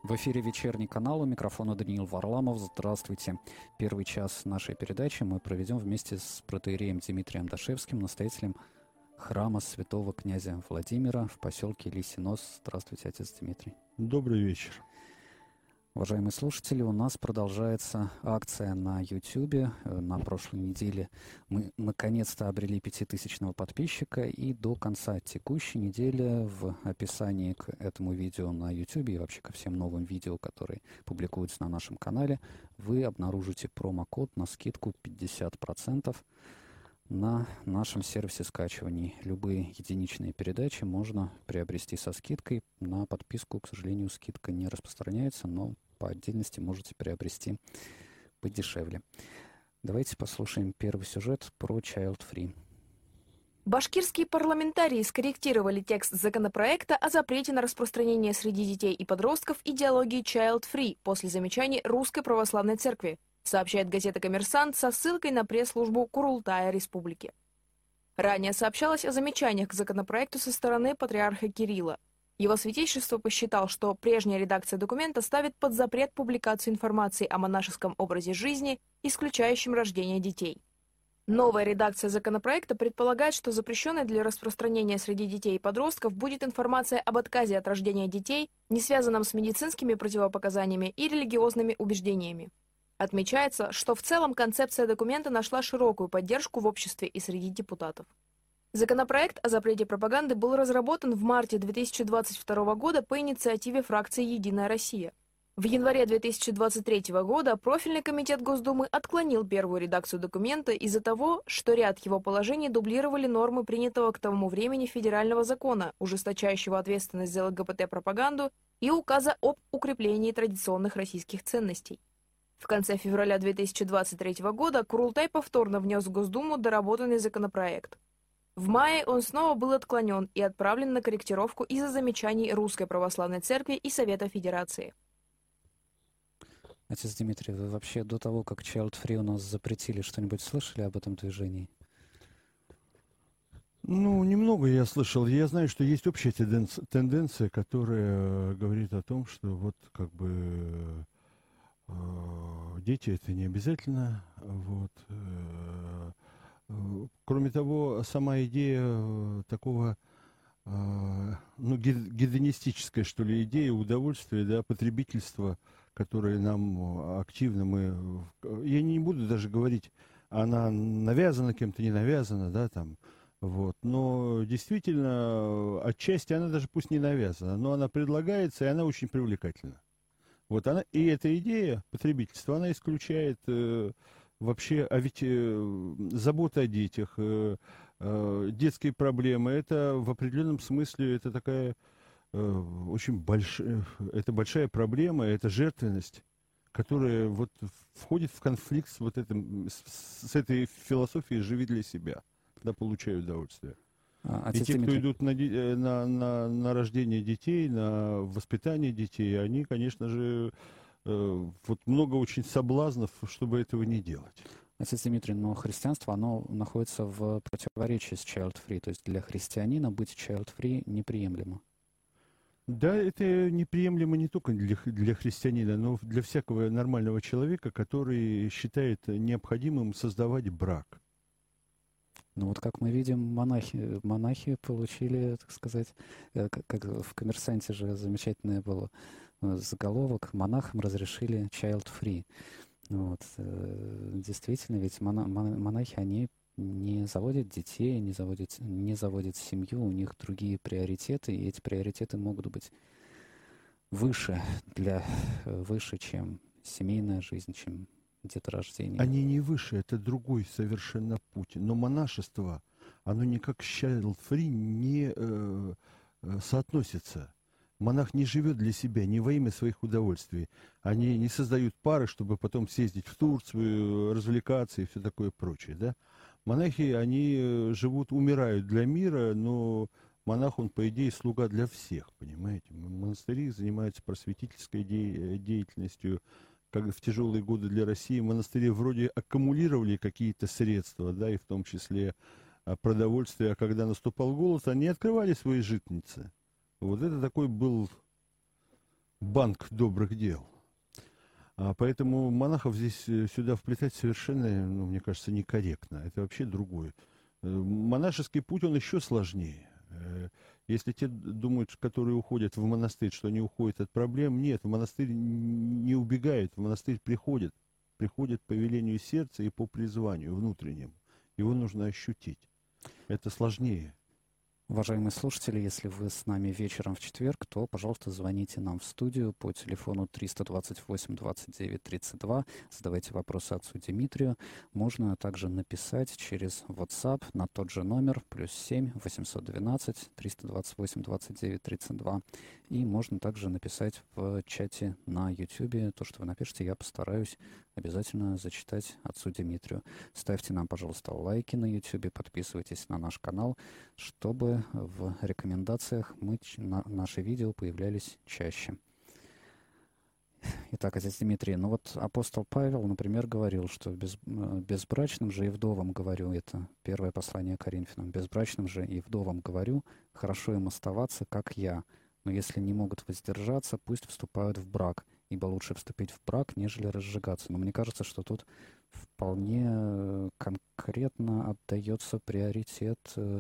В эфире «Вечерний канал», у микрофона Даниил Варламов. Здравствуйте. Первый час нашей передачи мы проведем вместе с протоиереем Дмитрием Дашевским, настоятелем храма святого князя Владимира в поселке Лисинос. Здравствуйте, отец Дмитрий. Добрый вечер. Уважаемые слушатели, у нас продолжается акция на YouTube. На прошлой неделе мы наконец-то обрели 5000-го подписчика, и до конца текущей недели в описании к этому видео на YouTube и вообще ко всем новым видео, которые публикуются на нашем канале, вы обнаружите промокод на скидку 50% на нашем сервисе скачиваний. Любые единичные передачи можно приобрести со скидкой. На подписку, к сожалению, скидка не распространяется, но по отдельности можете приобрести подешевле. Давайте послушаем первый сюжет про Child Free. Башкирские парламентарии скорректировали текст законопроекта о запрете на распространение среди детей и подростков идеологии Child Free после замечаний Русской Православной Церкви, сообщает газета «Коммерсант» со ссылкой на пресс-службу Курултая Республики. Ранее сообщалось о замечаниях к законопроекту со стороны патриарха Кирилла. Его святейшество посчитал, что прежняя редакция документа ставит под запрет публикацию информации о монашеском образе жизни, исключающем рождение детей. Новая редакция законопроекта предполагает, что запрещенной для распространения среди детей и подростков будет информация об отказе от рождения детей, не связанном с медицинскими противопоказаниями и религиозными убеждениями. Отмечается, что в целом концепция документа нашла широкую поддержку в обществе и среди депутатов. Законопроект о запрете пропаганды был разработан в марте 2022 года по инициативе фракции «Единая Россия». В январе 2023 года профильный комитет Госдумы отклонил первую редакцию документа из-за того, что ряд его положений дублировали нормы принятого к тому времени федерального закона, ужесточающего ответственность за ЛГБТ-пропаганду, и указа об укреплении традиционных российских ценностей. В конце февраля 2023 года Курултай повторно внес в Госдуму доработанный законопроект. В мае он снова был отклонен и отправлен на корректировку из-за замечаний Русской Православной Церкви и Совета Федерации. Отец Дмитрий, вы вообще до того, как Child Free у нас запретили, что-нибудь слышали об этом движении? Ну, немного я слышал. Я знаю, что есть общая тенденция, которая говорит о том, что вот как бы дети это не обязательно. Вот. Кроме того, сама идея такого, ну, гедонистическая, что ли, идея удовольствия, да, потребительства, которое нам активно я не буду даже говорить, она навязана кем-то, не навязана, да, там, вот, но действительно, отчасти она даже пусть не навязана, но она предлагается, и она очень привлекательна. Вот она, и эта идея потребительства, она исключает вообще, а ведь забота о детях, детские проблемы, это в определенном смысле, это такая очень это большая проблема, это жертвенность, которая вот входит в конфликт с вот этим, с этой философией «живи для себя», когда получают удовольствие. И те, кто идут на рождение детей, на воспитание детей, они, конечно же, вот много очень соблазнов, чтобы этого не делать. Отец Дмитрий, но христианство, оно находится в противоречии с Child Free, то есть для христианина быть Child Free неприемлемо. Да, это неприемлемо не только для христианина, но для всякого нормального человека, который считает необходимым создавать брак. Ну вот как мы видим, монахи получили, так сказать, как в «Коммерсанте» же замечательное было заголовок: монахам разрешили Child Free. Вот. Действительно, ведь монахи, они не заводят детей, не заводят семью, у них другие приоритеты, и эти приоритеты могут быть выше, чем семейная жизнь, чем деторождение. Они не выше, это другой совершенно путь. Но монашество, оно никак с Child Free не соотносится. Монах не живет для себя, не во имя своих удовольствий. Они не создают пары, чтобы потом съездить в Турцию, развлекаться и все такое прочее, да? Монахи, они живут, умирают для мира, но монах, он, по идее, слуга для всех, понимаете? Монастыри занимаются просветительской деятельностью. Как в тяжелые годы для России монастыри вроде аккумулировали какие-то средства, да, и в том числе продовольствие, а когда наступал голод, они открывали свои житницы. Вот это такой был банк добрых дел. Поэтому монахов здесь сюда вплетать совершенно, ну, мне кажется, некорректно. Это вообще другое. Монашеский путь, он еще сложнее. Если те думают, которые уходят в монастырь, что они уходят от проблем, нет, в монастырь не убегают, в монастырь приходят по велению сердца и по призванию внутреннему. Его нужно ощутить. Это сложнее. Уважаемые слушатели, если вы с нами вечером в четверг, то, пожалуйста, звоните нам в студию по телефону 328-29-32, задавайте вопросы отцу Дмитрию. Можно также написать через WhatsApp на тот же номер, +7 812 328 29 32. И можно также написать в чате на YouTube. То, что вы напишете, я постараюсь обязательно зачитать отцу Дмитрию. Ставьте нам, пожалуйста, лайки на YouTube, подписывайтесь на наш канал, чтобы в рекомендациях наши видео появлялись чаще. Итак, отец Дмитрий, ну вот апостол Павел, например, говорил, что безбрачным же и вдовам говорю, это первое послание Коринфянам, безбрачным же и вдовам говорю, хорошо им оставаться, как я, но если не могут воздержаться, пусть вступают в брак, ибо лучше вступить в брак, нежели разжигаться. Но мне кажется, что тут вполне конкретно отдается приоритет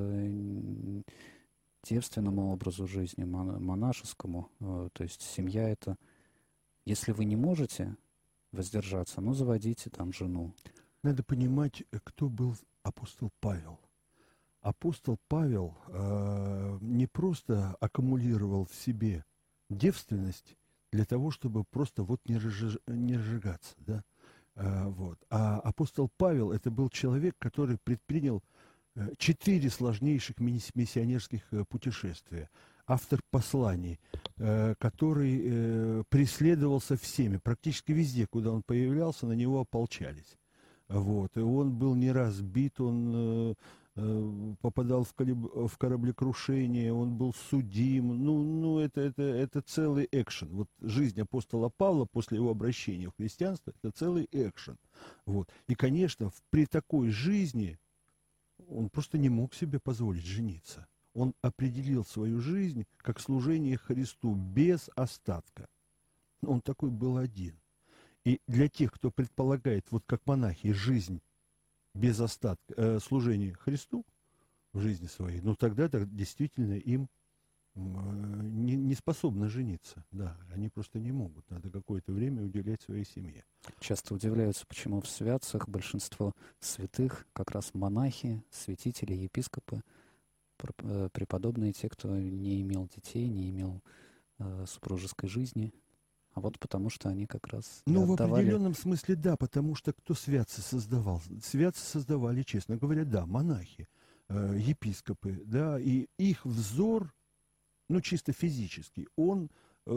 девственному образу жизни, монашескому. То есть семья — это, если вы не можете воздержаться, ну, заводите там жену. Надо понимать, кто был апостол Павел. Апостол Павел не просто аккумулировал в себе девственность для того, чтобы просто вот не разжигаться, да? Вот. А апостол Павел — это был человек, который предпринял 4 сложнейших миссионерских путешествия. Автор посланий, который преследовался всеми, практически везде, куда он появлялся, на него ополчались. Вот. И он был не раз бит, он попадал в кораблекрушение, он был судим. Ну это целый экшен. Вот жизнь апостола Павла после его обращения в христианство — это целый экшен. Вот. И, конечно, при такой жизни он просто не мог себе позволить жениться. Он определил свою жизнь как служение Христу без остатка. Он такой был один. И для тех, кто предполагает, вот как монахи, жизнь без остатка, служение Христу в жизни своей, ну тогда действительно им не способны жениться. Да, они просто не могут. Надо какое-то время уделять своей семье. Часто удивляются, почему в святцах большинство святых как раз монахи, святители, епископы, преподобные, те, кто не имел детей, не имел супружеской жизни. А вот потому что они как раз Ну, в отдавали... определенном смысле, да, потому что кто святцы создавал? Святцы создавали, честно говоря, да, монахи, епископы, да, и их взор, ну, чисто физический, он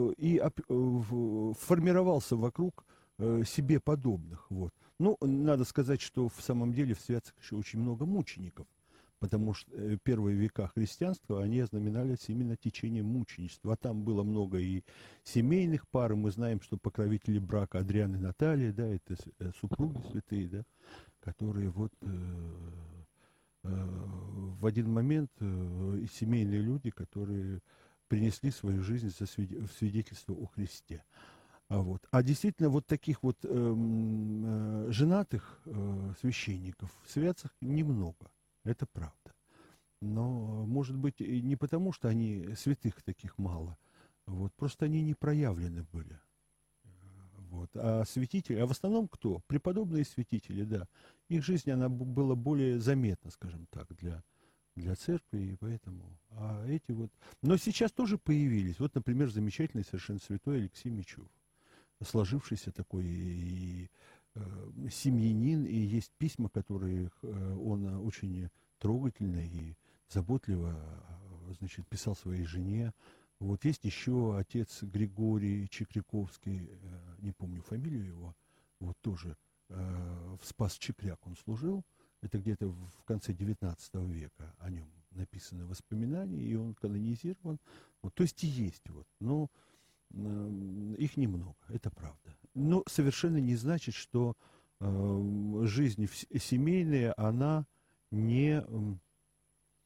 формировался вокруг себе подобных, вот. Ну, надо сказать, что в самом деле в святцах еще очень много мучеников, потому что первые века христианства, они ознаменовались именно течением мученичества. А там было много и семейных пар, и мы знаем, что покровители брака Адриан и Наталья, да, это супруги святые, да, которые вот в один момент семейные люди, которые принесли свою жизнь за свидетельство о Христе. А действительно, вот таких вот женатых священников в святцах немного. Это правда. Но, может быть, и не потому, что они святых таких мало. Вот, просто они не проявлены были. Вот. А святители, а в основном кто? Преподобные святители, да. Их жизнь, она была более заметна, скажем так, для церкви, и поэтому. А эти вот... Но сейчас тоже появились. Вот, например, замечательный совершенно святой Алексей Мечев. Сложившийся такой и семьянин, и есть письма, которые он очень трогательно и заботливо, значит, писал своей жене. Вот есть еще отец Григорий Чекряковский, не помню фамилию его, вот тоже в Спас-Чекряк он служил. Это где-то в конце 19 века о нем написаны воспоминания, и он канонизирован. Вот, то есть и есть вот, но их немного, это правда. Но совершенно не значит, что жизнь семейная, она не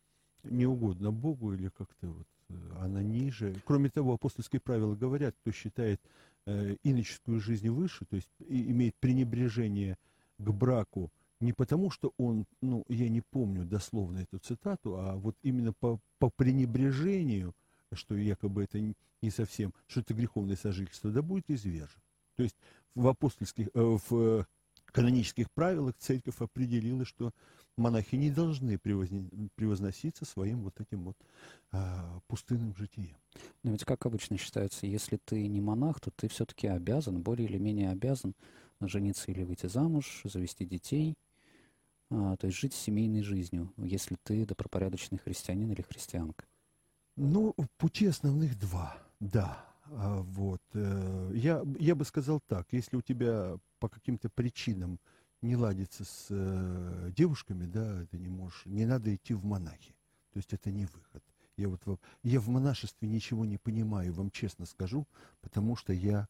не угодно Богу или как-то вот она ниже. Кроме того, апостольские правила говорят, кто считает иноческую жизнь выше, то есть имеет пренебрежение к браку не потому, что он, ну, я не помню дословно эту цитату, а вот именно по пренебрежению, что якобы это не совсем, что это греховное сожительство, да будет извержен. То есть в апостольских, в канонических правилах церковь определила, что монахи не должны превозноситься своим вот этим вот пустынным житием. Но ведь как обычно считается, если ты не монах, то ты все-таки обязан, более или менее обязан жениться или выйти замуж, завести детей, то есть жить семейной жизнью, если ты добропорядочный христианин или христианка. Ну, пути основных два, да. Вот. Я бы сказал так, если у тебя по каким-то причинам не ладится с девушками, да, ты не можешь, не надо идти в монахи. То есть это не выход. Я в монашестве ничего не понимаю, вам честно скажу, потому что я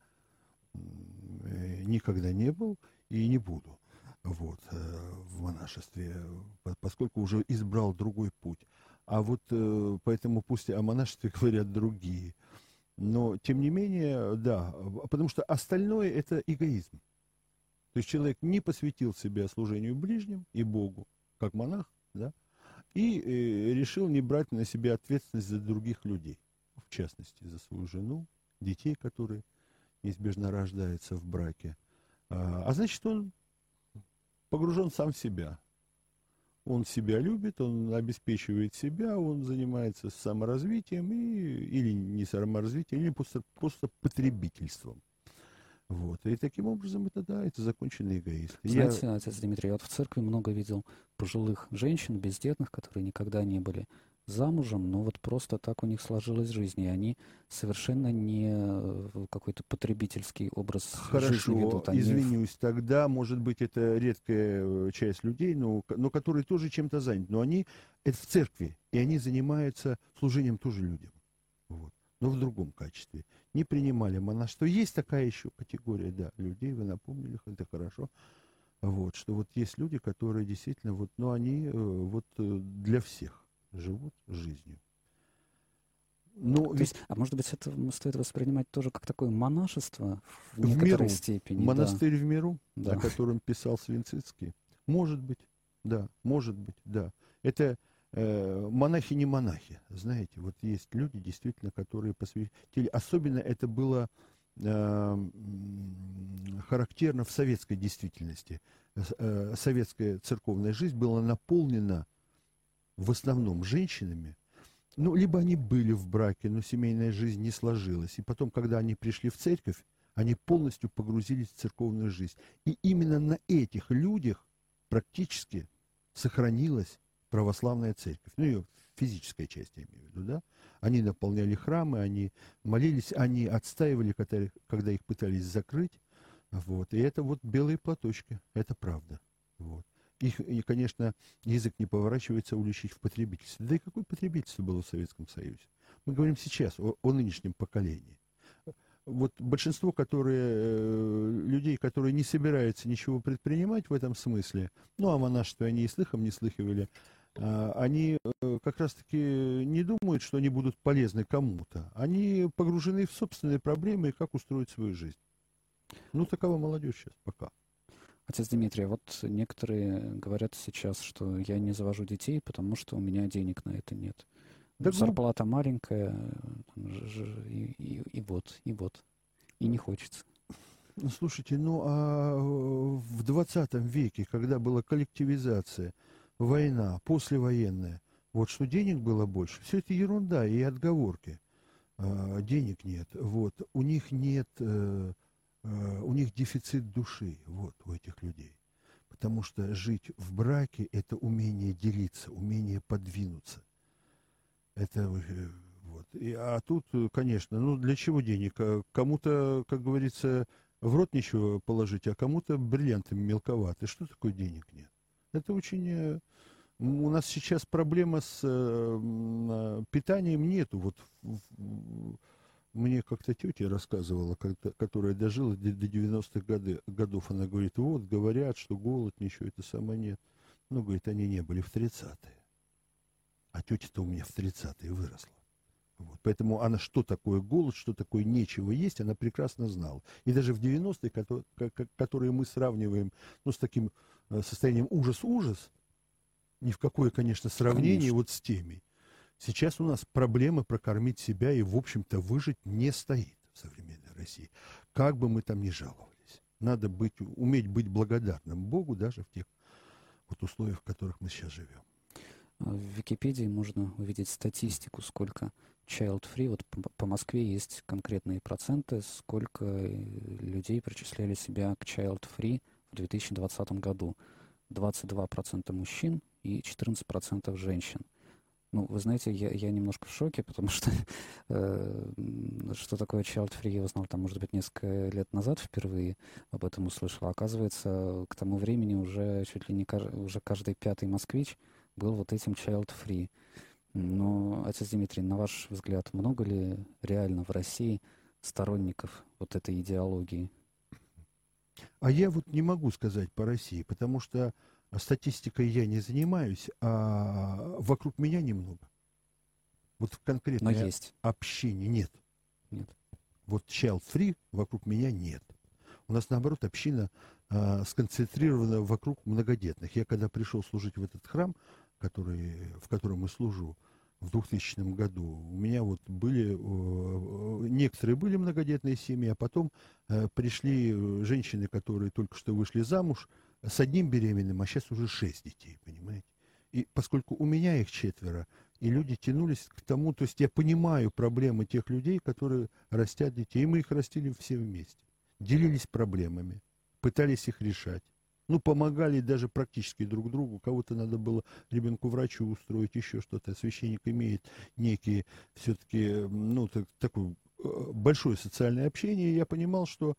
никогда не был и не буду вот, в монашестве, поскольку уже избрал другой путь. А вот поэтому пусть о монашестве говорят другие. Но, тем не менее, да, потому что остальное – это эгоизм. То есть человек не посвятил себя служению ближним и Богу, как монах, да, и решил не брать на себя ответственность за других людей, в частности, за свою жену, детей, которые неизбежно рождаются в браке. А значит, он погружен сам в себя. Он себя любит, он обеспечивает себя, он занимается саморазвитием или не саморазвитием, или просто потребительством. Вот. И таким образом это, да, это законченный эгоизм. Знаете, отец Дмитрий, я вот в церкви много видел пожилых женщин, бездетных, которые никогда не были замужем, но вот просто так у них сложилась жизнь, и они совершенно не какой-то потребительский образ жизни ведут. Хорошо, извинюсь, тогда, может быть, это редкая часть людей, но которые тоже чем-то заняты, но они, это в церкви, и они занимаются служением тоже людям, вот, но в другом качестве. Не принимали монашество. Есть такая еще категория, да, людей, вы напомнили, это хорошо, вот, что вот есть люди, которые действительно, вот, но они вот для всех живут жизнью. Ну, есть, а может быть, это стоит воспринимать тоже как такое монашество в некоторой миру, степени? Монастырь да. в миру, да. о котором писал Свинцицкий. Может быть, да. Это монахи не монахи, знаете. Вот есть люди, действительно, которые посвятили. Особенно это было характерно в советской действительности. Советская церковная жизнь была наполнена в основном женщинами. Ну, либо они были в браке, но семейная жизнь не сложилась. И потом, когда они пришли в церковь, они полностью погрузились в церковную жизнь. И именно на этих людях практически сохранилась православная церковь. Ну, ее физическая часть, я имею в виду, да? Они наполняли храмы, они молились, они отстаивали, когда их пытались закрыть. Вот. И это вот белые платочки, это правда. Вот. Их, и, конечно, язык не поворачивается уличить в потребительстве. Да и какое потребительство было в Советском Союзе? Мы говорим сейчас о нынешнем поколении. Вот большинство людей, которые не собираются ничего предпринимать в этом смысле, ну, о монашестве они и слыхом не слыхивали, они как раз-таки не думают, что они будут полезны кому-то. Они погружены в собственные проблемы и как устроить свою жизнь. Ну, такова молодежь сейчас пока. Отец Дмитрий, вот некоторые говорят сейчас, что я не завожу детей, потому что у меня денег на это нет. Да зарплата маленькая, и вот, и не хочется. Слушайте, ну а в 20 веке, когда была коллективизация, война, послевоенная, вот что денег было больше, все это ерунда и отговорки. Денег нет, вот, у них нет... у них дефицит души, вот, у этих людей. Потому что жить в браке – это умение делиться, умение подвинуться. Это вот. А тут, конечно, ну для чего денег? Кому-то, как говорится, в рот ничего положить, а кому-то бриллиантами мелковаты. Что такое денег нет? Это очень... У нас сейчас проблема с питанием нету. Вот мне как-то тетя рассказывала, которая дожила до 90-х годов, она говорит, вот, говорят, что голод, ничего это самое нет. Ну, говорит, они не были в 30-е. А тетя-то у меня в 30-е выросла. Вот. Поэтому она, что такое голод, что такое нечего есть, она прекрасно знала. И даже в 90-е, которые мы сравниваем, ну, с таким состоянием ужас-ужас, ни в какое, конечно, сравнение Конечно. вот с теми. Сейчас у нас проблемы прокормить себя и, в общем-то, выжить не стоит в современной России. Как бы мы там ни жаловались. Надо уметь быть благодарным Богу даже в тех вот условиях, в которых мы сейчас живем. В Википедии можно увидеть статистику, сколько child-free, вот по Москве есть конкретные проценты, сколько людей причисляли себя к child-free в 2020 году. 22% мужчин и 14% женщин. Ну, вы знаете, я немножко в шоке, потому что что такое child-free я узнал, там, может быть, несколько лет назад впервые об этом услышал. Оказывается, к тому времени уже чуть ли не уже каждый пятый москвич был вот этим child-free. Но, отец Дмитрий, на ваш взгляд, много ли реально в России сторонников вот этой идеологии? А я вот не могу сказать по России, потому что статистикой я не занимаюсь, а вокруг меня немного. Вот в Но конкретной есть. общине нет. Нет. Вот child-free вокруг меня нет. У нас, наоборот, община сконцентрирована вокруг многодетных. Я когда пришел служить в этот храм, в котором я служу, в 2000 году, у меня вот некоторые были многодетные семьи, а потом пришли женщины, которые только что вышли замуж, с одним беременным, а сейчас уже 6 детей, понимаете? И поскольку у меня их 4, и люди тянулись к тому, то есть я понимаю проблемы тех людей, которые растят детей, и мы их растили все вместе, делились проблемами, пытались их решать. Ну, помогали даже практически друг другу. Кого-то надо было ребенку врачу устроить, еще что-то. Священник имеет некие все-таки, ну, такое большое социальное общение. И я понимал, что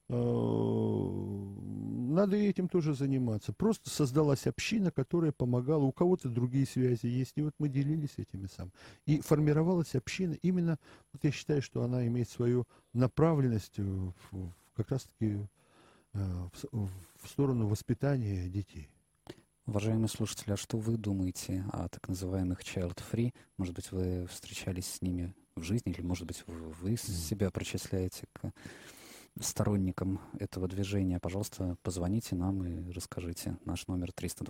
надо и этим тоже заниматься. Просто создалась община, которая помогала. У кого-то другие связи есть. И вот мы делились этими самыми. И формировалась община. Именно, вот я считаю, что она имеет свою направленность как раз-таки в сторону воспитания детей. Уважаемые слушатели, а что вы думаете о так называемых child-free? Может быть, вы встречались с ними в жизни, или, может быть, вы себя причисляете к сторонникам этого движения? Пожалуйста, позвоните нам и расскажите. Наш номер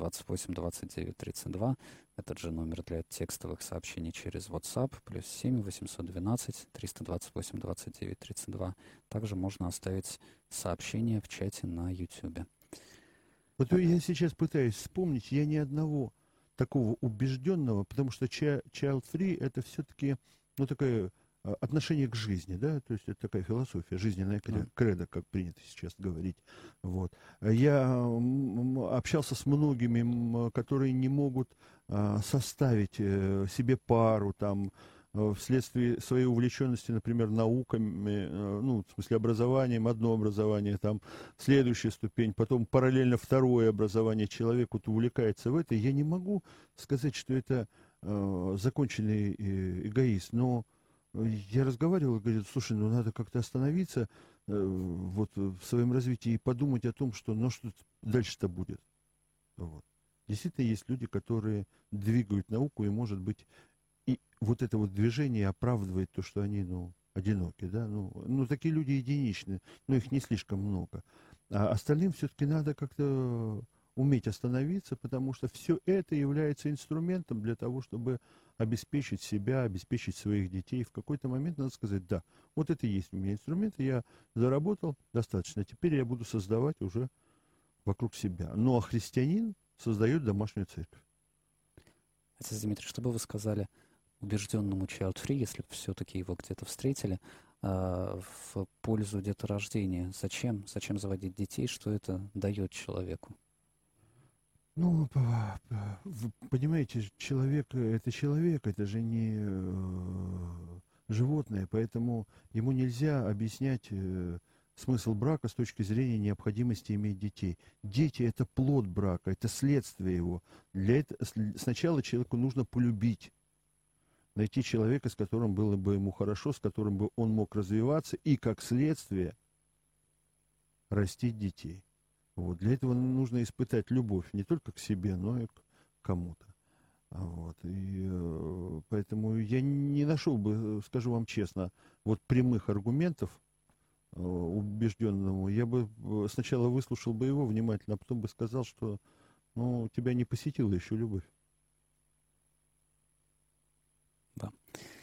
328-29-32. Этот же номер для текстовых сообщений через WhatsApp, +7 812 328 29 32. Также можно оставить сообщение в чате на YouTube. Вот я сейчас пытаюсь вспомнить, я ни одного такого убежденного, потому что child-free это все-таки, ну, такое отношение к жизни, да, то есть это такая философия, жизненная кредо, как принято сейчас говорить. Вот. Я общался с многими, которые не могут составить себе пару, там, вследствие своей увлеченности, например, науками, ну, в смысле образованием, одно образование, там, следующая ступень, потом параллельно второе образование, человек вот увлекается в это. Я не могу сказать, что это законченный эгоист, но я разговаривал и говорю, слушай, ну надо как-то остановиться вот в своем развитии и подумать о том, что, ну что дальше-то будет. Вот. Действительно есть люди, которые двигают науку, и, может быть, и вот это вот движение оправдывает то, что они, ну, одиноки, да, ну такие люди единичны, но их не слишком много. А остальным все-таки надо как-то уметь остановиться, потому что все это является инструментом для того, чтобы обеспечить себя, обеспечить своих детей. В какой-то момент надо сказать, да, вот это и есть у меня инструменты, я заработал достаточно, теперь я буду создавать уже вокруг себя. Ну, а христианин создает домашнюю церковь. Отец Дмитрий, что бы вы сказали убежденному child-free, если все-таки его где-то встретили, в пользу деторождения? Зачем заводить детей? Что это дает человеку? Ну, вы понимаете, человек это же не животное, поэтому ему нельзя объяснять смысл брака с точки зрения необходимости иметь детей. Дети – это плод брака, это следствие его. Для этого сначала человеку нужно полюбить, найти человека, с которым было бы ему хорошо, с которым бы он мог развиваться и, как следствие, растить детей. Вот. Для этого нужно испытать любовь не только к себе, но и к кому-то. Вот. И поэтому я не нашел бы, скажу вам честно, вот прямых аргументов убежденному. Я бы сначала выслушал бы его внимательно, а потом бы сказал, что ну, тебя не посетила еще любовь. Да.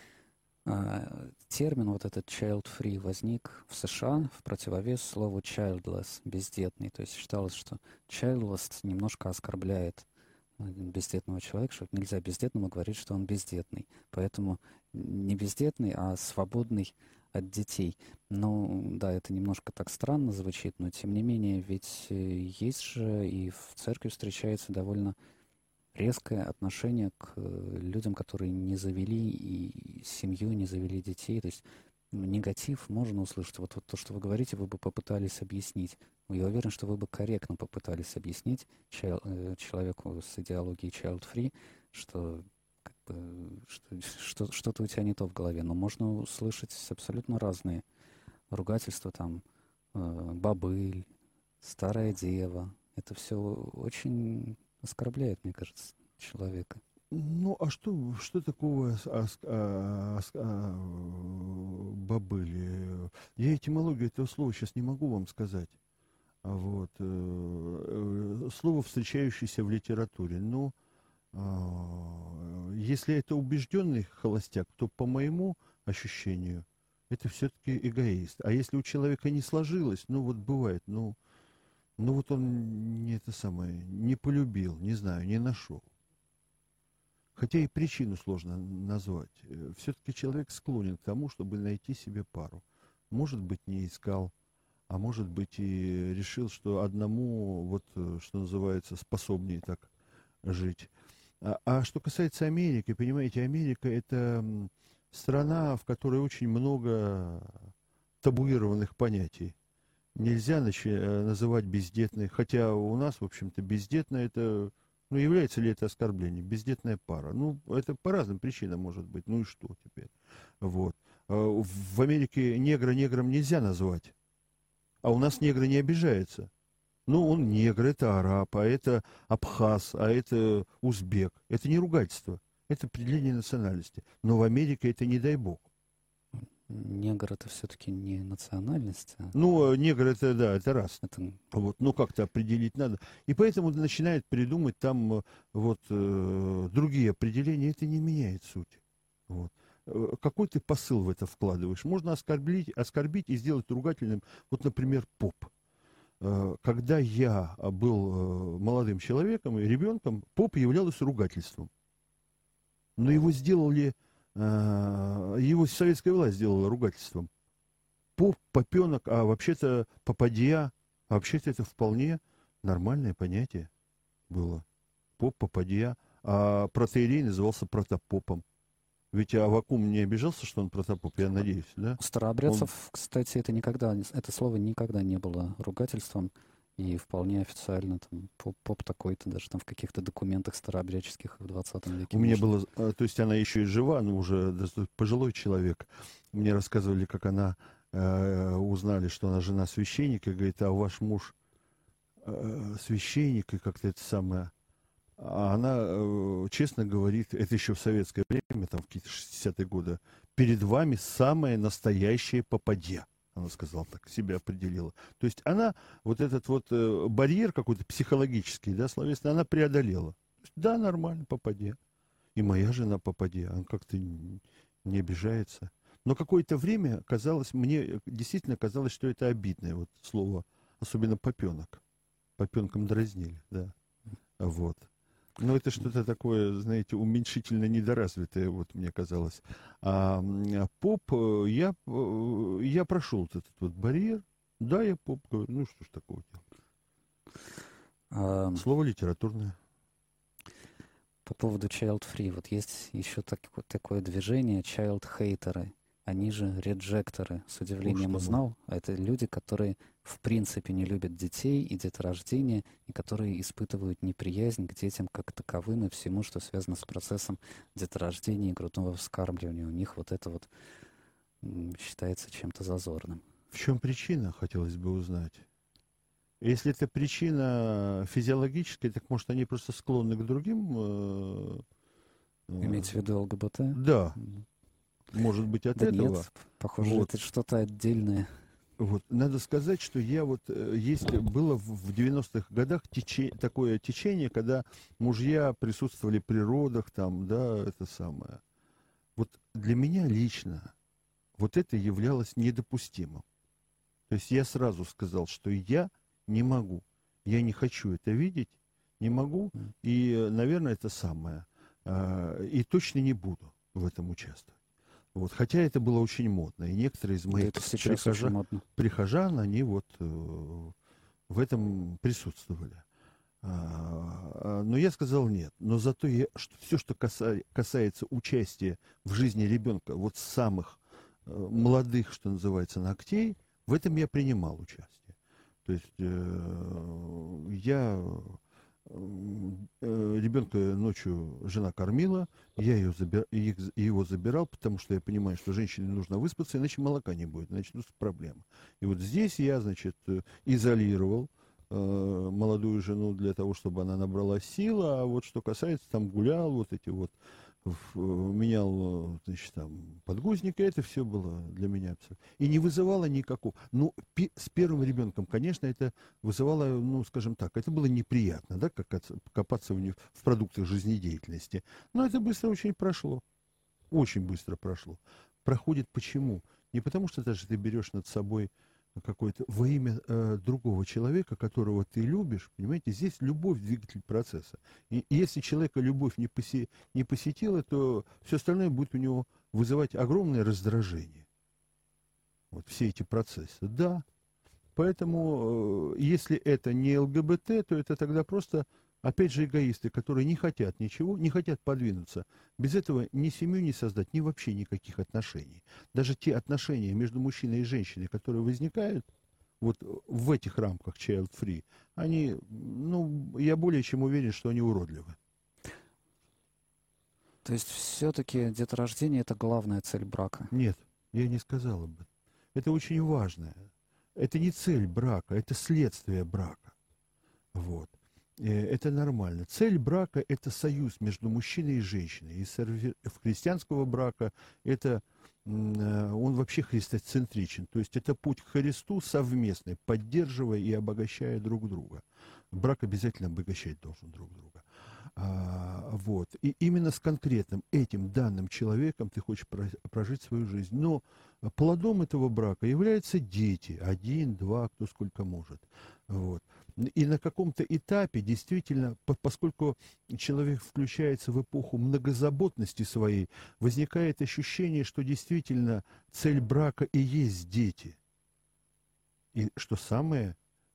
Термин вот этот child-free возник в США в противовес слову childless, бездетный. То есть считалось, что childless немножко оскорбляет бездетного человека, что нельзя бездетному говорить, что он бездетный. Поэтому не бездетный, а свободный от детей. Ну, да, это немножко так странно звучит, но тем не менее, ведь есть же и в церкви встречается довольно резкое отношение к людям, которые не завели и семью, не завели детей. То есть негатив можно услышать. Вот то, что вы говорите, вы бы попытались объяснить. Я уверен, что вы бы корректно попытались объяснить человеку с идеологией child-free, что что-то у тебя не то в голове. Но можно услышать абсолютно разные ругательства, там, бобыль, старая дева. Это все очень оскорбляет, мне кажется, человека. Ну, а что такого бобыли? Я этимологию этого слова сейчас не могу вам сказать. Вот. Слово, встречающееся в литературе. Но если это убежденный холостяк, то по моему ощущению это все-таки эгоист. А если у человека не сложилось, ну вот бывает, ну вот он не это самое, не полюбил, не знаю, не нашел. Хотя и причину сложно назвать. Все-таки человек склонен к тому, чтобы найти себе пару. Может быть, не искал, а может быть и решил, что одному, вот что называется, способнее так жить. А что касается Америки, понимаете, Америка — это страна, в которой очень много табуированных понятий. Нельзя называть бездетной, хотя у нас, в общем-то, бездетная — это, ну, является ли это оскорблением? Бездетная пара. Ну, это по разным причинам может быть. Ну и что теперь? Вот. В Америке негра негром нельзя назвать, а у нас негры не обижаются. Ну, он негр, это араб, а это абхаз, а это узбек. Это не ругательство, это определение национальности. Но в Америке это не дай бог. Негр — это все-таки не национальность. Ну, негр — это, да, это раса. Это... Вот, ну, как-то определить надо. И поэтому начинают придумать там вот другие определения. Это не меняет суть. Вот. Какой ты посыл в это вкладываешь? Можно оскорбить и сделать ругательным, вот, например, поп. Когда я был молодым человеком и ребенком, поп являлось ругательством. Но его сделали, его советская власть сделала ругательством. Поп, попенок, а вообще-то попадья, а вообще-то это вполне нормальное понятие было. Поп, попадья, а протоиерей назывался протопопом. Ведь Аввакум не обижался, что он протопоп, я надеюсь, да? У старообрядцев, кстати, это слово никогда не было ругательством, и вполне официально там поп такой-то, даже там в каких-то документах старообрядческих в 20 веке. У меня было, то есть она еще и жива, но уже пожилой человек. Мне рассказывали, как она, узнали, что она жена священника, и говорит, а ваш муж священник, и как-то это самое... А она честно говорит, это еще в советское время, там в какие-то 60-е годы, перед вами самая настоящая попадья. Она сказала так, себя определила. То есть она вот этот вот барьер какой-то психологический, да, словесный, она преодолела. Да, нормально, попадья. И моя жена попадья, она как-то не обижается. Но какое-то время казалось, мне действительно казалось, что это обидное вот слово, особенно попенок. Попенком дразнили, да. Вот. Но это что-то такое, знаете, уменьшительно недоразвитое, вот мне казалось. А поп, я прошел этот вот барьер. Да, я поп, говорю, ну что ж такого делать. Слово литературное. По поводу child-free, вот есть еще такое движение child-хейтеры. Они же реджекторы, с удивлением узнал. Это люди, которые в принципе не любят детей и деторождение, и которые испытывают неприязнь к детям как таковым и всему, что связано с процессом деторождения и грудного вскармливания. У них вот это вот считается чем-то зазорным. В чем причина, хотелось бы узнать? Если это причина физиологическая, так может они просто склонны к другим Имеете в виду ЛГБТ? Да, может быть, от Да этого. нет, похоже, Вот. это что-то отдельное. Вот. Надо сказать, что я вот, было в 90-х годах такое течение, когда мужья присутствовали при родах, там, да, это самое. Вот для меня лично вот это являлось недопустимым. То есть я сразу сказал, что я не могу, я не хочу это видеть, не могу, и, наверное, это самое. И точно не буду в этом участвовать. Вот. Хотя это было очень модно, и некоторые из Да моих это сейчас очень модно. прихожан, они вот в этом присутствовали. Но я сказал нет. Но зато все, что касается участия в жизни ребенка, вот с самых молодых, что называется, ногтей, в этом я принимал участие. То есть я ребенка ночью жена кормила, я его забирал, потому что я понимаю, что женщине нужно выспаться, иначе молока не будет, начнутся проблемы. И вот здесь я, значит, изолировал молодую жену для того, чтобы она набрала силы, а вот что касается, там гулял, вот эти вот, менял, значит, там, подгузники, это все было для меня абсолютно. И не вызывало никакого. Ну, с первым ребенком, конечно, это вызывало, ну, скажем так, это было неприятно, да, копаться в продуктах жизнедеятельности. Но это быстро очень прошло. Очень быстро прошло. Проходит почему? Не потому, что даже ты берешь над собой какое-то во имя другого человека, которого ты любишь, понимаете, здесь любовь двигатель процесса. И если человека любовь не посетила, то все остальное будет у него вызывать огромное раздражение. Вот все эти процессы. Да. Поэтому, если это не ЛГБТ, то это тогда просто, опять же, эгоисты, которые не хотят ничего, не хотят подвинуться. Без этого ни семью не создать, ни вообще никаких отношений. Даже те отношения между мужчиной и женщиной, которые возникают вот в этих рамках child-free, они, ну, я более чем уверен, что они уродливы. То есть все-таки деторождение — это главная цель брака? Нет, я не сказал об этом. Это очень важно. Это не цель брака, это следствие брака. Вот. Это нормально. Цель брака – это союз между мужчиной и женщиной. Из христианского брака это он вообще христоцентричен. То есть это путь к Христу совместный, поддерживая и обогащая друг друга. Брак обязательно обогащать должен друг друга. Вот. И именно с конкретным этим данным человеком ты хочешь прожить свою жизнь. Но плодом этого брака являются дети. 1, 2, кто сколько может. Вот. И на каком-то этапе действительно, поскольку человек включается в эпоху многозаботности своей, возникает ощущение, что действительно цель брака и есть дети. И что самое,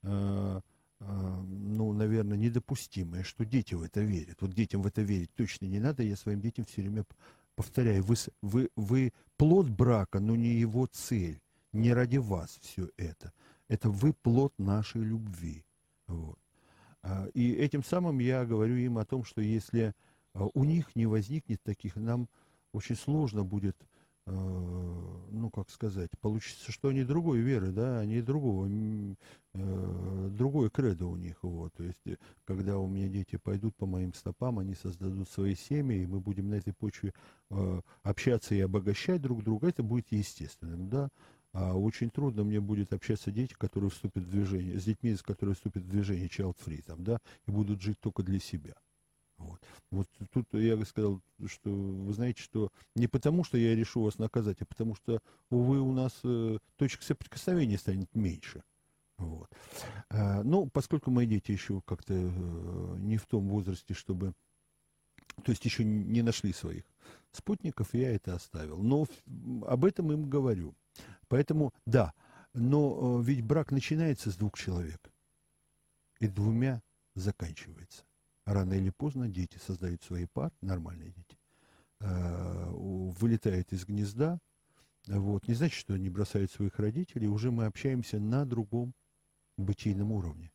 ну, наверное, недопустимое, что дети в это верят. Вот детям в это верить точно не надо. Я своим детям все время повторяю, вы плод брака, но не его цель. Не ради вас все это. Это вы плод нашей любви. Вот. И этим самым я говорю им о том, что если у них не возникнет таких, нам очень сложно будет, ну, как сказать, получится, что они другой веры, да, они другое кредо у них. Вот. То есть, когда у меня дети пойдут по моим стопам, они создадут свои семьи, и мы будем на этой почве общаться и обогащать друг друга, это будет естественным, да. А очень трудно мне будет общаться с детьми, которые вступят в движение, с детьми, которые вступят в движение child-free, там, да, и будут жить только для себя. Вот. Вот тут я сказал, что вы знаете, что не потому, что я решу вас наказать, а потому что, увы, у нас точек соприкосновения станет меньше. Вот. Но поскольку мои дети еще как-то не в том возрасте, чтобы, то есть еще не нашли своих спутников, я это оставил. Но об этом им говорю. Поэтому, да, но ведь брак начинается с 2 человек и 2 заканчивается. Рано или поздно дети создают свои пары, нормальные дети, вылетают из гнезда, вот, не значит, что они бросают своих родителей, уже мы общаемся на другом бытийном уровне.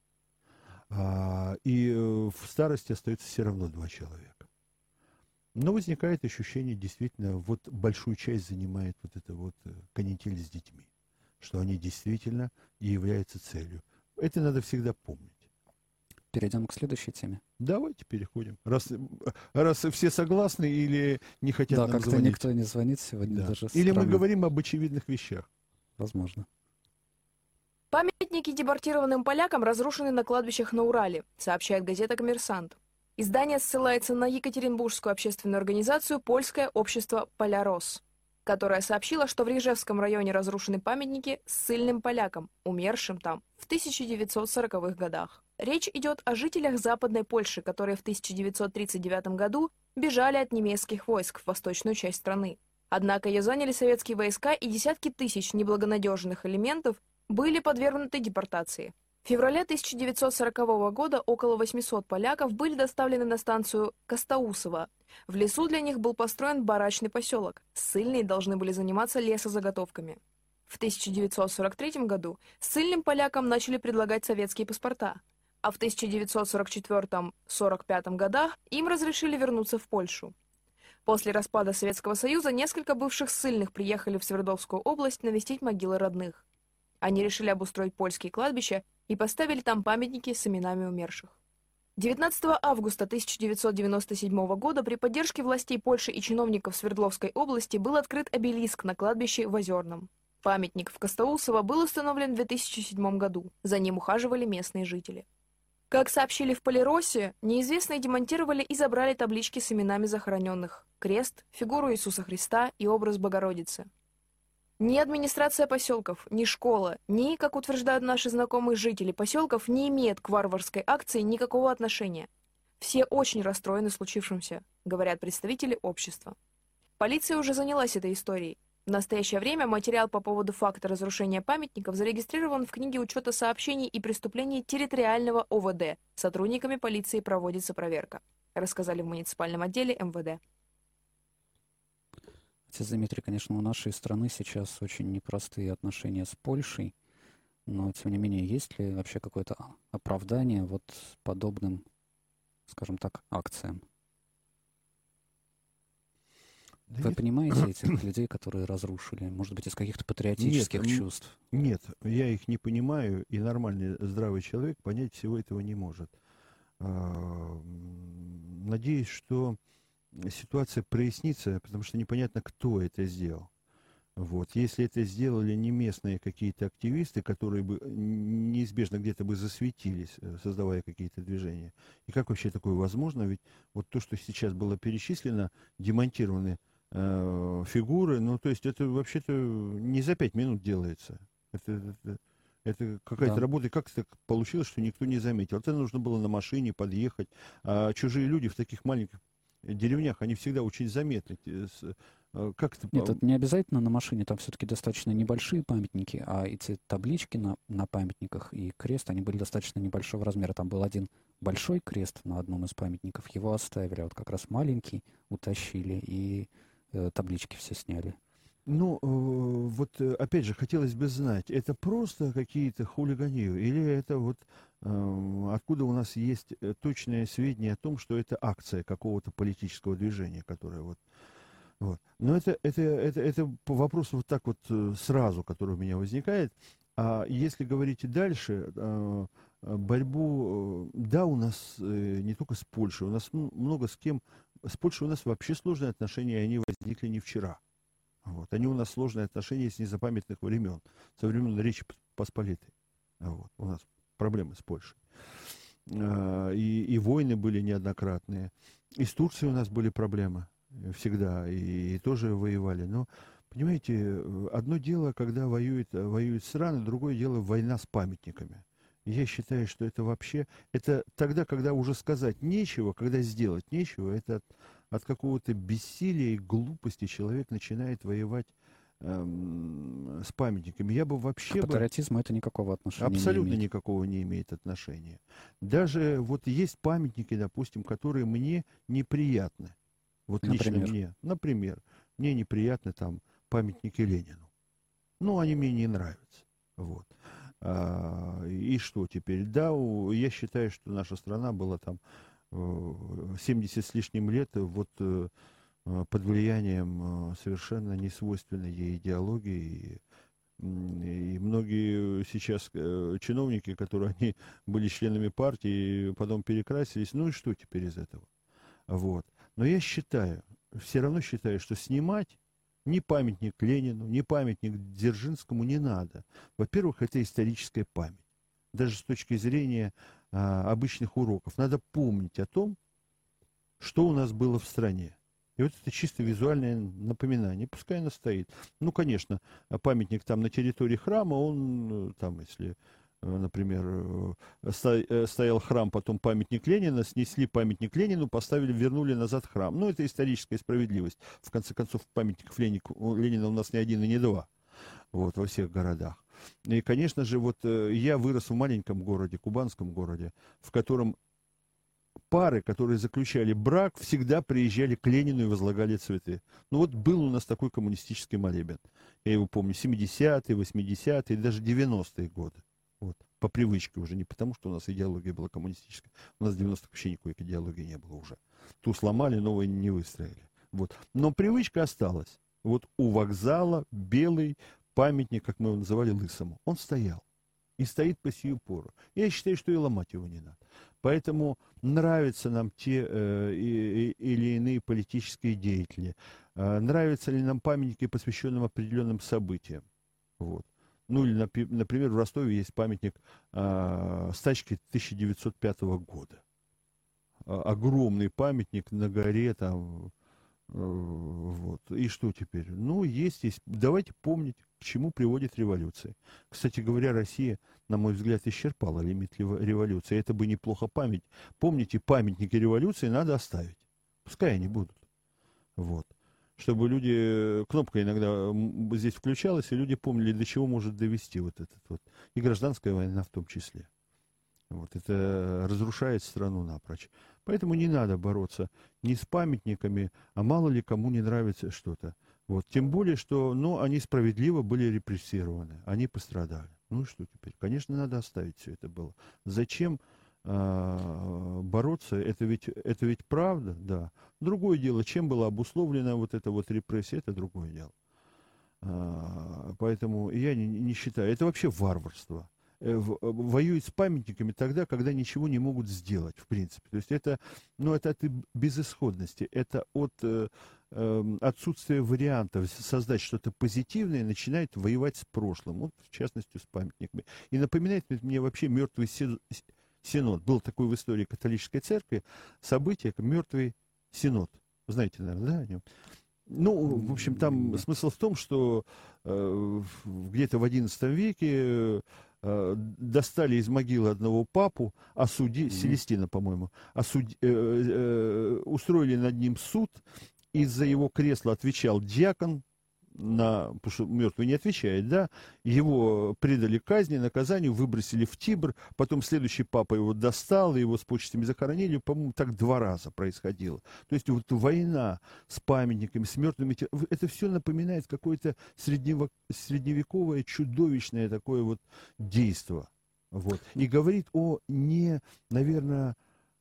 И в старости остается все равно 2 человека. Но возникает ощущение, действительно, вот большую часть занимает вот эта вот канитель с детьми, что они действительно и являются целью. Это надо всегда помнить. перейдем к следующей теме. Давайте переходим. Раз все согласны или не хотят Да, нам как-то звонить. никто не звонит сегодня, Да. даже Или мы странно. говорим об очевидных вещах. Возможно. Памятники депортированным полякам разрушены на кладбищах на Урале, сообщает газета «Коммерсант». Издание ссылается на Екатеринбургскую общественную организацию «Польское общество Полярос», которая сообщила, что в Рижевском районе разрушены памятники ссыльным полякам, умершим там в 1940-х годах. Речь идет о жителях Западной Польши, которые в 1939 году бежали от немецких войск в восточную часть страны. Однако ее заняли советские войска, и десятки тысяч неблагонадежных элементов были подвергнуты депортации. В феврале 1940 года около 800 поляков были доставлены на станцию Костаусово. В лесу для них был построен барачный поселок. Ссыльные должны были заниматься лесозаготовками. В 1943 году ссыльным полякам начали предлагать советские паспорта, а в 1944-45 годах им разрешили вернуться в Польшу. После распада Советского Союза несколько бывших ссыльных приехали в Свердловскую область навестить могилы родных. Они решили обустроить польские кладбища и поставили там памятники с именами умерших. 19 августа 1997 года при поддержке властей Польши и чиновников Свердловской области был открыт обелиск на кладбище в Озерном. Памятник в Костаусово был установлен в 2007 году. За ним ухаживали местные жители. Как сообщили в Полиросе, неизвестные демонтировали и забрали таблички с именами захороненных: крест, фигуру Иисуса Христа и образ Богородицы. Ни администрация поселков, ни школа, ни, как утверждают наши знакомые жители поселков, не имеют к варварской акции никакого отношения. Все очень расстроены случившимся, говорят представители общества. Полиция уже занялась этой историей. В настоящее время материал по поводу факта разрушения памятников зарегистрирован в книге учета сообщений и преступлений территориального ОВД. Сотрудниками полиции проводится проверка, рассказали в муниципальном отделе МВД. Отец Дмитрий, конечно, у нашей страны сейчас очень непростые отношения с Польшей, но, тем не менее, есть ли вообще какое-то оправдание вот подобным, скажем так, акциям? Да Вы нет. понимаете этих людей, которые разрушили? Может быть, из каких-то патриотических чувств? Нет, я их не понимаю, и нормальный здравый человек понять всего этого не может. Надеюсь, что ситуация прояснится, потому что непонятно, кто это сделал. Вот. Если это сделали не местные какие-то активисты, которые бы неизбежно где-то бы засветились, создавая какие-то движения. И как вообще такое возможно? Ведь вот то, что сейчас было перечислено, демонтированы фигуры, ну, то есть это вообще-то не за 5 минут делается. Это какая-то работа, и как так получилось, что никто не заметил. Это нужно было на машине подъехать, а чужие люди в таких маленьких деревнях, они всегда очень заметны. Как это... Нет, это не обязательно на машине, там все-таки достаточно небольшие памятники, а эти таблички на памятниках и крест, они были достаточно небольшого размера. Там был один большой крест на одном из памятников, его оставили, а вот как раз маленький утащили и таблички все сняли. Ну, вот опять же, хотелось бы знать, это просто какие-то хулиганье, или это вот откуда у нас есть точное сведения о том, что это акция какого-то политического движения, которое вот... Вот. Но это вопрос вот так вот сразу, который у меня возникает. А если говорить и дальше, борьбу, да, у нас не только с Польшей, у нас много с кем. С Польшей у нас вообще сложные отношения, и они возникли не вчера. Вот. Они у нас сложные отношения с незапамятных времен, со времен Речи Посполитой. Вот. У нас проблемы с Польшей. И войны были неоднократные. И с Турцией у нас были проблемы. Всегда, и тоже воевали. Но, понимаете, одно дело, когда воюют страны, другое дело война с памятниками. Я считаю, что это вообще, это тогда, когда уже сказать нечего, когда сделать нечего, это от какого-то бессилия и глупости человек начинает воевать с памятниками. Я бы вообще... К патриотизму это никакого отношения абсолютно не имеет. никакого не имеет отношения. Даже вот есть памятники, допустим, которые мне неприятны. Вот лично мне, например, мне неприятны там памятники Ленину. Ну, они мне не нравятся. Вот. И что теперь? Да, я считаю, что наша страна была там 70 с лишним лет вот под влиянием совершенно несвойственной ей идеологии. И многие сейчас чиновники, которые они были членами партии, потом перекрасились, ну и что теперь из этого? Вот. Но я считаю, все равно считаю, что снимать ни памятник Ленину, ни памятник Дзержинскому не надо. Во-первых, это историческая память. Даже с точки зрения обычных уроков. Надо помнить о том, что у нас было в стране. И вот это чисто визуальное напоминание. Пускай оно стоит. Ну, конечно, памятник там на территории храма, он там, если, например, стоял храм, потом памятник Ленина, снесли памятник Ленину, поставили, вернули назад храм. Ну, это историческая справедливость. В конце концов, памятников Ленина у нас не один и не два. Вот, во всех городах. И, конечно же, вот я вырос в маленьком городе, кубанском городе, в котором пары, которые заключали брак, всегда приезжали к Ленину и возлагали цветы. Ну вот был у нас такой коммунистический молебен. Я его помню, 70-е, 80-е, даже 90-е годы. Вот. По привычке уже, не потому, что у нас идеология была коммунистическая. У нас в 90-х вообще никакой идеологии не было уже. Ту сломали, новую не выстроили. Вот. Но привычка осталась. Вот у вокзала белый памятник, как мы его называли, Лысому. Он стоял. И стоит по сию пору. Я считаю, что и ломать его не надо. Поэтому нравятся нам те или иные политические деятели. Нравятся ли нам памятники, посвященным определенным событиям. Вот. Ну или, например, в Ростове есть памятник стачки 1905 года. Огромный памятник на горе там. Вот. И что теперь? Ну, есть. Давайте помнить, к чему приводит революция. Кстати говоря, Россия, на мой взгляд, исчерпала лимит революции. Это бы неплохо память. Помните, памятники революции надо оставить. Пускай они будут. Вот. Чтобы люди... Кнопка иногда здесь включалась, и люди помнили, до чего может довести вот этот вот. И гражданская война в том числе. Вот. Это разрушает страну напрочь. Поэтому не надо бороться не с памятниками, а мало ли кому не нравится что-то. Вот. Тем более, что они справедливо были репрессированы, они пострадали. Ну и что теперь? Конечно, надо оставить все это было. Зачем бороться? Это ведь правда, да. Другое дело, чем была обусловлена вот эта вот репрессия, это другое дело. Поэтому я не считаю. Это вообще варварство. Воюют с памятниками тогда, когда ничего не могут сделать, в принципе. То есть это от безысходности, это от отсутствия вариантов создать что-то позитивное, начинает воевать с прошлым, вот, в частности, с памятниками. И напоминает мне вообще мертвый синод. Был такой в истории католической церкви событие, как мертвый синод. Знаете, наверное, да, о нем? Ну, в общем, там смысл в том, что где-то в XI веке достали из могилы одного папу, Селестина, по-моему, устроили над ним суд, из-за его кресла отвечал диакон, потому что мертвый не отвечает, да, его предали казни, наказанию, выбросили в Тибр, потом следующий папа его достал, его с почестями захоронили, по-моему, так 2 раза происходило. То есть вот война с памятниками, с мертвыми, это все напоминает какое-то средневековое чудовищное такое вот действо. Вот. И говорит о наверное,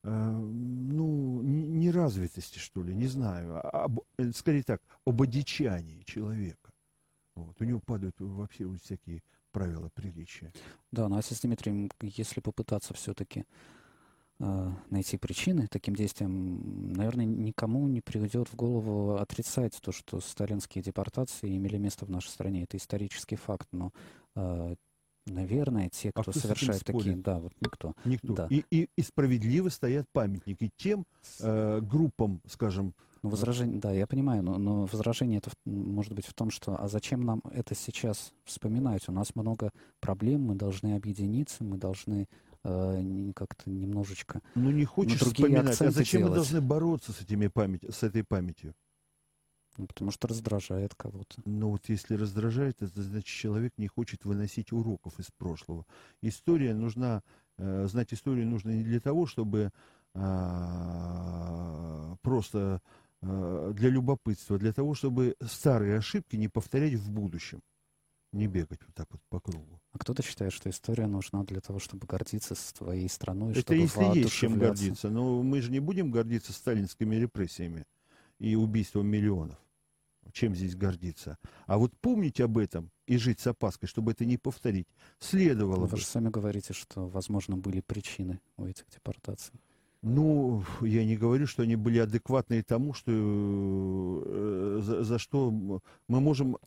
неразвитости, что ли, не знаю, скорее так, об одичании человека. Вот. У него падают вообще всякие правила приличия. Да, но с Дмитрием, если попытаться все-таки найти причины таким действиям, наверное, никому не придет в голову отрицать то, что сталинские депортации имели место в нашей стране. Это исторический факт, но наверное, те, кто совершает такие... Да, вот никто. Да. И справедливо стоят памятники тем группам, скажем... Возражение, да, я понимаю, но возражение это может быть в том, что а зачем нам это сейчас вспоминать? У нас много проблем, мы должны объединиться, мы должны как-то немножечко... Ну, не хочешь вспоминать, а зачем мы должны бороться с этой памятью? Потому что раздражает кого-то. Но вот если раздражает, это значит, человек не хочет выносить уроков из прошлого. История нужна, знать историю нужно не для того, чтобы просто для любопытства, для того, чтобы старые ошибки не повторять в будущем. Не бегать вот так вот по кругу. А кто-то считает, что история нужна для того, чтобы гордиться своей страной, это чтобы если есть чем гордиться. Но мы же не будем гордиться сталинскими репрессиями и убийством миллионов. чем здесь гордиться. А вот помнить об этом и жить с опаской, чтобы это не повторить, следовало бы. Вы же сами говорите, что, возможно, были причины у этих депортаций. Ну, я не говорю, что они были адекватны тому, что, за что мы можем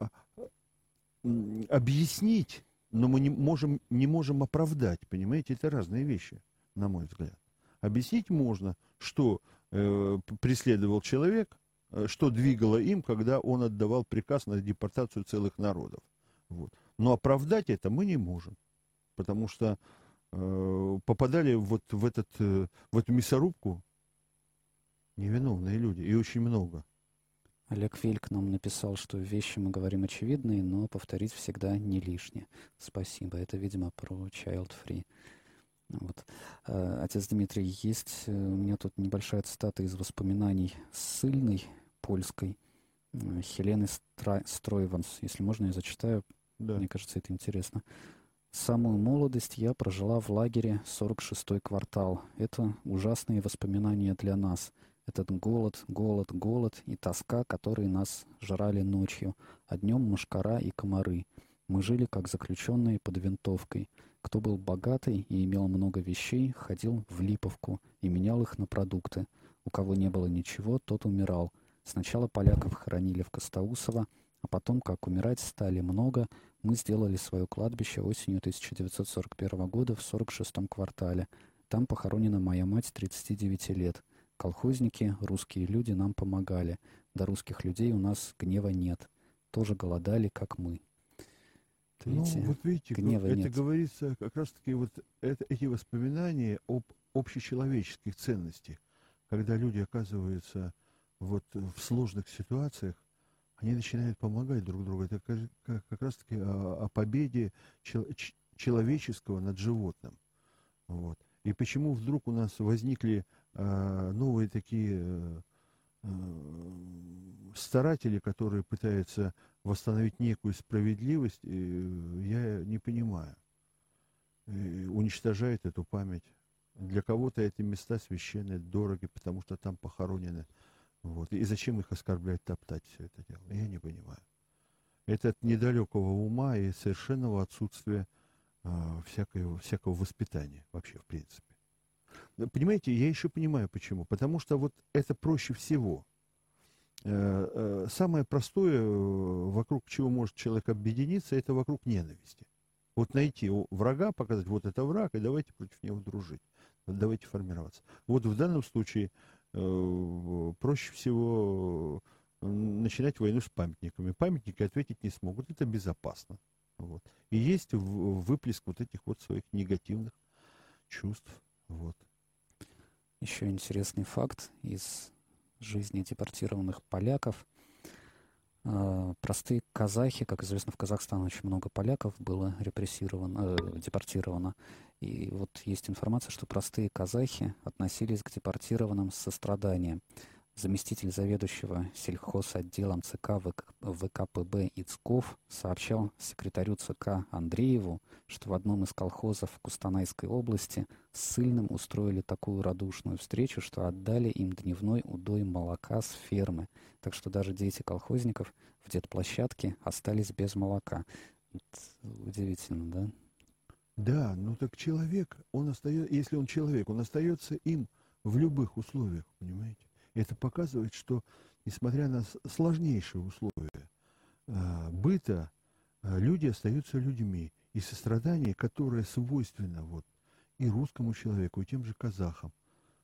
объяснить, но мы не можем оправдать, понимаете? Это разные вещи, на мой взгляд. Объяснить можно, что преследовал человек, что двигало им, когда он отдавал приказ на депортацию целых народов. Вот. Но оправдать это мы не можем, потому что попадали вот в эту мясорубку невиновные люди, и очень много. Олег Вельк нам написал, что вещи мы говорим очевидные, но повторить всегда не лишнее. Спасибо. Это, видимо, про Child Free. Вот. Отец Дмитрий, есть у меня тут небольшая цитата из воспоминаний ссыльной польской Хелены Стройванс. Если можно, я зачитаю. Да. Мне кажется, это интересно. Самую молодость я прожила в лагере 46-й квартал. Это ужасные воспоминания для нас. Этот голод, голод, голод и тоска, которые нас жрали ночью, а днем мошкара и комары. Мы жили как заключенные под винтовкой. Кто был богатый и имел много вещей, ходил в Липовку и менял их на продукты. У кого не было ничего, тот умирал. Сначала поляков хоронили в Костоусово, а потом, как умирать стали много, мы сделали свое кладбище осенью 1941 года в 46-м квартале. Там похоронена моя мать 39 лет. Колхозники, русские люди нам помогали. До русских людей у нас гнева нет. Тоже голодали, как мы. Видите, вот видите, гнева это нет. говорится как раз-таки вот эти воспоминания об общечеловеческих ценностях, когда люди оказываются вот в сложных ситуациях, они начинают помогать друг другу. Это как раз-таки о победе человеческого над животным. Вот. И почему вдруг у нас возникли новые такие старатели, которые пытаются восстановить некую справедливость, я не понимаю. И уничтожают эту память. Для кого-то эти места священные, дороги, потому что там похоронены. Вот. И зачем их оскорблять, топтать все это дело? Я не понимаю. Это от недалекого ума и совершенного отсутствия всякого воспитания вообще, в принципе. Понимаете, я еще понимаю, почему. Потому что вот это проще всего. Самое простое, вокруг чего может человек объединиться, это вокруг ненависти. Вот найти врага, показать, вот это враг, и давайте против него дружить. Давайте формироваться. Вот в данном случае проще всего начинать войну с памятниками. Памятники ответить не смогут, это безопасно. Вот. И есть выплеск вот этих вот своих негативных чувств. Вот. Еще интересный факт из жизни депортированных поляков. Простые казахи, как известно, в Казахстане очень много поляков было депортировано. И вот есть информация, что простые казахи относились к депортированным с состраданием. Заместитель заведующего сельхозотделом ЦК ВКПБ Ицков сообщал секретарю ЦК Андрееву, что в одном из колхозов Кустанайской области с ссыльным устроили такую радушную встречу, что отдали им дневной удой молока с фермы. Так что даже дети колхозников в детплощадке остались без молока. Это удивительно, да? Да, ну так человек, он остается, если он человек, он остается им в любых условиях, понимаете? Это показывает, что, несмотря на сложнейшие условия быта, люди остаются людьми. И сострадание, которое свойственно вот, и русскому человеку, и тем же казахам,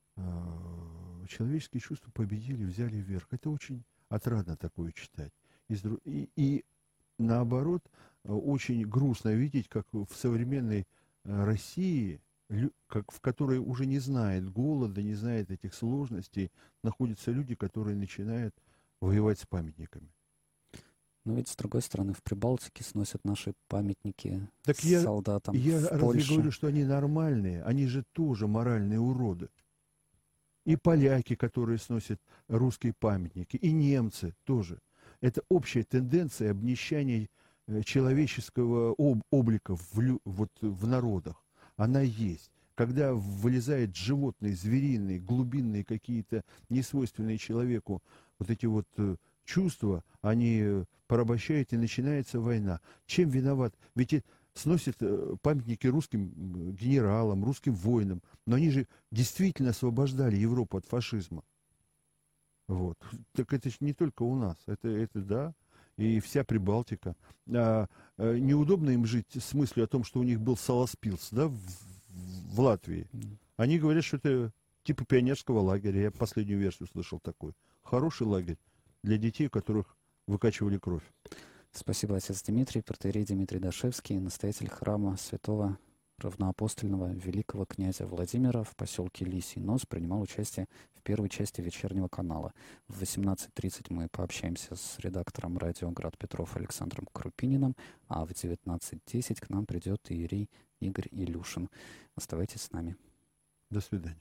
человеческие чувства победили, взяли вверх. Это очень отрадно такое читать. И наоборот, очень грустно видеть, как в современной России, в которой уже не знает голода, не знает этих сложностей, находятся люди, которые начинают воевать с памятниками. Но ведь, с другой стороны, в Прибалтике сносят наши памятники так солдатам. Я в разве Польше. говорю, что они нормальные? Они же тоже моральные уроды. И поляки, которые сносят русские памятники, и немцы тоже. Это общая тенденция обнищания человеческого облика в народах. Она есть. Когда вылезают животные, звериные, глубинные какие-то, несвойственные человеку, вот эти вот чувства, они порабощают, и начинается война. Чем виноват? Ведь сносят памятники русским генералам, русским воинам, но они же действительно освобождали Европу от фашизма. Вот. Так это же не только у нас, это да, и вся Прибалтика. Неудобно им жить с мыслью о том, что у них был Саласпилс, да, в Латвии. Они говорят, что это типа пионерского лагеря. Я последнюю версию слышал такой. Хороший лагерь для детей, у которых выкачивали кровь. Спасибо, отец Дмитрий. Протоиерей Дмитрий Дашевский, настоятель храма святого равноапостольного великого князя Владимира в поселке Лисий Нос, принимал участие в первой части вечернего канала. В 18:30 мы пообщаемся с редактором радио «Град Петров» Александром Крупининым, а в 19:10 к нам придет иерей Игорь Илюшин. Оставайтесь с нами. До свидания.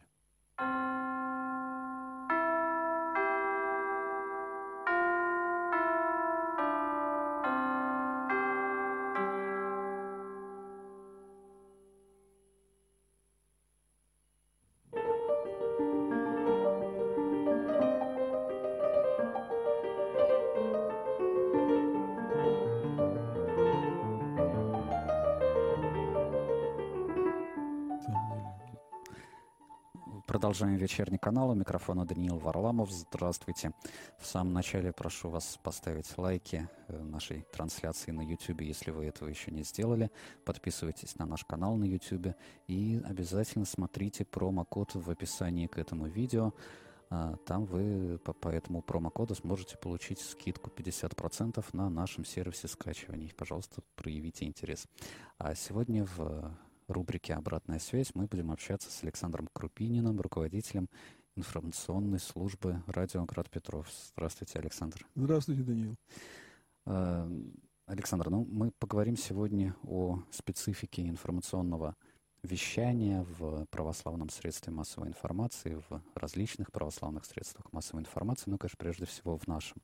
Продолжаем вечерний канал. У микрофона Даниил Варламов. Здравствуйте. В самом начале прошу вас поставить лайки нашей трансляции на YouTube, если вы этого еще не сделали. Подписывайтесь на наш канал на YouTube и обязательно смотрите промокод в описании к этому видео. Там вы по этому промокоду сможете получить скидку 50% на нашем сервисе скачиваний. Пожалуйста, проявите интерес. А сегодня в рубрике «Обратная связь» мы будем общаться с Александром Крупининым, руководителем информационной службы радио «Град Петров». Здравствуйте, Александр. Здравствуйте, Даниил. Александр, мы поговорим сегодня о специфике информационного вещания в православном средстве массовой информации, в различных православных средствах массовой информации, ну, конечно, прежде всего в нашем.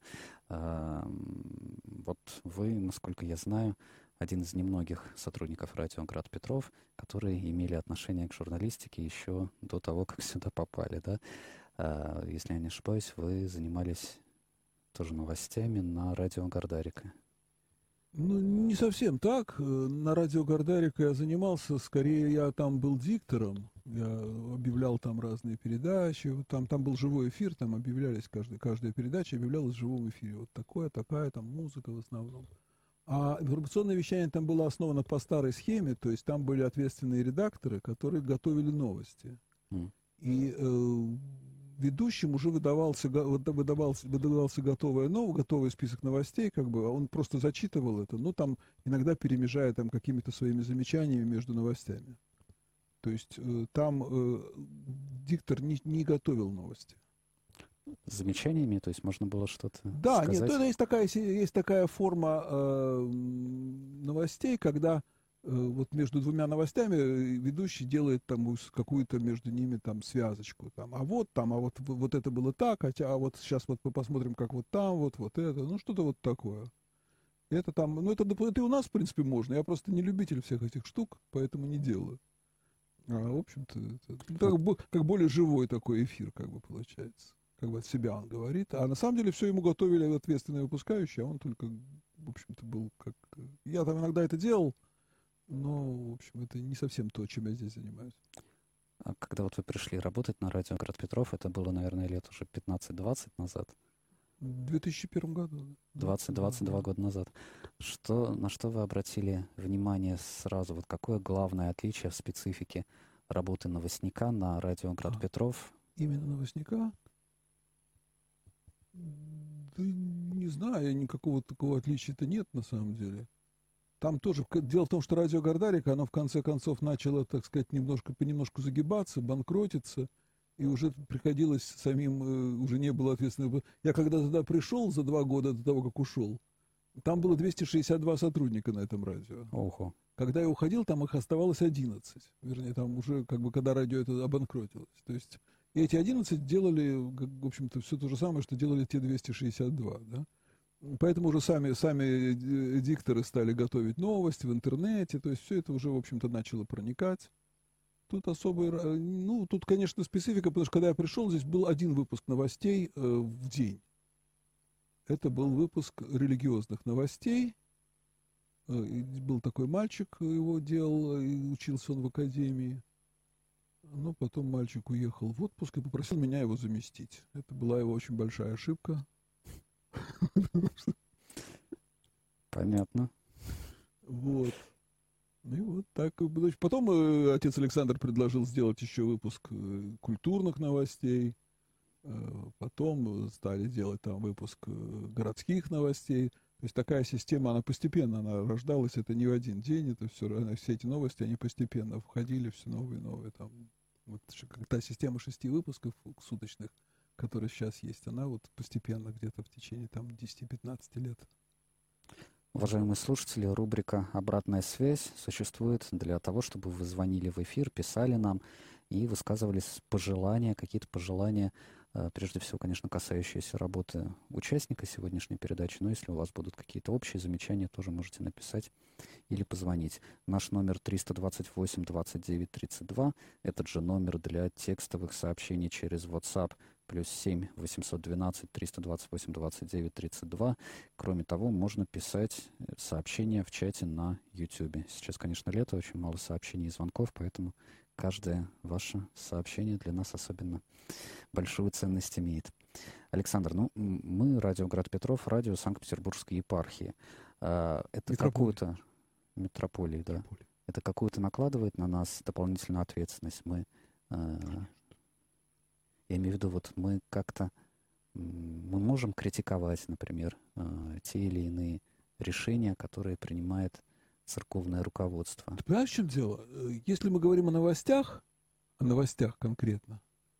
Вот вы, насколько я знаю, один из немногих сотрудников радио «Град Петров», которые имели отношение к журналистике еще до того, как сюда попали, да? Если я не ошибаюсь, вы занимались тоже новостями на радио «Гардарика». Ну, не совсем так. На радио «Гардарика» я занимался, скорее я там был диктором. Я объявлял там разные передачи. Там был живой эфир, там объявлялись, каждая передача объявлялась в живом эфире. Вот такая, там музыка в основном. А информационное вещание там было основано по старой схеме, то есть там были ответственные редакторы, которые готовили новости. И ведущим уже выдавался готовый список новостей, как бы, а он просто зачитывал это, но там иногда перемежая там какими-то своими замечаниями между новостями. То есть там диктор не готовил новости. С замечаниями, то есть можно было что-то да, сказать? Да, нет, есть такая форма новостей, когда вот между двумя новостями ведущий делает там какую-то между ними там связочку. А вот это было так, а вот сейчас вот мы посмотрим, как вот там, вот это, ну что-то вот такое. Это там, ну это и у нас, в принципе, можно. Я просто не любитель всех этих штук, поэтому не делаю. В общем-то, это как более живой такой эфир, как бы получается. Как бы от себя он говорит. А на самом деле все ему готовили ответственные выпускающие, а он только, в общем-то, был как... Я там иногда это делал, но, в общем, это не совсем то, чем я здесь занимаюсь. А когда вот вы пришли работать на радио «Град Петров», это было, наверное, лет уже 15-20 назад? В 2001 году. 20-22 года назад. На что вы обратили внимание сразу? Вот какое главное отличие в специфике работы новостника на радио «Град Петров»? Именно новостника? Да не знаю, никакого такого отличия-то нет на самом деле. Там тоже, дело в том, что радио «Гардарика», оно в конце концов начало, так сказать, понемножку загибаться, банкротиться, и уже приходилось самим, уже не было ответственного. Я когда туда пришел за 2 года до того, как ушел, там было 262 сотрудника на этом радио. Ого. Когда я уходил, там их оставалось 11. Вернее, там уже, как бы, когда радио это обанкротилось. То есть и эти 11 делали, в общем-то, все то же самое, что делали те 262, да? Поэтому уже сами дикторы стали готовить новости в интернете, то есть все это уже, в общем-то, начало проникать. Тут тут, конечно, специфика, потому что когда я пришел, здесь был один выпуск новостей в день. Это был выпуск религиозных новостей. И был такой мальчик, его делал, и учился он в академии. Но потом мальчик уехал в отпуск и попросил меня его заместить. Это была его очень большая ошибка. Понятно. Вот. И вот так. Потом отец Александр предложил сделать еще выпуск культурных новостей. Потом стали делать там выпуск городских новостей. То есть такая система, она постепенно она рождалась, это не в один день, это все эти новости, они постепенно входили, все новые и новые. Там, вот, та система 6 выпусков суточных, которая сейчас есть, она вот постепенно где-то в течение там 10-15 лет. Уважаемые слушатели, рубрика «Обратная связь» существует для того, чтобы вы звонили в эфир, писали нам и высказывали пожелания, какие-то пожелания, прежде всего, конечно, касающиеся работы участника сегодняшней передачи, но если у вас будут какие-то общие замечания, тоже можете написать или позвонить. Наш номер 328-29-32, этот же номер для текстовых сообщений через WhatsApp, +7 812 328 29 32. Кроме того, можно писать сообщения в чате на YouTube. Сейчас, конечно, лето, очень мало сообщений и звонков, поэтому каждое ваше сообщение для нас особенно большую ценность имеет. Александр, ну, мы, радио «Град Петров», радио Санкт-Петербургской епархии. Это какую-то... Метрополии, да. Это какую-то накладывает на нас дополнительную ответственность. Мы... Я имею в виду, вот мы как-то, мы можем критиковать, например, те или иные решения, которые принимает церковное руководство. Ты понимаешь, в чем дело? Если мы говорим о новостях конкретно,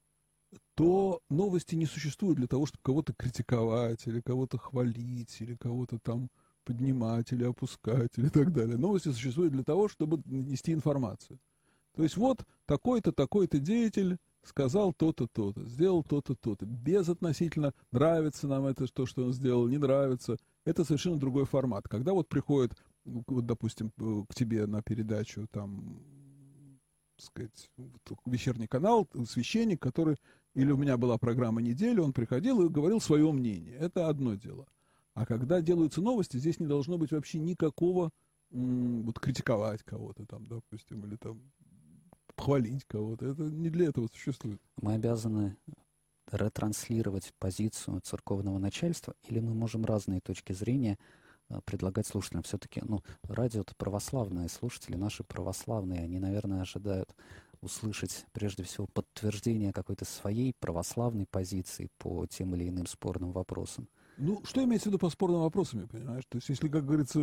то новости не существуют для того, чтобы кого-то критиковать, или кого-то хвалить, или кого-то там поднимать, или опускать, или так далее. Новости существуют для того, чтобы нести информацию. То есть вот такой-то, такой-то деятель сказал то-то, то-то, сделал то-то, то-то. Безотносительно, нравится нам это, то, что он сделал, не нравится. Это совершенно другой формат. Когда вот приходит, вот, допустим, к тебе на передачу, там, так сказать, вечерний канал, священник, который, или у меня была программа «Неделя», он приходил и говорил свое мнение. Это одно дело. А когда делаются новости, здесь не должно быть вообще никакого, вот, критиковать кого-то там, допустим, или там, хвалить кого-то. Это не для этого существует. Мы обязаны ретранслировать позицию церковного начальства, или мы можем разные точки зрения предлагать слушателям? Все-таки, ну, радио-то православные, слушатели наши православные, они, наверное, ожидают услышать, прежде всего, подтверждение какой-то своей православной позиции по тем или иным спорным вопросам. Ну, что имеется в виду по спорным вопросам, понимаешь? То есть, если, как говорится,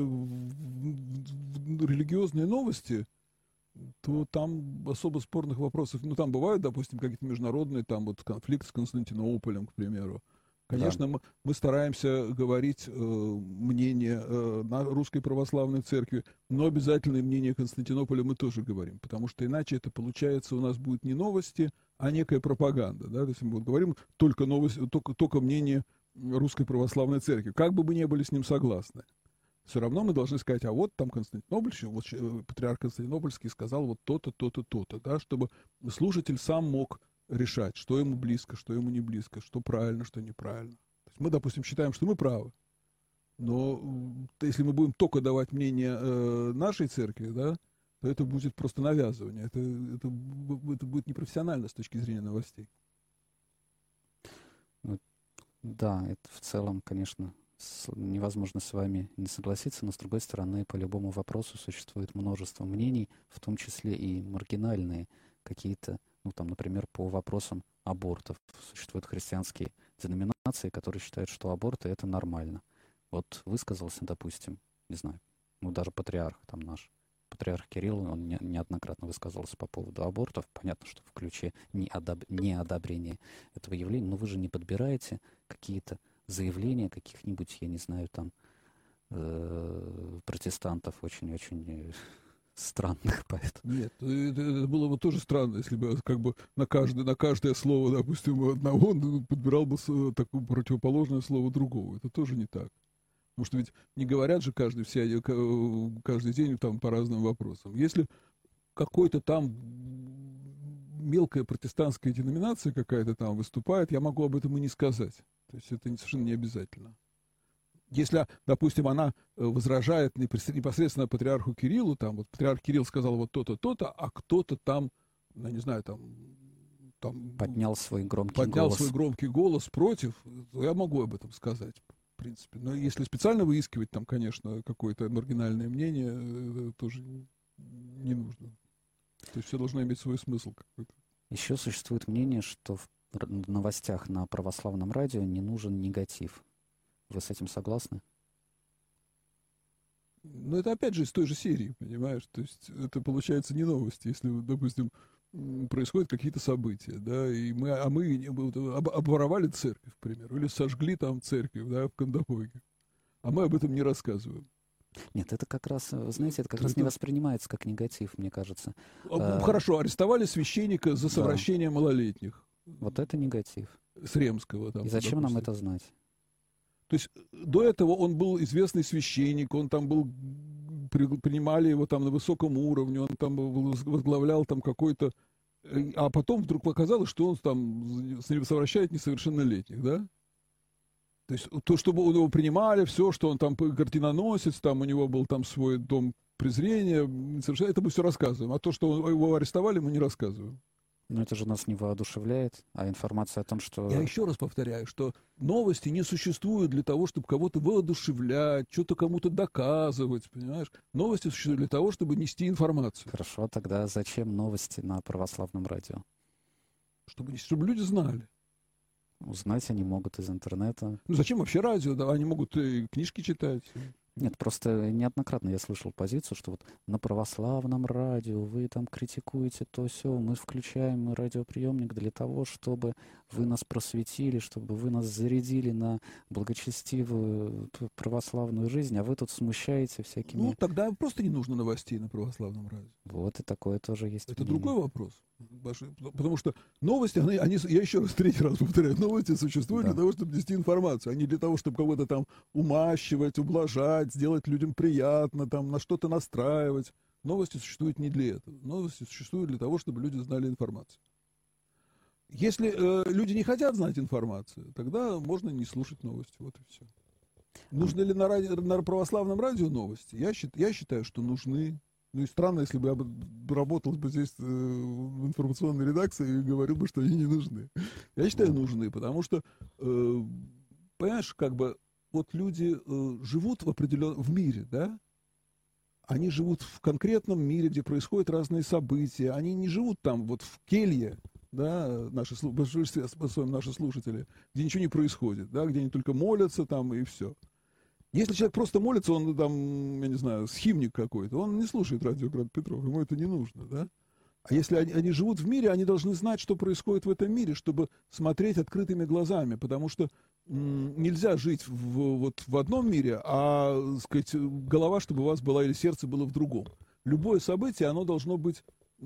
религиозные новости, то там особо спорных вопросов, ну, там бывают, допустим, какие-то международные, там вот конфликт с Константинополем, к примеру. Конечно, да. мы стараемся говорить мнение на Русской Православной Церкви, но обязательное мнение Константинополя мы тоже говорим, потому что иначе это получается у нас будет не новости, а некая пропаганда. Да? То есть мы вот говорим только новости, только мнение Русской Православной Церкви, как бы мы не были с ним согласны. Все равно мы должны сказать, а вот там Константинопольский, вот патриарх Константинопольский сказал вот то-то, то-то, то-то, да, чтобы слушатель сам мог решать, что ему близко, что ему не близко, что правильно, что неправильно. То есть мы, допустим, считаем, что мы правы, но если мы будем только давать мнение нашей церкви, да, то это будет просто навязывание, это будет непрофессионально с точки зрения новостей. Да, это в целом, конечно, невозможно с вами не согласиться, но, с другой стороны, по любому вопросу существует множество мнений, в том числе и маргинальные какие-то, ну, там, например, по вопросам абортов. Существуют христианские деноминации, которые считают, что аборты — это нормально. Вот высказался, допустим, не знаю, ну, даже патриарх там наш, патриарх Кирилл, он неоднократно высказывался по поводу абортов. Понятно, что в ключе неодобрения этого явления, но вы же не подбираете какие-то заявления каких-нибудь, я не знаю, там, протестантов очень-очень странных, поэтому. Нет, это было бы тоже странно, если бы как бы на каждое слово, допустим, одного он подбирал бы такое противоположное слово другого. Это тоже не так. Потому что ведь не говорят же каждый день там по разным вопросам. Если какой-то там мелкая протестантская деноминация какая-то там выступает, я могу об этом и не сказать. То есть это совершенно не обязательно. Если, допустим, она возражает непосредственно патриарху Кириллу, там, вот патриарх Кирилл сказал вот то-то, то-то, а кто-то там, я не знаю, там поднял свой громкий голос против, то я могу об этом сказать, в принципе. Но если специально выискивать там, конечно, какое-то маргинальное мнение, тоже не нужно. То есть все должно иметь свой смысл какой-то. Еще существует мнение, что в новостях на православном радио не нужен негатив. Вы с этим согласны? Ну, это опять же из той же серии, понимаешь? То есть это получается не новости, если, допустим, происходят какие-то события, да, и мы обворовали церковь, к примеру, или сожгли там церковь, да, в Кандапойке, а мы об этом не рассказываем. Нет, это как раз, знаете, это как раз не воспринимается как негатив, мне кажется. Хорошо, арестовали священника за совращение малолетних. Вот это негатив. С Ремского. Там, и зачем нам это знать? То есть до этого он был известный священник, он там был, принимали его там на высоком уровне, он там возглавлял там какой-то... А потом вдруг показалось, что он там совращает несовершеннолетних, да? То есть то, чтобы его принимали, все, что он там картиноносец, там у него был там свой дом презрения, это мы все рассказываем. А то, что его арестовали, мы не рассказываем. Но это же нас не воодушевляет, а информация о том, что... Я еще раз повторяю, что новости не существуют для того, чтобы кого-то воодушевлять, что-то кому-то доказывать, понимаешь? Новости существуют для того, чтобы нести информацию. Хорошо, тогда зачем новости на православном радио? Чтобы люди знали. Узнать они могут из интернета. Ну зачем вообще радио? Да, они могут и книжки читать. Нет, просто неоднократно я слышал позицию, что вот на православном радио вы там критикуете то-сё, мы включаем радиоприемник для того, чтобы вы нас просветили, чтобы вы нас зарядили на благочестивую православную жизнь, а вы тут смущаете всякими... Ну, тогда просто не нужно новостей на православном радио. Вот и такое тоже есть. Это мнение. Другой вопрос. Потому что новости, они, я еще раз, третий раз повторяю, новости существуют для того, чтобы нести информацию, а не для того, чтобы кого-то там умащивать, ублажать, сделать людям приятно, там, на что-то настраивать. Новости существуют не для этого. Новости существуют для того, чтобы люди знали информацию. Если люди не хотят знать информацию, тогда можно не слушать новости. Вот и все. Нужны ли на православном радио новости? Я считаю, что нужны. Ну и странно, если бы я работал бы здесь в информационной редакции и говорил бы, что они не нужны. Я считаю, нужны, потому что, понимаешь, как бы вот люди живут в мире, да? Они живут в конкретном мире, где происходят разные события. Они не живут там вот в келье, да, в большинстве своем наши слушатели, где ничего не происходит, да, где они только молятся там и все. Если человек просто молится, он там, я не знаю, схимник какой-то, он не слушает радио Град Петров, ему это не нужно, да? А если они живут в мире, они должны знать, что происходит в этом мире, чтобы смотреть открытыми глазами, потому что нельзя жить в одном мире, а, так сказать, голова, чтобы у вас была, или сердце было в другом. Любое событие, оно должно быть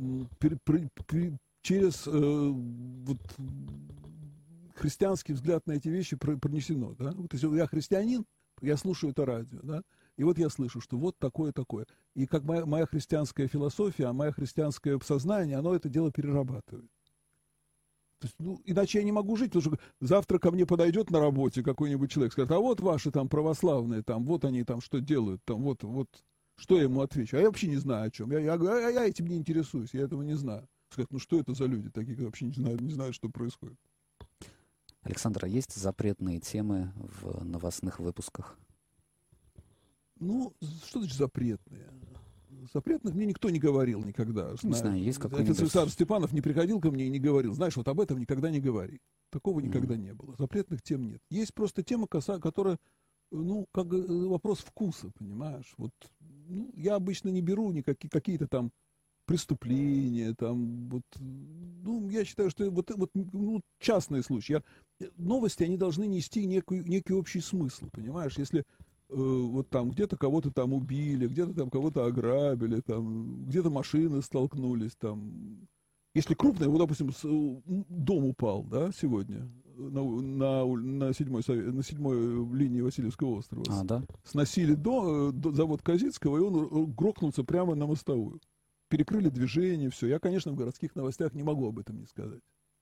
через вот, христианский взгляд на эти вещи пронесено, да? Вот если я христианин, я слушаю это радио, да, и вот я слышу, что вот такое-такое. И как моя христианская философия, мое христианское сознание, оно это дело перерабатывает. То есть, ну, иначе я не могу жить, потому что завтра ко мне подойдет на работе какой-нибудь человек, скажет, а вот ваши там православные, там, вот они там что делают, там, вот, что я ему отвечу? А я вообще не знаю о чем. Я говорю, я этим не интересуюсь, я этого не знаю. Сказать, ну что это за люди такие, которые вообще не знают, что происходит. Александр, а есть запретные темы в новостных выпусках? Ну, что значит запретные? Запретных мне никто не говорил никогда. Не знаю, есть какой-нибудь... Отец Александр Степанов не приходил ко мне и не говорил. Знаешь, вот об этом никогда не говори. Такого никогда не было. Запретных тем нет. Есть просто тема, которая, ну, как вопрос вкуса, понимаешь? Вот, ну, я обычно не беру какие-то там преступления, там, вот, ну, я считаю, что ну, частные случаи. Новости, они должны нести некий общий смысл, понимаешь? Если вот там где-то кого-то там убили, где-то там кого-то ограбили, там, где-то машины столкнулись, там. Если крупное, вот, допустим, дом упал, да, сегодня на седьмой линии Васильевского острова. Да? Сносили завод Козицкого, и он грохнулся прямо на мостовую. Перекрыли движение, все. Я, конечно, в городских новостях не могу об этом не сказать.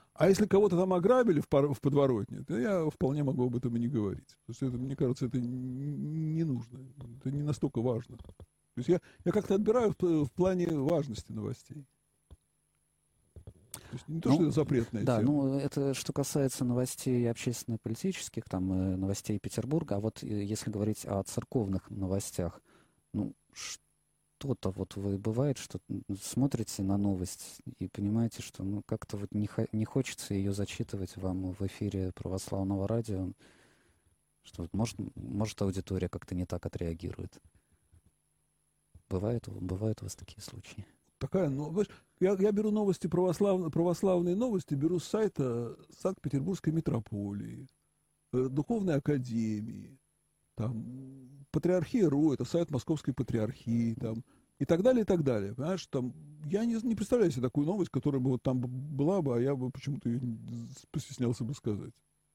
А если кого-то там ограбили в подворотне, то я вполне могу об этом и не говорить. Потому что это, мне кажется, это не нужно. Это не настолько важно. То есть я как-то отбираю в плане важности новостей. То есть не то, что это запретная да, тема. ну это что касается новостей общественно-политических, там, новостей Петербурга, а вот если говорить о церковных новостях, ну, что-то вот вы бывает, что смотрите на новость и понимаете, что ну как-то вот не хочется ее зачитывать вам в эфире православного радио, что вот может аудитория как-то не так отреагирует. Бывают у вас такие случаи? Такая, ну, я беру новости, православные новости, беру с сайта Санкт-Петербургской митрополии, Духовной академии, там, Патриархия РУ, это сайт Московской патриархии, там, и так далее, и так далее. Понимаешь, там, я не представляю себе такую новость, которая бы вот там была бы, а я бы почему-то ее постеснялся бы сказать.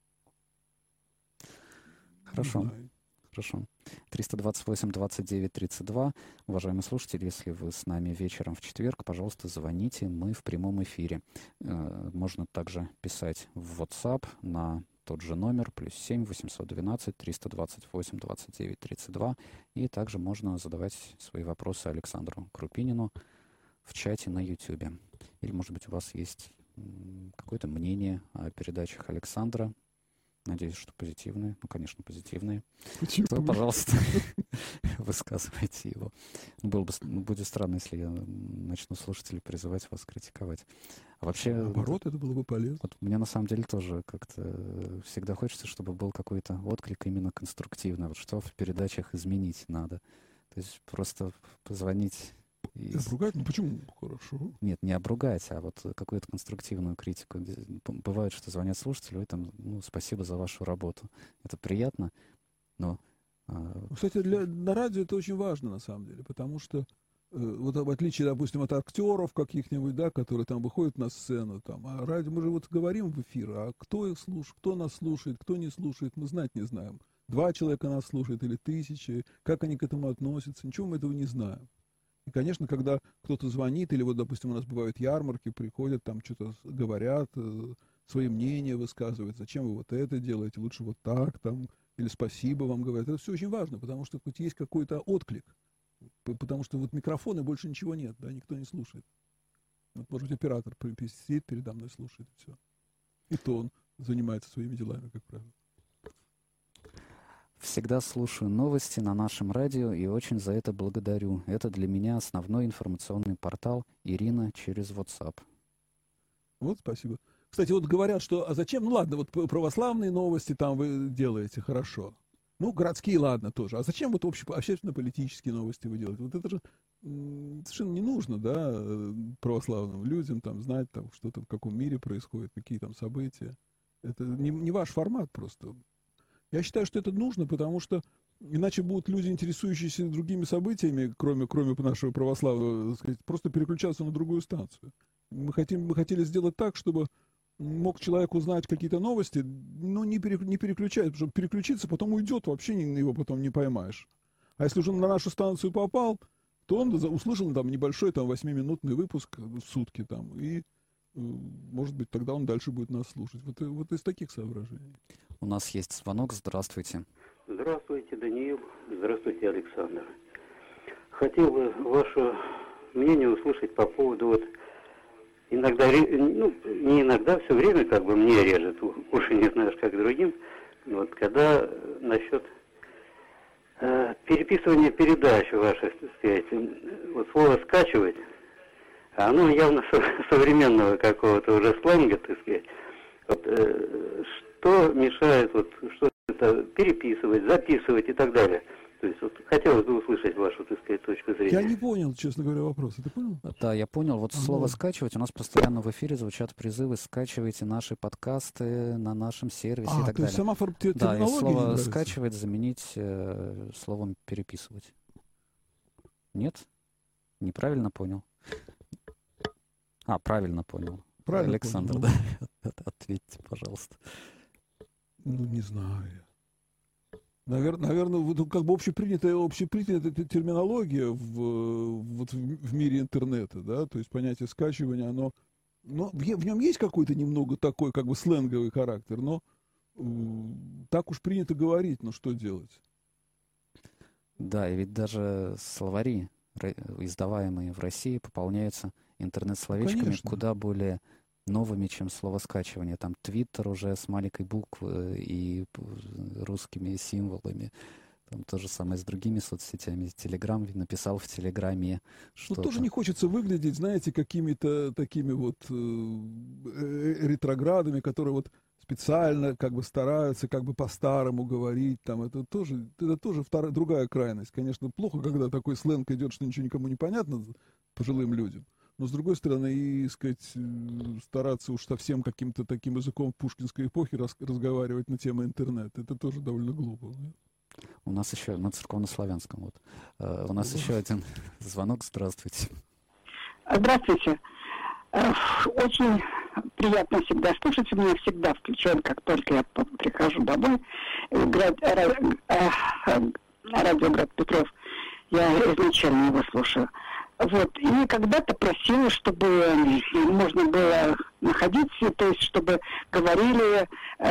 Хорошо. Хорошо. 328-29-32. Уважаемые слушатели, если вы с нами вечером в четверг, пожалуйста, звоните, мы в прямом эфире. Можно также писать в WhatsApp на тот же номер, +7 812 328 29 32. И также можно задавать свои вопросы Александру Крупинину в чате на YouTube. Или, может быть, у вас есть какое-то мнение о передачах Александра. Надеюсь, что позитивные. Ну, конечно, позитивные. То, пожалуйста, высказывайте его. Будет странно, если я начну слушателей призывать вас критиковать. А вообще... Наоборот, это было бы полезно. Вот мне на самом деле тоже как-то всегда хочется, чтобы был какой-то отклик именно конструктивный. Вот что в передачах изменить надо. То есть просто позвонить... Обругать? Ну почему? Хорошо. Нет, не обругать, а вот какую-то конструктивную критику. Бывает, что звонят слушатели, вы там, ну, спасибо за вашу работу. Это приятно, но... Кстати, на радио это очень важно, на самом деле, потому что вот в отличие, допустим, от актеров каких-нибудь, да, которые там выходят на сцену, там, а радио, мы же вот говорим в эфир, а кто их слушает, кто нас слушает, кто не слушает, мы знать не знаем. 2 человека нас слушают или 1000, как они к этому относятся, ничего мы этого не знаем. И, конечно, когда кто-то звонит, или вот, допустим, у нас бывают ярмарки, приходят, там что-то говорят, свои мнения высказывают, зачем вы вот это делаете, лучше вот так, там, или спасибо вам говорят. Это все очень важно, потому что хоть есть какой-то отклик, потому что вот микрофона больше ничего нет, да, никто не слушает. Вот, может быть, оператор сидит передо мной, слушает, и все. И то он занимается своими делами, как правило. Всегда слушаю новости на нашем радио и очень за это благодарю. Это для меня основной информационный портал Ирина через WhatsApp. Вот, спасибо. Кстати, вот говорят, что, а зачем, ну ладно, вот православные новости там вы делаете, хорошо. Ну, городские, ладно, тоже. А зачем вот общественно-политические новости вы делаете? Вот это же совершенно не нужно, да, православным людям там знать, там, что там в каком мире происходит, какие там события. Это не ваш формат просто. Я считаю, что это нужно, потому что иначе будут люди, интересующиеся другими событиями, кроме нашего православия, так сказать, просто переключаться на другую станцию. Мы хотели сделать так, чтобы мог человек узнать какие-то новости, но не переключать, потому что переключиться, потом уйдет, вообще его потом не поймаешь. А если уже на нашу станцию попал, то он услышал там небольшой там 8-минутный выпуск в сутки там, и может быть, тогда он дальше будет нас слушать. Вот из таких соображений. У нас есть звонок. Здравствуйте. Здравствуйте, Даниил. Здравствуйте, Александр. Хотел бы ваше мнение услышать по поводу вот иногда, ну, не иногда, все время как бы мне режет, уши не знаешь, как другим, вот когда насчет переписывания передач ваших, так сказать, вот слово «скачивать», оно явно современного какого-то уже сленга, так сказать. Вот, что мешает вот что-то переписывать, записывать и так далее? То есть вот хотелось бы услышать вашу, так сказать, точку зрения. Я не понял, честно говоря, вопроса. Ты понял? Да, я понял. Вот слово «скачивать» у нас постоянно в эфире звучат призывы: скачивайте наши подкасты на нашем сервисе и так то далее. Есть сама да, и слово «скачивать» заменить словом «переписывать». Нет? Неправильно понял? Правильно понял. Правильно Александр, понял. Да, ответьте, пожалуйста. Ну, не знаю. Наверное, вот как бы общепринятая терминология в мире интернета, да, то есть понятие скачивания, оно Но в нем есть какой-то немного такой, как бы, сленговый характер, но так уж принято говорить, но что делать? Да, и ведь даже словари, издаваемые в России, пополняются интернет-словечками Конечно. куда более новыми, чем слово скачивание. Там Твиттер уже с маленькой буквы и русскими символами. Там то же самое с другими соцсетями. Телеграм написал в Телеграме Ну, что-то. тоже не хочется выглядеть, знаете, какими-то такими вот ретроградами, которые вот специально как бы стараются как бы по-старому говорить. Там, это тоже другая крайность. Конечно, плохо, когда такой сленг идет, что ничего никому не понятно пожилым людям. Но, с другой стороны, и, сказать, стараться уж совсем каким-то таким языком пушкинской эпохи разговаривать на тему интернета, это тоже довольно глупо. У нас еще на церковнославянском. Вот. У нас еще один звонок. Здравствуйте. Здравствуйте. Очень приятно всегда слушать. У меня всегда включен, как только я прихожу домой. Радио «Град Петров». Я изначально его слушаю. Вот. И когда-то просила, чтобы можно было находиться, то есть чтобы говорили,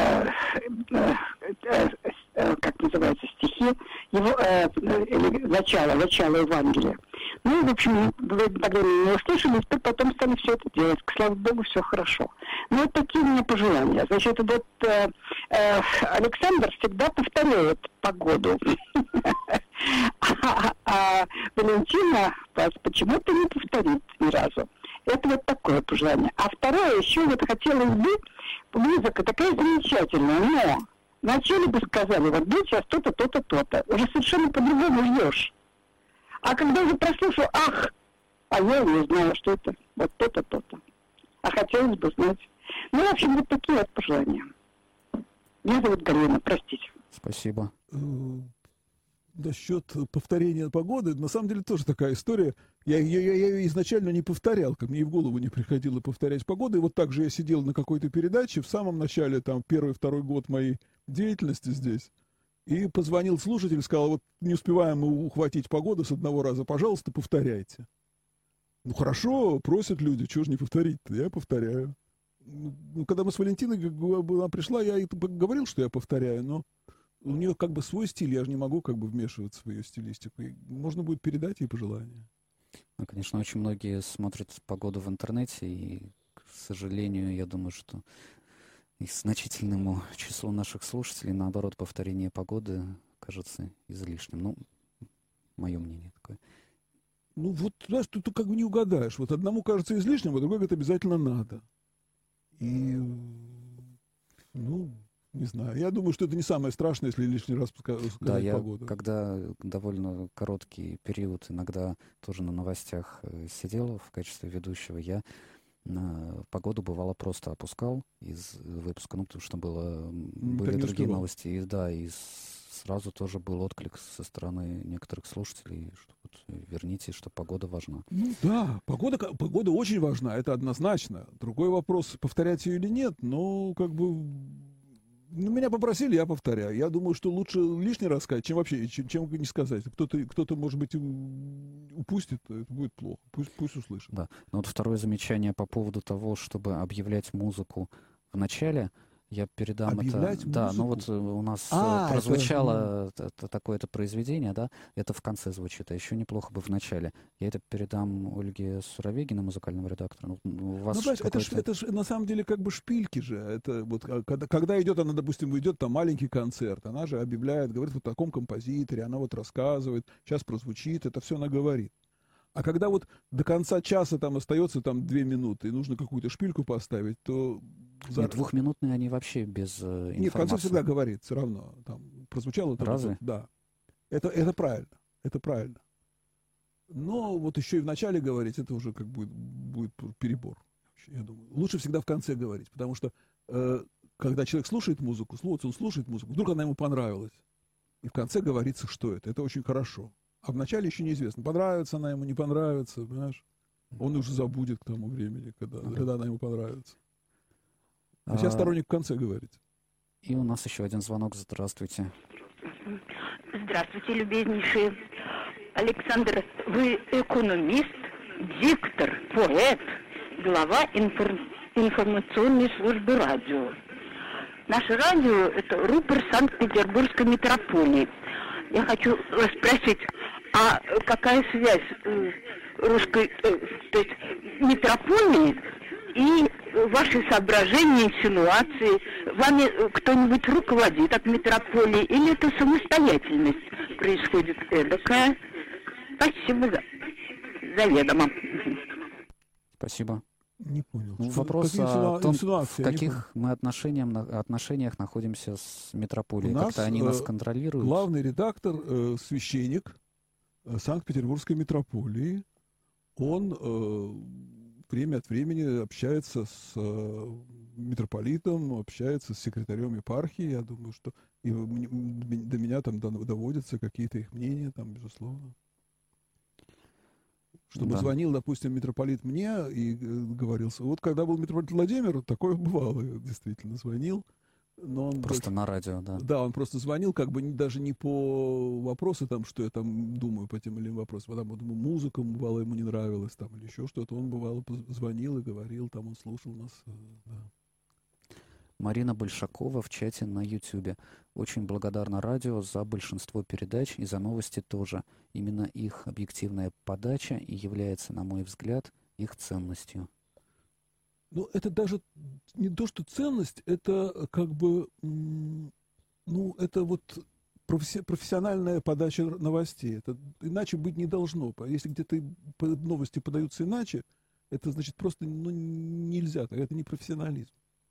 как называется, стихи, или начало Евангелия. Ну, в общем, вы тогда не услышали, потом стали все это делать. Слава Богу, все хорошо. Ну, вот такие у меня пожелания. Значит, вот Александр всегда повторяет погоду. А Валентина вас почему-то не повторит ни разу. Это вот такое пожелание. А второе, еще вот хотелось бы, музыка такая замечательная, но вначале бы сказали, вот будет сейчас то-то, то-то, то-то. Уже совершенно по-другому ждешь. А когда уже прослушал, а я не знаю, что это вот то-то, то-то. А хотелось бы знать. Ну, в общем, вот такие вот пожелания. Меня зовут Галина, простите. Спасибо. Насчет повторения погоды, на самом деле тоже такая история. Я ее изначально не повторял, как мне и в голову не приходило повторять погоду. И вот так же я сидел на какой-то передаче в самом начале, там, первый-второй год моей деятельности здесь. И позвонил слушатель, сказал, вот не успеваем мы ухватить погоду с одного раза, пожалуйста, повторяйте. Ну хорошо, просят люди, чего же не повторить-то, я повторяю. Ну, когда мы с Валентиной, она пришла, я и говорил, что я повторяю, но у нее как бы свой стиль, я же не могу как бы вмешиваться в ее стилистику. И можно будет передать ей пожелания. Ну, конечно, очень многие смотрят погоду в интернете, и, к сожалению, я думаю, что и значительному числу наших слушателей, наоборот, повторение погоды кажется излишним. Ну, мое мнение такое. Ну, вот, знаешь, ты как бы не угадаешь. Вот одному кажется излишним, а другой говорит, обязательно надо. И, ну, не знаю. Я думаю, что это не самое страшное, если лишний раз сказать погоду. Когда довольно короткий период, иногда тоже на новостях сидел в качестве ведущего, я погоду бывало просто опускал из выпуска, ну, потому что были другие новости. И, да, и сразу тоже был отклик со стороны некоторых слушателей, что вот верните, что погода важна. Ну да, погода очень важна, это однозначно. Другой вопрос, повторять ее или нет, но как бы... Ну, меня попросили, я повторяю. Я думаю, что лучше лишний раз сказать, чем вообще, чем не сказать. Кто-то, может быть, упустит, это будет плохо. Пусть услышит. Да. Но вот второе замечание по поводу того, чтобы объявлять музыку в начале, я передам объявлять это. Музыку? Да, ну вот у нас прозвучало такое-то произведение, да, это в конце звучит, а еще неплохо бы в начале. Я это передам Ольге Суровегиной, музыкальному редактору. У вас это ж на самом деле как бы шпильки же. Это вот когда идет она, допустим, идет там маленький концерт, она же объявляет, говорит вот о таком композиторе, она вот рассказывает, сейчас прозвучит, это все она говорит. А когда вот до конца часа там остается там 2 минуты, и нужно какую-то шпильку поставить, то... Нет, двухминутные они вообще без информации. Нет, в конце всегда говорит, все равно. Там прозвучало... Разве? Да. Это правильно. Это правильно. Но вот еще и в начале говорить, это уже как будет перебор. Я думаю. Лучше всегда в конце говорить, потому что когда человек слушает музыку, он слушает музыку, вдруг она ему понравилась. И в конце говорится, что это. Это очень хорошо. А в начале еще неизвестно, понравится она ему, не понравится, понимаешь? Он уже забудет к тому времени, когда она ему понравится. А сейчас сторонник в конце говорить. И у нас еще один звонок. Здравствуйте. Здравствуйте, любезнейшие. Александр, вы экономист, диктор, поэт. глава информационной службы радио. Наше радио – это рупор Санкт-Петербургской метрополии. Я хочу вас спросить, а какая связь русской, то есть метрополии и ваши соображения, инсинуации? Вами кто-нибудь руководит от метрополии или это самостоятельность происходит эдакая? Спасибо за ведомо. Спасибо. Не понял. Вопрос о том, в каких мы отношениях находимся с метрополией. Как-то они нас контролируют. Главный редактор, священник Санкт-Петербургской метрополии. Он время от времени общается с митрополитом, общается с секретарем епархии. Я думаю, что до меня там доводятся какие-то их мнения, там, безусловно. Чтобы звонил, допустим, митрополит мне и говорил, вот когда был митрополит Владимир, такое бывало, действительно, звонил. Но он просто на радио, да. Да, он просто звонил, как бы даже не по вопросу, там, что я там думаю по тем или иным вопросам, потому что музыка, бывало, ему не нравилась, там, или еще что-то. Он, бывало, звонил и говорил, там, он слушал нас. Да. Марина Большакова в чате на YouTube. Очень благодарна радио за большинство передач и за новости тоже. Именно их объективная подача и является, на мой взгляд, их ценностью. Ну, это даже не то, что ценность, это как бы, ну, это вот профессиональная подача новостей. Это иначе быть не должно. Если где-то новости подаются иначе, это значит просто нельзя. Это не профессионализм.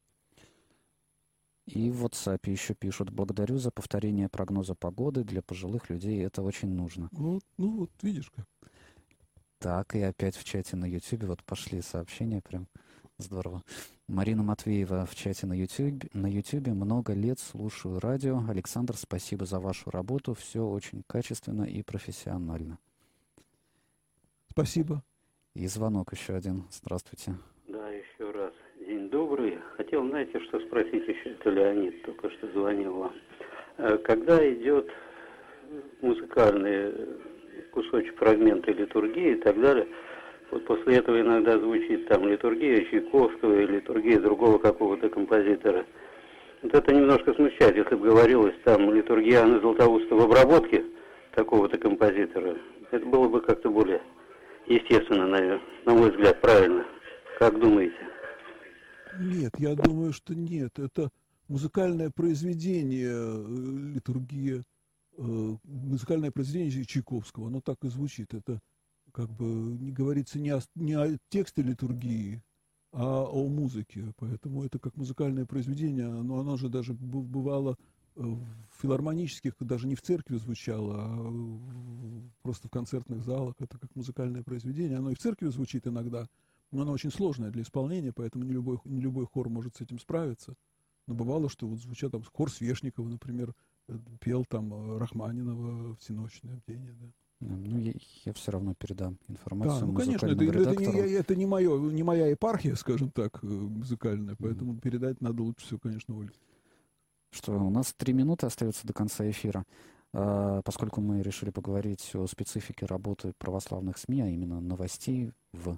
И в WhatsApp еще пишут: благодарю за повторение прогноза погоды для пожилых людей, это очень нужно. Вот видишь как. Так, и опять в чате на YouTube, вот пошли сообщения, прям здорово. Марина Матвеева в чате на YouTube. Много лет слушаю радио. Александр, спасибо за вашу работу, все очень качественно и профессионально. Спасибо. И звонок еще один. Здравствуйте. Да, еще раз. День добрый. Хотел, знаете, что спросить еще, это Леонид только что звонил вам. Когда идет музыкальный кусочек, фрагменты литургии и так далее, вот после этого иногда звучит там литургия Чайковского или литургия другого какого-то композитора. Вот это немножко смущает, если бы говорилось там литургия Анны Златоустой в обработке такого-то композитора. Это было бы как-то более естественно, наверное, на мой взгляд, правильно. Как думаете? Нет, я думаю, что нет. Это музыкальное произведение, литургия, музыкальное произведение Чайковского, оно так и звучит. Это как бы не говорится не о тексте литургии, а о музыке. Поэтому это как музыкальное произведение, но оно же даже бывало в филармонических, даже не в церкви звучало, а просто в концертных залах. Это как музыкальное произведение. Оно и в церкви звучит иногда, но оно очень сложное для исполнения, поэтому не любой хор может с этим справиться. Но бывало, что вот звучат там хор Свешникова, например, пел там Рахманинова «Всеночное бдение». Да. Ну, я все равно передам информацию. Да, ну, конечно, это не моя епархия, скажем так, музыкальная, поэтому передать надо лучше всего, конечно, Оле. Что, у нас 3 минуты остается до конца эфира. Поскольку мы решили поговорить о специфике работы православных СМИ, а именно новостей в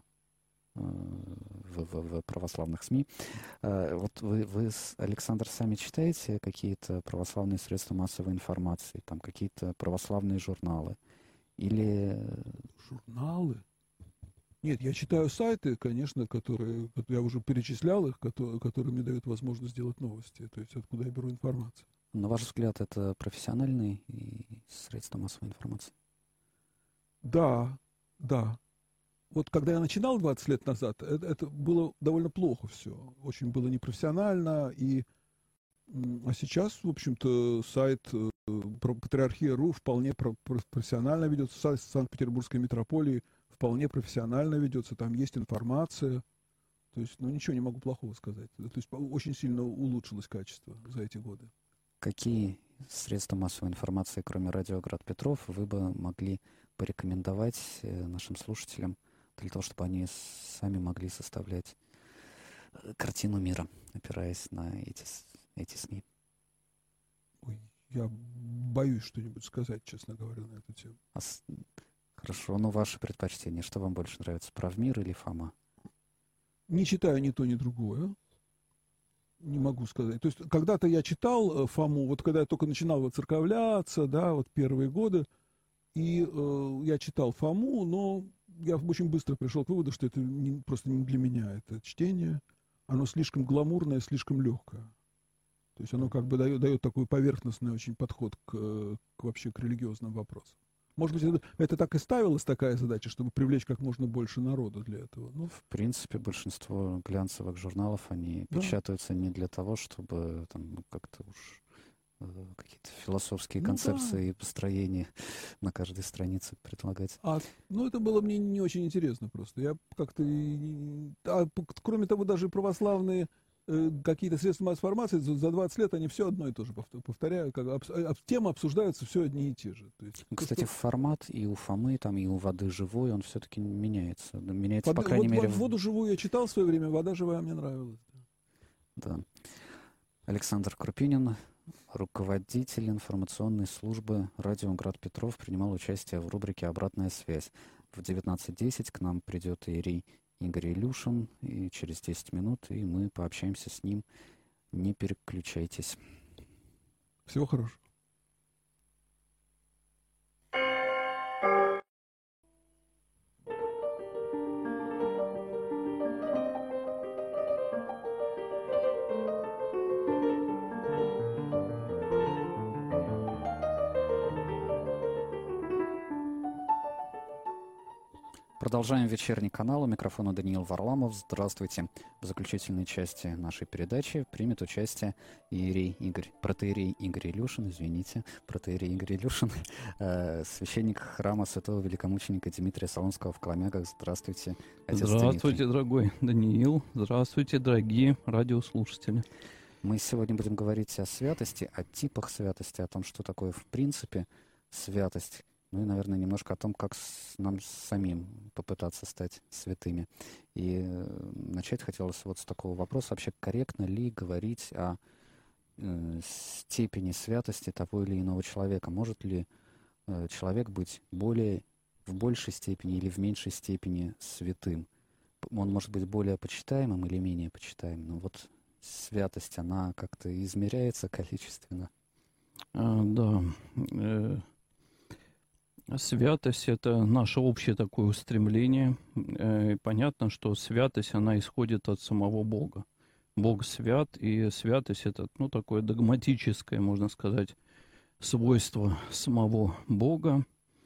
православных СМИ. Вот вы, Александр, сами читаете какие-то православные средства массовой информации, там какие-то православные журналы? Или... Журналы? Нет, я читаю сайты, конечно, которые, я уже перечислял их, которые мне дают возможность сделать новости, то есть откуда я беру информацию. На ваш взгляд, это профессиональные средства массовой информации? Да. Вот когда я начинал 20 лет назад, это было довольно плохо все. Очень было непрофессионально. А сейчас, в общем-то, сайт Патриархия.ру вполне профессионально ведется. Сайт Санкт-Петербургской метрополии вполне профессионально ведется. Там есть информация. То есть, ничего не могу плохого сказать. То есть, очень сильно улучшилось качество за эти годы. Какие средства массовой информации, кроме радио «Град Петров», вы бы могли порекомендовать нашим слушателям для того, чтобы они сами могли составлять картину мира, опираясь на эти СМИ? Ой, я боюсь что-нибудь сказать, честно говоря, на эту тему. Хорошо, но ваше предпочтение, что вам больше нравится, Правмир или Фома? Не читаю ни то, ни другое. Не могу сказать. То есть когда-то я читал Фому, вот когда я только начинал воцерковляться, да, вот первые годы, и я читал Фому, но я очень быстро пришел к выводу, что это просто не для меня, это чтение. Оно слишком гламурное, слишком легкое. То есть оно как бы дает такой поверхностный очень подход вообще к религиозным вопросам. Может быть, это так и ставилась такая задача, чтобы привлечь как можно больше народа для этого. Ну, в принципе, большинство глянцевых журналов, они печатаются не для того, чтобы там как-то уж какие-то философские концепции и построения на каждой странице предлагать. Это было мне не очень интересно просто. Я как-то... кроме того, даже православные какие-то средства массовой информации за 20 лет они все одно и то же повторяют. Темы обсуждаются все одни и те же. То есть, кстати, формат и у Фомы, там, и у «Воды живой», он все-таки меняется. Меняется, по крайней мере... «Воду живую» я читал в свое время, «Вода живая» мне нравилась. Да. Александр Крупинин, руководитель информационной службы радио «Град Петров», принимал участие в рубрике «Обратная связь». В 19:10 к нам придет иерей Игорь Илюшин, и через 10 минут, и мы пообщаемся с ним. Не переключайтесь. Всего хорошего. Продолжаем вечерний канал. У микрофона Даниил Варламов. Здравствуйте. В заключительной части нашей передачи примет участие протоиерей Игорь Илюшин, протоиерей Игорь Илюшин, священник храма святого великомученика Дмитрия Солунского в Коломягах. Здравствуйте, отец Здравствуйте, Дмитрий. Дорогой Даниил. Здравствуйте, дорогие радиослушатели. Мы сегодня будем говорить о святости, о типах святости, о том, что такое в принципе святость. Ну и, наверное, немножко о том, как нам самим попытаться стать святыми. И начать хотелось вот с такого вопроса. Вообще, корректно ли говорить о степени святости того или иного человека? Может ли человек быть в большей степени или в меньшей степени святым? Он может быть более почитаемым или менее почитаемым? Но вот святость, она как-то измеряется количественно? Да. Святость — это наше общее такое устремление. И понятно, что святость, она исходит от самого Бога. Бог свят, и святость — это, такое догматическое, можно сказать, свойство самого Бога.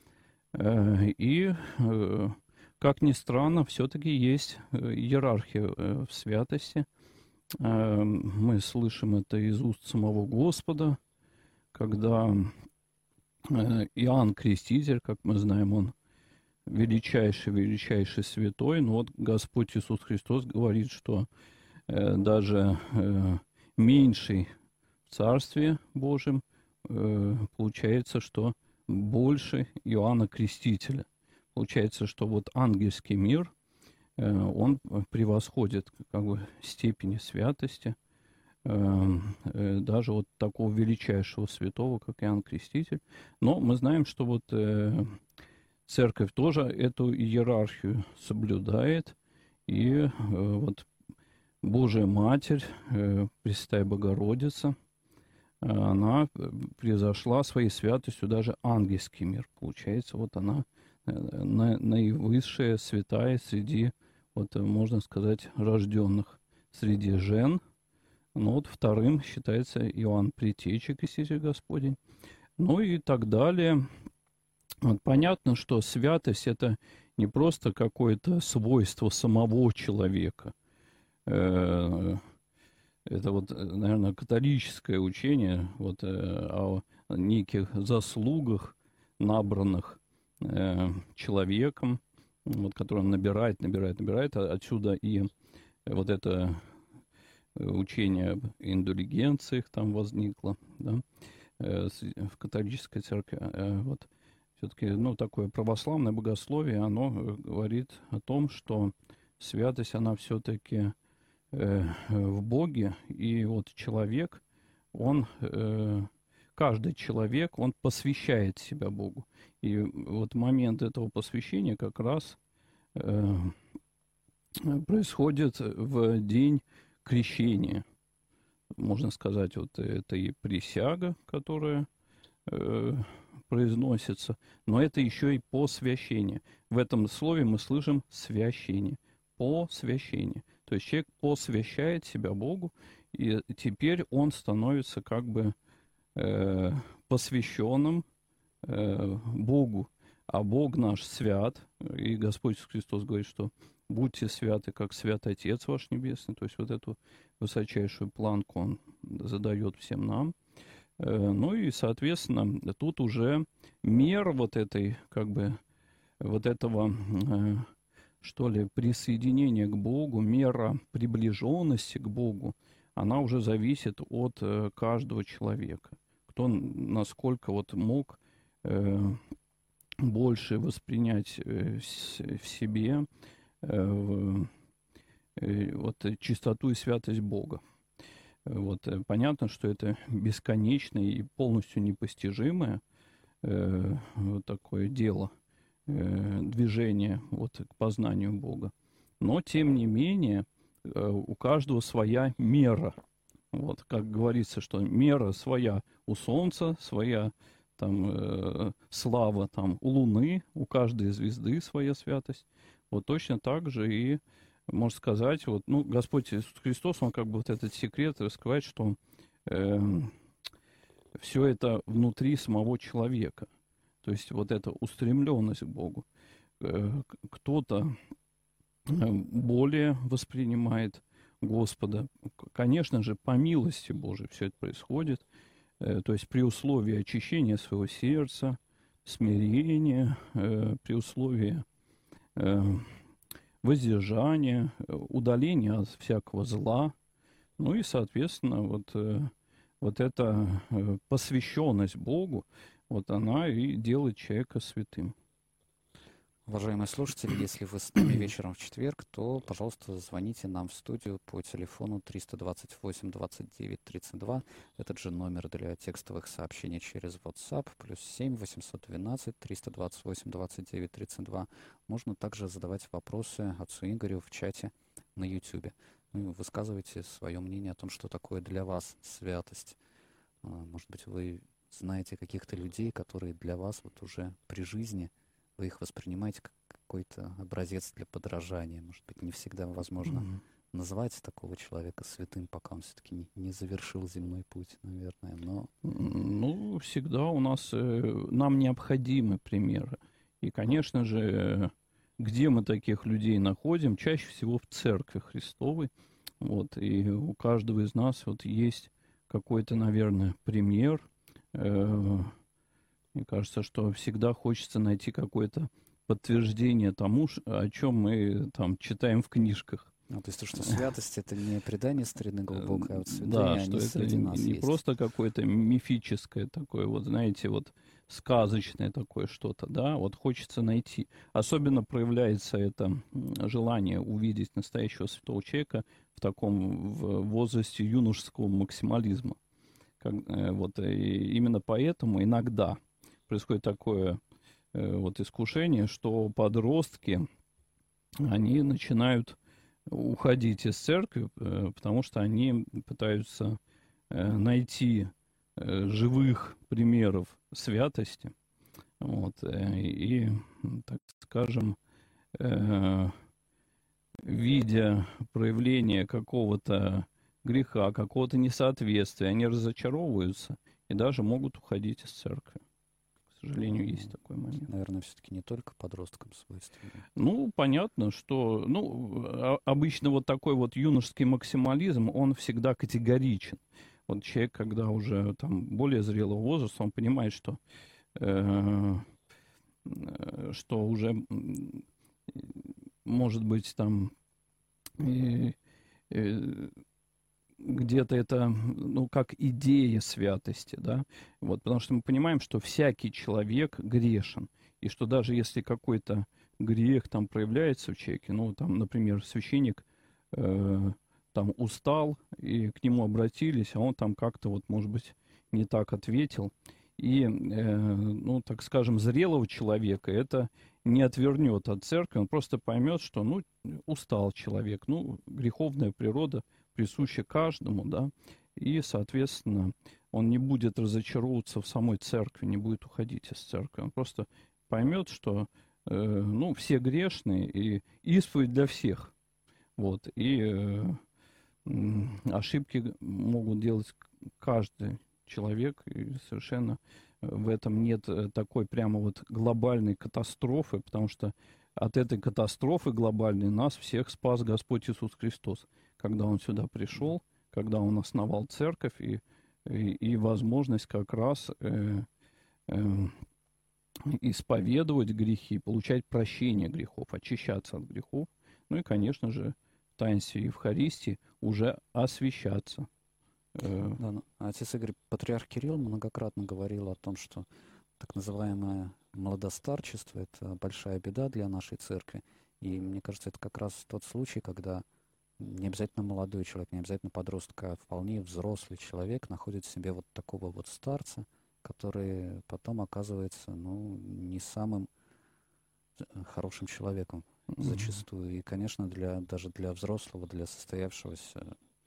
И, как ни странно, все-таки есть иерархия в святости. Мы слышим это из уст самого Господа, когда Иоанн Креститель, как мы знаем, он величайший святой. Но вот Господь Иисус Христос говорит, что даже меньший в Царстве Божьем получается, что больше Иоанна Крестителя. Получается, что вот ангельский мир, он превосходит степени святости даже вот такого величайшего святого, как Иоанн Креститель. Но мы знаем, что вот церковь тоже эту иерархию соблюдает. И вот Божия Матерь, Пресвятая Богородица, она превзошла своей святостью даже ангельский мир. Получается, вот она наивысшая святая среди, вот можно сказать, рожденных среди жен. Но вот вторым считается Иоанн Предтеча, Креститель Господень. Ну и так далее. Вот понятно, что святость — это не просто какое-то свойство самого человека. Это вот, наверное, католическое учение вот, о неких заслугах, набранных человеком, вот, который он набирает. Отсюда и вот это учение об индульгенциях там возникло, да, в католической церкви. Вот все-таки, такое православное богословие, оно говорит о том, что святость, она все-таки в Боге, и вот человек, каждый человек, он посвящает себя Богу. И вот момент этого посвящения как раз происходит в день крещения. Можно сказать, вот это и присяга, которая произносится, но это еще и посвящение. В этом слове мы слышим священие, посвящение. То есть человек посвящает себя Богу, и теперь он становится как бы посвященным Богу. А Бог наш свят, и Господь Иисус Христос говорит, что будьте святы, как свят Отец ваш Небесный. То есть вот эту высочайшую планку Он задает всем нам. Ну и, соответственно, тут уже мера вот этой, как бы, вот этого, что ли, присоединения к Богу, мера приближенности к Богу, она уже зависит от каждого человека. Кто насколько вот мог больше воспринять в себе вот чистоту и святость Бога. Вот, понятно, что это бесконечное и полностью непостижимое вот такое дело, движение вот, к познанию Бога. Но, тем не менее, у каждого своя мера. Вот, как говорится, что мера своя у Солнца, своя там, слава там, у Луны, у каждой звезды своя святость. Вот точно так же и можно сказать, вот, ну, Господь Иисус Христос, Он как бы вот этот секрет раскрывает, что все это внутри самого человека. То есть вот эта устремленность к Богу. Кто-то более воспринимает Господа. Конечно же, по милости Божией все это происходит. То есть при условии очищения своего сердца, смирения, при условии воздержание, удаление от всякого зла. Ну и, соответственно, вот эта посвященность Богу, вот она и делает человека святым. Уважаемые слушатели, если вы с нами вечером в четверг, то, пожалуйста, звоните нам в студию по телефону 328-29-32. Этот же номер для текстовых сообщений через WhatsApp, +7 812 328 29 32. Можно также задавать вопросы отцу Игорю в чате на YouTube. Ну, высказывайте свое мнение о том, что такое для вас святость. Может быть, вы знаете каких-то людей, которые для вас вот уже при жизни, вы их воспринимаете как какой-то образец для подражания. Может быть, не всегда возможно называть такого человека святым, пока он все-таки не завершил земной путь, наверное. Но... Ну, всегда у нас, нам необходимы примеры. И, конечно же, где мы таких людей находим? Чаще всего в Церкви Христовой. Вот, и у каждого из нас вот есть какой-то, наверное, пример. Мне кажется, что всегда хочется найти какое-то подтверждение тому, о чем мы там читаем в книжках. Ну, то есть, что святость — это не предание старины глубокой, а вот святыни, да, они что среди это нас не есть. просто какое-то мифическое такое, вот знаете, вот сказочное такое что-то, да, вот хочется найти. Особенно проявляется это желание увидеть настоящего святого человека в таком возрасте юношеского максимализма. Вот, и именно поэтому иногда происходит такое вот искушение, что подростки, они начинают уходить из церкви, потому что они пытаются найти живых примеров святости, вот, и, так скажем, видя проявление какого-то греха, какого-то несоответствия, они разочаровываются и даже могут уходить из церкви. К сожалению, есть такой момент. Наверное, все-таки не только подросткам свойственно. Ну, понятно, что обычно вот такой вот юношеский максимализм, он всегда категоричен. Вот человек, когда уже там более зрелого возраста, он понимает, что уже, может быть, там где-то это, ну, как идея святости, да, вот, потому что мы понимаем, что всякий человек грешен, и что даже если какой-то грех там проявляется в человеке, ну, там, например, священник там устал, и к нему обратились, а он там как-то вот, может быть, не так ответил, и, ну, так скажем, зрелого человека это не отвернет от церкви, он просто поймет, что, ну, устал человек, ну, греховная природа присуща каждому, да, и, соответственно, он не будет разочаровываться в самой церкви, не будет уходить из церкви, он просто поймет, что, ну, все грешные, и исповедь для всех, вот, и ошибки могут делать каждый человек, и совершенно в этом нет такой прямо вот глобальной катастрофы, потому что от этой катастрофы глобальной нас всех спас Господь Иисус Христос, когда Он сюда пришел, когда Он основал церковь, и возможность как раз исповедовать грехи, получать прощение грехов, очищаться от грехов, ну и, конечно же, в таинстве Евхаристии уже освящаться. Да, отец Игорь, патриарх Кирилл многократно говорил о том, что так называемое младостарчество — это большая беда для нашей церкви. И мне кажется, это как раз тот случай, когда не обязательно молодой человек, не обязательно подросток, а вполне взрослый человек находит в себе вот такого вот старца, который потом оказывается, ну, не самым хорошим человеком зачастую. И, конечно, даже для взрослого, для состоявшегося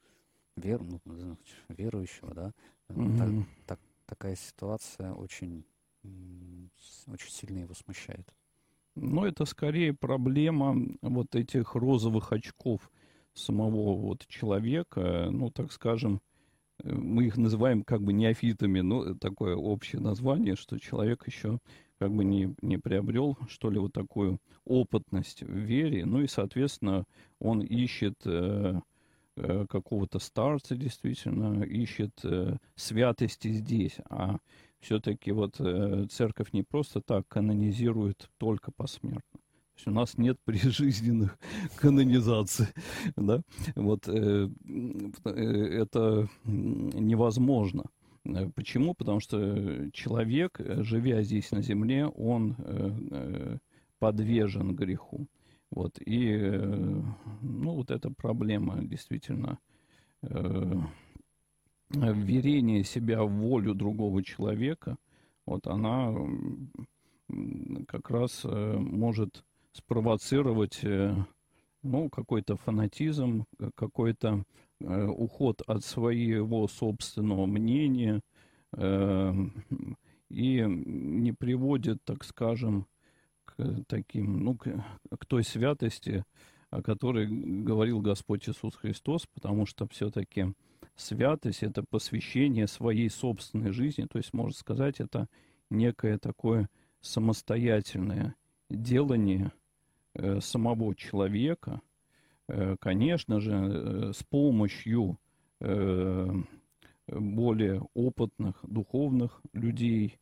верующего, да, такая ситуация очень сильно его смущает. Ну, это скорее проблема вот этих розовых очков самого вот человека, ну, так скажем, мы их называем как бы неофитами, но такое общее название, что человек еще как бы не приобрел, что ли, вот такую опытность в вере, ну и, соответственно, он ищет какого-то старца, действительно, ищет святости здесь, а все-таки вот церковь не просто так канонизирует только посмертно. То есть у нас нет прижизненных канонизаций, да, вот это невозможно. Почему? Потому что человек, живя здесь на земле, он подвержен греху. Вот, и, ну, вот эта проблема, действительно, вверение себя в волю другого человека, вот она как раз может спровоцировать, ну, какой-то фанатизм, какой-то уход от своего собственного мнения и не приводит, так скажем, к таким, ну, к той святости, о которой говорил Господь Иисус Христос, потому что все-таки святость — это посвящение своей собственной жизни, то есть, можно сказать, это некое такое самостоятельное делание самого человека, конечно же, с помощью более опытных духовных людей,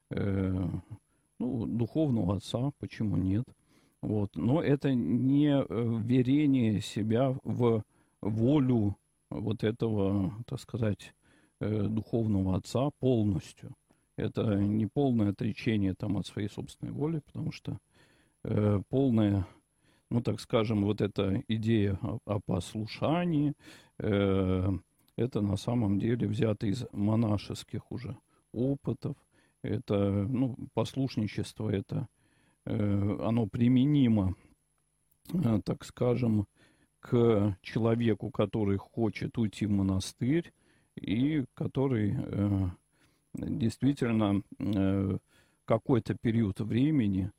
ну, духовного отца, почему нет, вот, но это не вверение себя в волю вот этого, так сказать, духовного отца полностью. Это не полное отречение там от своей собственной воли, потому что полное, ну, так скажем, вот эта идея о послушании, это на самом деле взято из монашеских уже опытов. Это, ну, послушничество, это, оно применимо, так скажем, к человеку, который хочет уйти в монастырь и который действительно какой-то период времени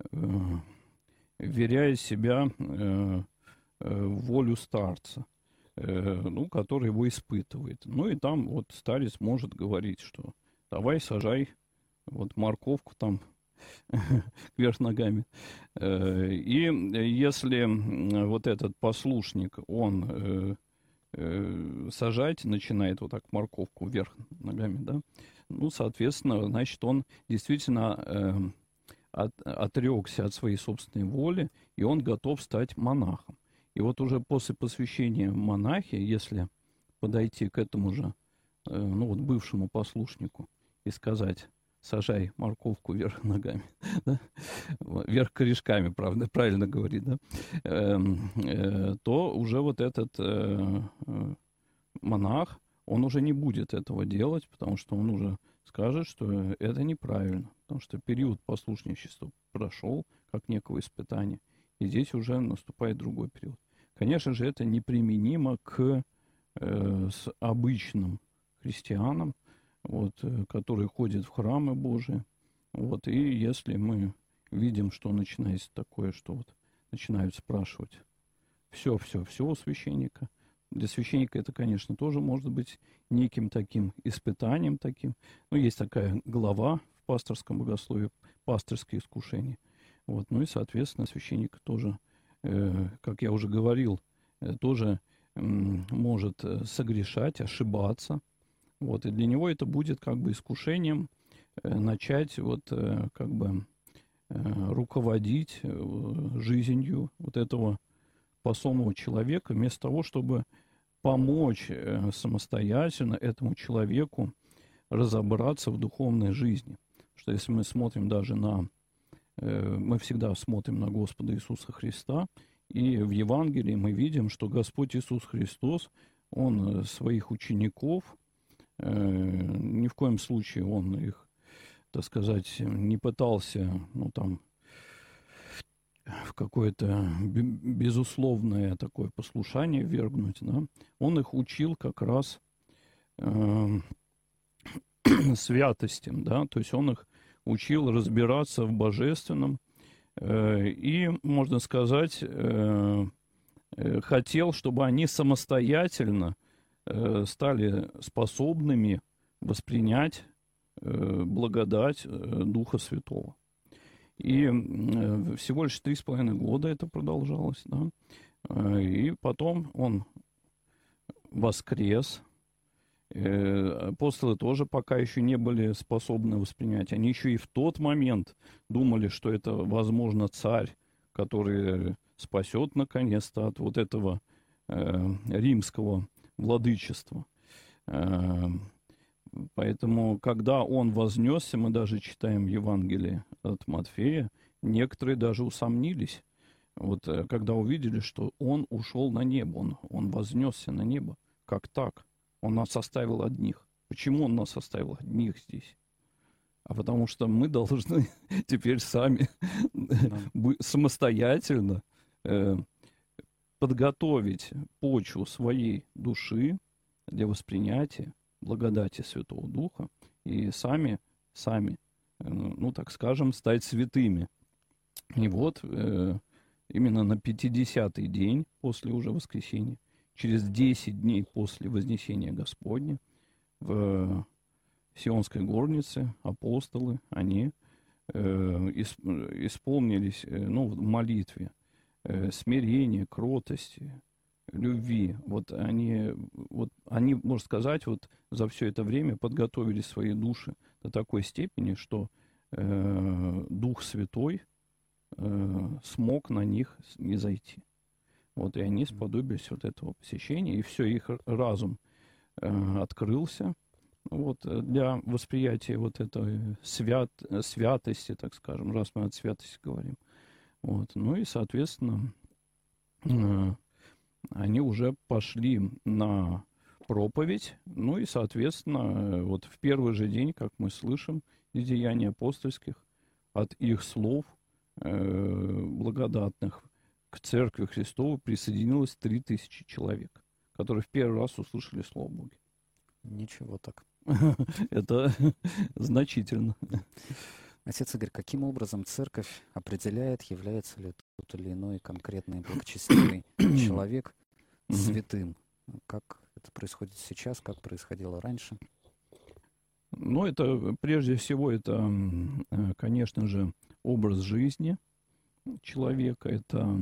вверяет себя в волю старца, ну, который его испытывает. Ну, и там вот старец может говорить, что давай сажай вот морковку там вверх ногами. И если вот этот послушник, он сажать начинает вот так морковку вверх ногами, да, ну, соответственно, значит, он действительно отрекся от своей собственной воли, и он готов стать монахом. И вот уже после посвящения монахи, если подойти к этому же, ну, вот бывшему послушнику и сказать: сажай морковку вверх ногами, да? Вверх корешками, правда, правильно говорит, да? То уже вот этот монах, он уже не будет этого делать, потому что он уже скажет, что это неправильно, потому что период послушничества прошел, как некого испытания. И здесь уже наступает другой период. Конечно же, это неприменимо к с обычным христианам, вот, которые ходят в храмы Божии. Вот, и если мы видим, что начинается такое, что вот начинают спрашивать все у священника. Для священника это, конечно, тоже может быть неким таким испытанием таким. Но есть такая глава в пасторском богословии, пасторские искушения. Вот, ну и, соответственно, священник тоже, как я уже говорил, тоже может согрешать, ошибаться. Вот, и для него это будет как бы искушением начать вот как бы руководить жизнью вот этого способного человека, вместо того, чтобы помочь самостоятельно этому человеку разобраться в духовной жизни. Что если мы смотрим даже на... Мы всегда смотрим на Господа Иисуса Христа, и в Евангелии мы видим, что Господь Иисус Христос, Он своих учеников, ни в коем случае Он их, так сказать, не пытался, ну, там, в какое-то безусловное такое послушание ввергнуть, да? Он их учил как раз святостям, да, то есть он их учил разбираться в божественном и, можно сказать, хотел, чтобы они самостоятельно стали способными воспринять благодать Духа Святого. И всего лишь 3,5 года это продолжалось, да. И потом он воскрес. Апостолы тоже пока еще не были способны воспринять. Они еще и в тот момент думали, что это, возможно, царь, который спасет наконец-то от вот этого римского владычества. Поэтому, когда он вознесся, мы даже читаем в Евангелии от Матфея, некоторые даже усомнились, вот, когда увидели, что он ушел на небо, он вознесся на небо. Как так? Он нас оставил одних. Почему он нас оставил одних здесь? А потому что мы должны теперь сами самостоятельно подготовить почву своей души для воспринятия благодати Святого Духа и сами, ну, так скажем, стать святыми. И вот именно на 50-й день после уже воскресения, через 10 дней после вознесения Господня, в Сионской горнице апостолы, они исполнились, ну, в молитве смирения, кротости, любви. Вот они, можно сказать, вот за все это время подготовили свои души до такой степени, что Дух Святой смог на них не зайти. Вот, и они сподобились вот этого посещения, и все, их разум открылся вот, для восприятия вот этой святости, так скажем, раз мы от святости говорим. Вот, ну и, соответственно, они уже пошли на проповедь, ну и, соответственно, вот в первый же день, как мы слышим из Деяний апостольских, от их слов благодатных к Церкви Христовой присоединилось 3000 человек, которые в первый раз услышали Слово Бога. Ничего так. Это значительно. Отец Игорь, каким образом церковь определяет, является ли тот или иной конкретный благочестивый человек святым? Как это происходит сейчас, как происходило раньше? Ну, это, прежде всего, это, конечно же, образ жизни человека, это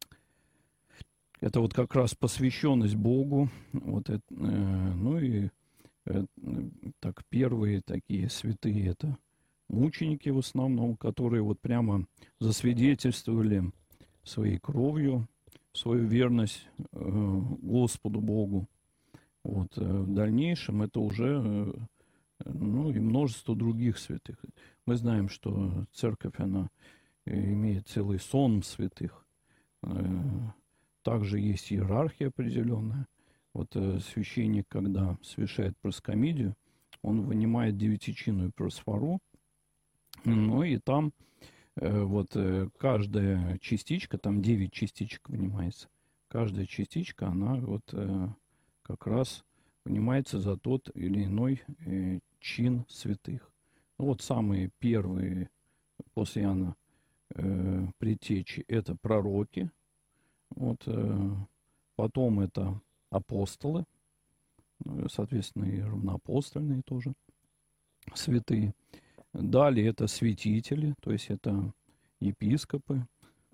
вот как раз посвященность Богу, вот это, ну и так первые такие святые, это мученики в основном, которые вот прямо засвидетельствовали своей кровью свою верность Господу Богу. Вот, в дальнейшем это уже, ну, и множество других святых. Мы знаем, что церковь, она имеет целый сон святых. Также есть иерархия определенная. Вот священник, когда совершает проскомидию, он вынимает девятичинную просфору, ну и там Вот каждая частичка, там 9 частичек вынимается, каждая частичка, она вот как раз вынимается за тот или иной чин святых. Ну, вот самые первые после Иоанна предтечи — это пророки, вот, потом это апостолы, соответственно, и равноапостольные тоже святые. Далее это святители, то есть это епископы,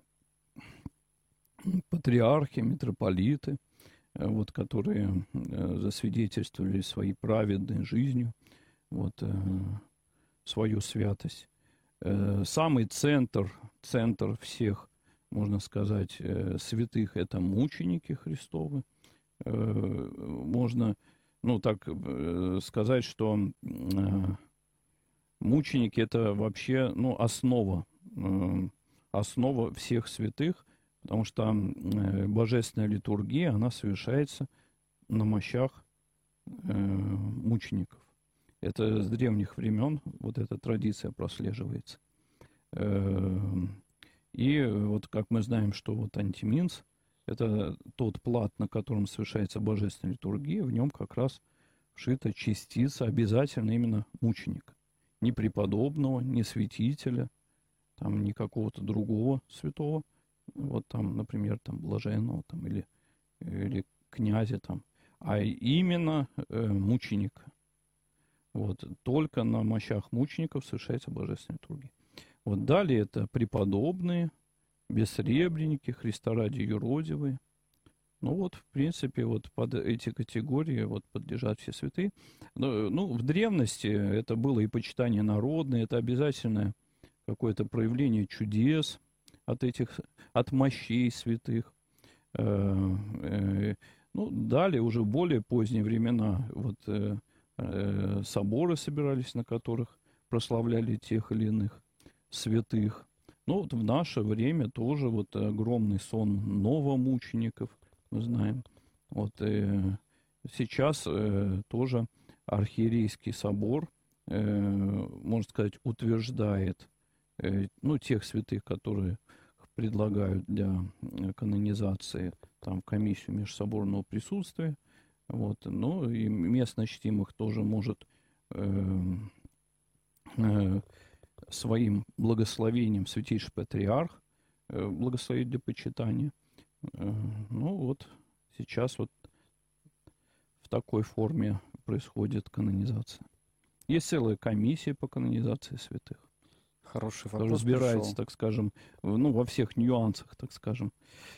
патриархи, митрополиты, вот, которые засвидетельствовали своей праведной жизнью вот, свою святость. Самый центр всех, можно сказать, святых — это мученики Христовы. Можно, ну, так сказать, что мученики — это вообще, ну, основа всех святых, потому что божественная литургия, она совершается на мощах мучеников. Это с древних времен вот эта традиция прослеживается. И вот как мы знаем, что вот антиминс — это тот плат, на котором совершается божественная литургия, в нем как раз вшита частица обязательно именно мученика. Ни преподобного, ни святителя, там, ни какого-то другого святого, вот там, например, там, блаженного там, или князя, там, а именно мученика. Вот, только на мощах мучеников совершается божественная литургия. Вот далее это преподобные, бессребреники, Христа ради юродивые. Ну вот, в принципе, вот под эти категории вот подлежат все святые. Ну, в древности это было и почитание народное, это обязательное какое-то проявление чудес от мощей святых. Ну, далее, уже в более поздние времена, вот соборы собирались, на которых прославляли тех или иных святых. Ну, вот в наше время тоже вот огромный сон новомучеников, мы знаем. Вот сейчас тоже архиерейский собор, можно сказать, утверждает, ну, тех святых, которые предлагают для канонизации там комиссию межсоборного присутствия. Вот. Ну, и местно чтимых тоже может своим благословением святейший патриарх благословить для почитания. Ну, вот сейчас вот в такой форме происходит канонизация. Есть целая комиссия по канонизации святых. Хороший вопрос разбирается, пришел. так скажем, ну, во всех нюансах, так скажем,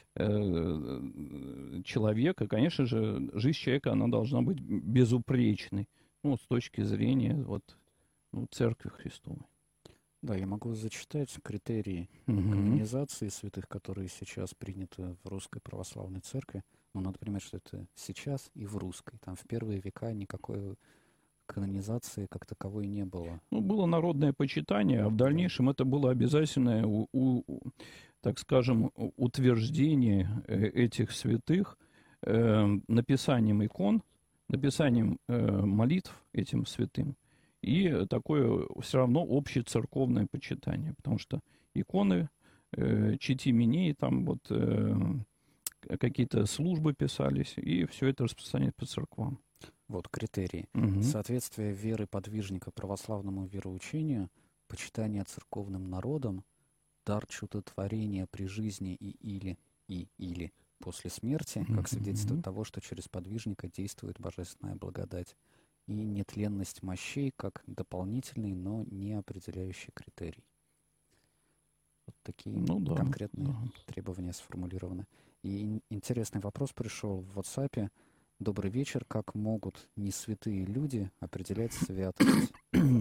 человека. Конечно же, жизнь человека, она должна быть безупречной, ну, с точки зрения вот, ну, Церкви Христовой. Да, я могу зачитать критерии канонизации святых, которые сейчас приняты в Русской Православной Церкви. Но надо понимать, что это сейчас и в русской. Там в первые века никакой канонизации как таковой не было. Ну, было народное почитание, а в дальнейшем это было обязательное, так скажем, утверждение этих святых написанием икон, написанием молитв этим святым и такое все равно общецерковное почитание, потому что иконы, читиминеи, там вот какие-то службы писались, и все это распространяется по церквам. Вот критерии. Угу. Соответствие веры подвижника православному вероучению, почитание церковным народам, дар чудотворения при жизни или после смерти, как свидетельство того, что через подвижника действует божественная благодать, и нетленность мощей как дополнительный, но не определяющий критерий. Вот такие конкретные требования сформулированы. И интересный вопрос пришел в WhatsApp. Добрый вечер. Как могут несвятые люди определять святость?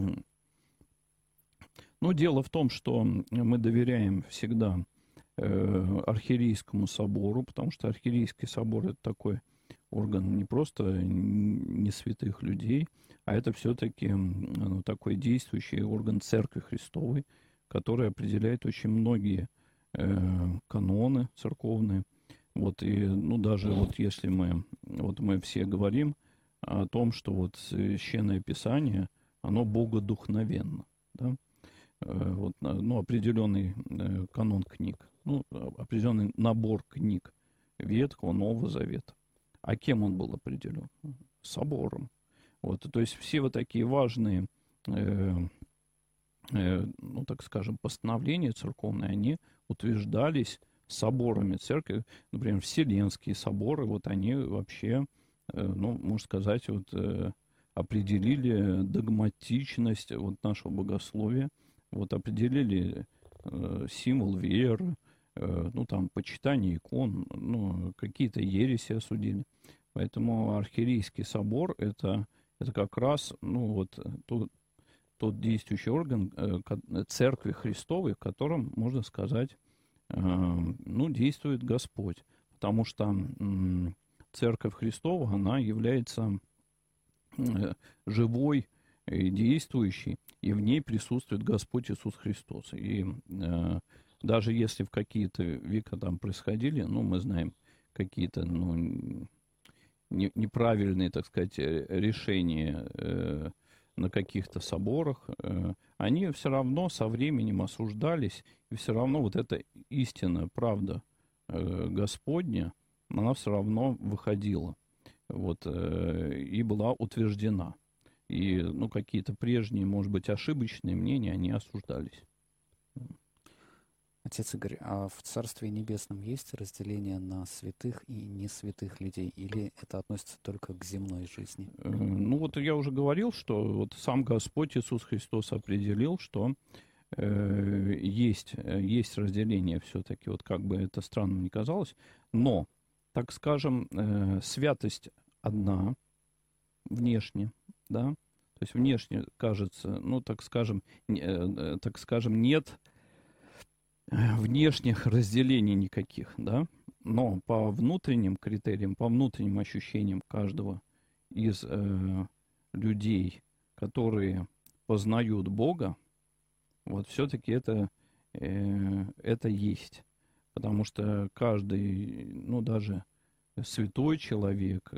Ну, дело в том, что мы доверяем всегда архиерейскому собору, потому что архиерейский собор — это такой орган не просто несвятых людей, а это все-таки такой действующий орган Церкви Христовой, который определяет очень многие каноны церковные. Вот, и, ну, даже вот если мы все говорим о том, что вот Священное Писание, оно богодухновенно, да? вот, ну, определенный канон книг, ну, определенный набор книг Ветхого, Нового Завета. А кем он был определен? Собором. Вот, то есть все вот такие важные, ну, так скажем, постановления церковные, они утверждались соборами церкви. Например, Вселенские соборы, вот они вообще, ну, можно сказать, вот, определили догматичность вот нашего богословия, вот определили символ веры, ну, там, почитание икон, ну, какие-то ереси осудили. Поэтому Архиерейский собор это как раз, ну, вот тот действующий орган Церкви Христовой, в котором, можно сказать, ну, действует Господь. Потому что Церковь Христова, она является живой, действующей, и в ней присутствует Господь Иисус Христос. И даже если в какие-то века там происходили, ну, мы знаем, какие-то, ну, неправильные, так сказать, решения на каких-то соборах, они все равно со временем осуждались, и все равно вот эта истина, правда Господня, она все равно выходила, вот, и была утверждена. И, ну, какие-то прежние, может быть, ошибочные мнения, они осуждались. Отец Игорь, а в Царстве Небесном есть разделение на святых и несвятых людей? Или это относится только к земной жизни? Ну, вот я уже говорил, что вот сам Господь Иисус Христос определил, что есть разделение все-таки, вот как бы это странно ни казалось, но, так скажем, святость одна внешне, да, то есть внешне кажется, ну, так скажем, нет внешних разделений никаких, да, но по внутренним критериям, по внутренним ощущениям каждого из людей, которые познают Бога, вот все-таки это есть, потому что каждый, ну, даже святой человек,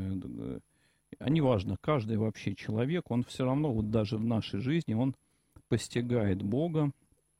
а неважно, каждый вообще человек, он все равно, вот даже в нашей жизни, он постигает Бога,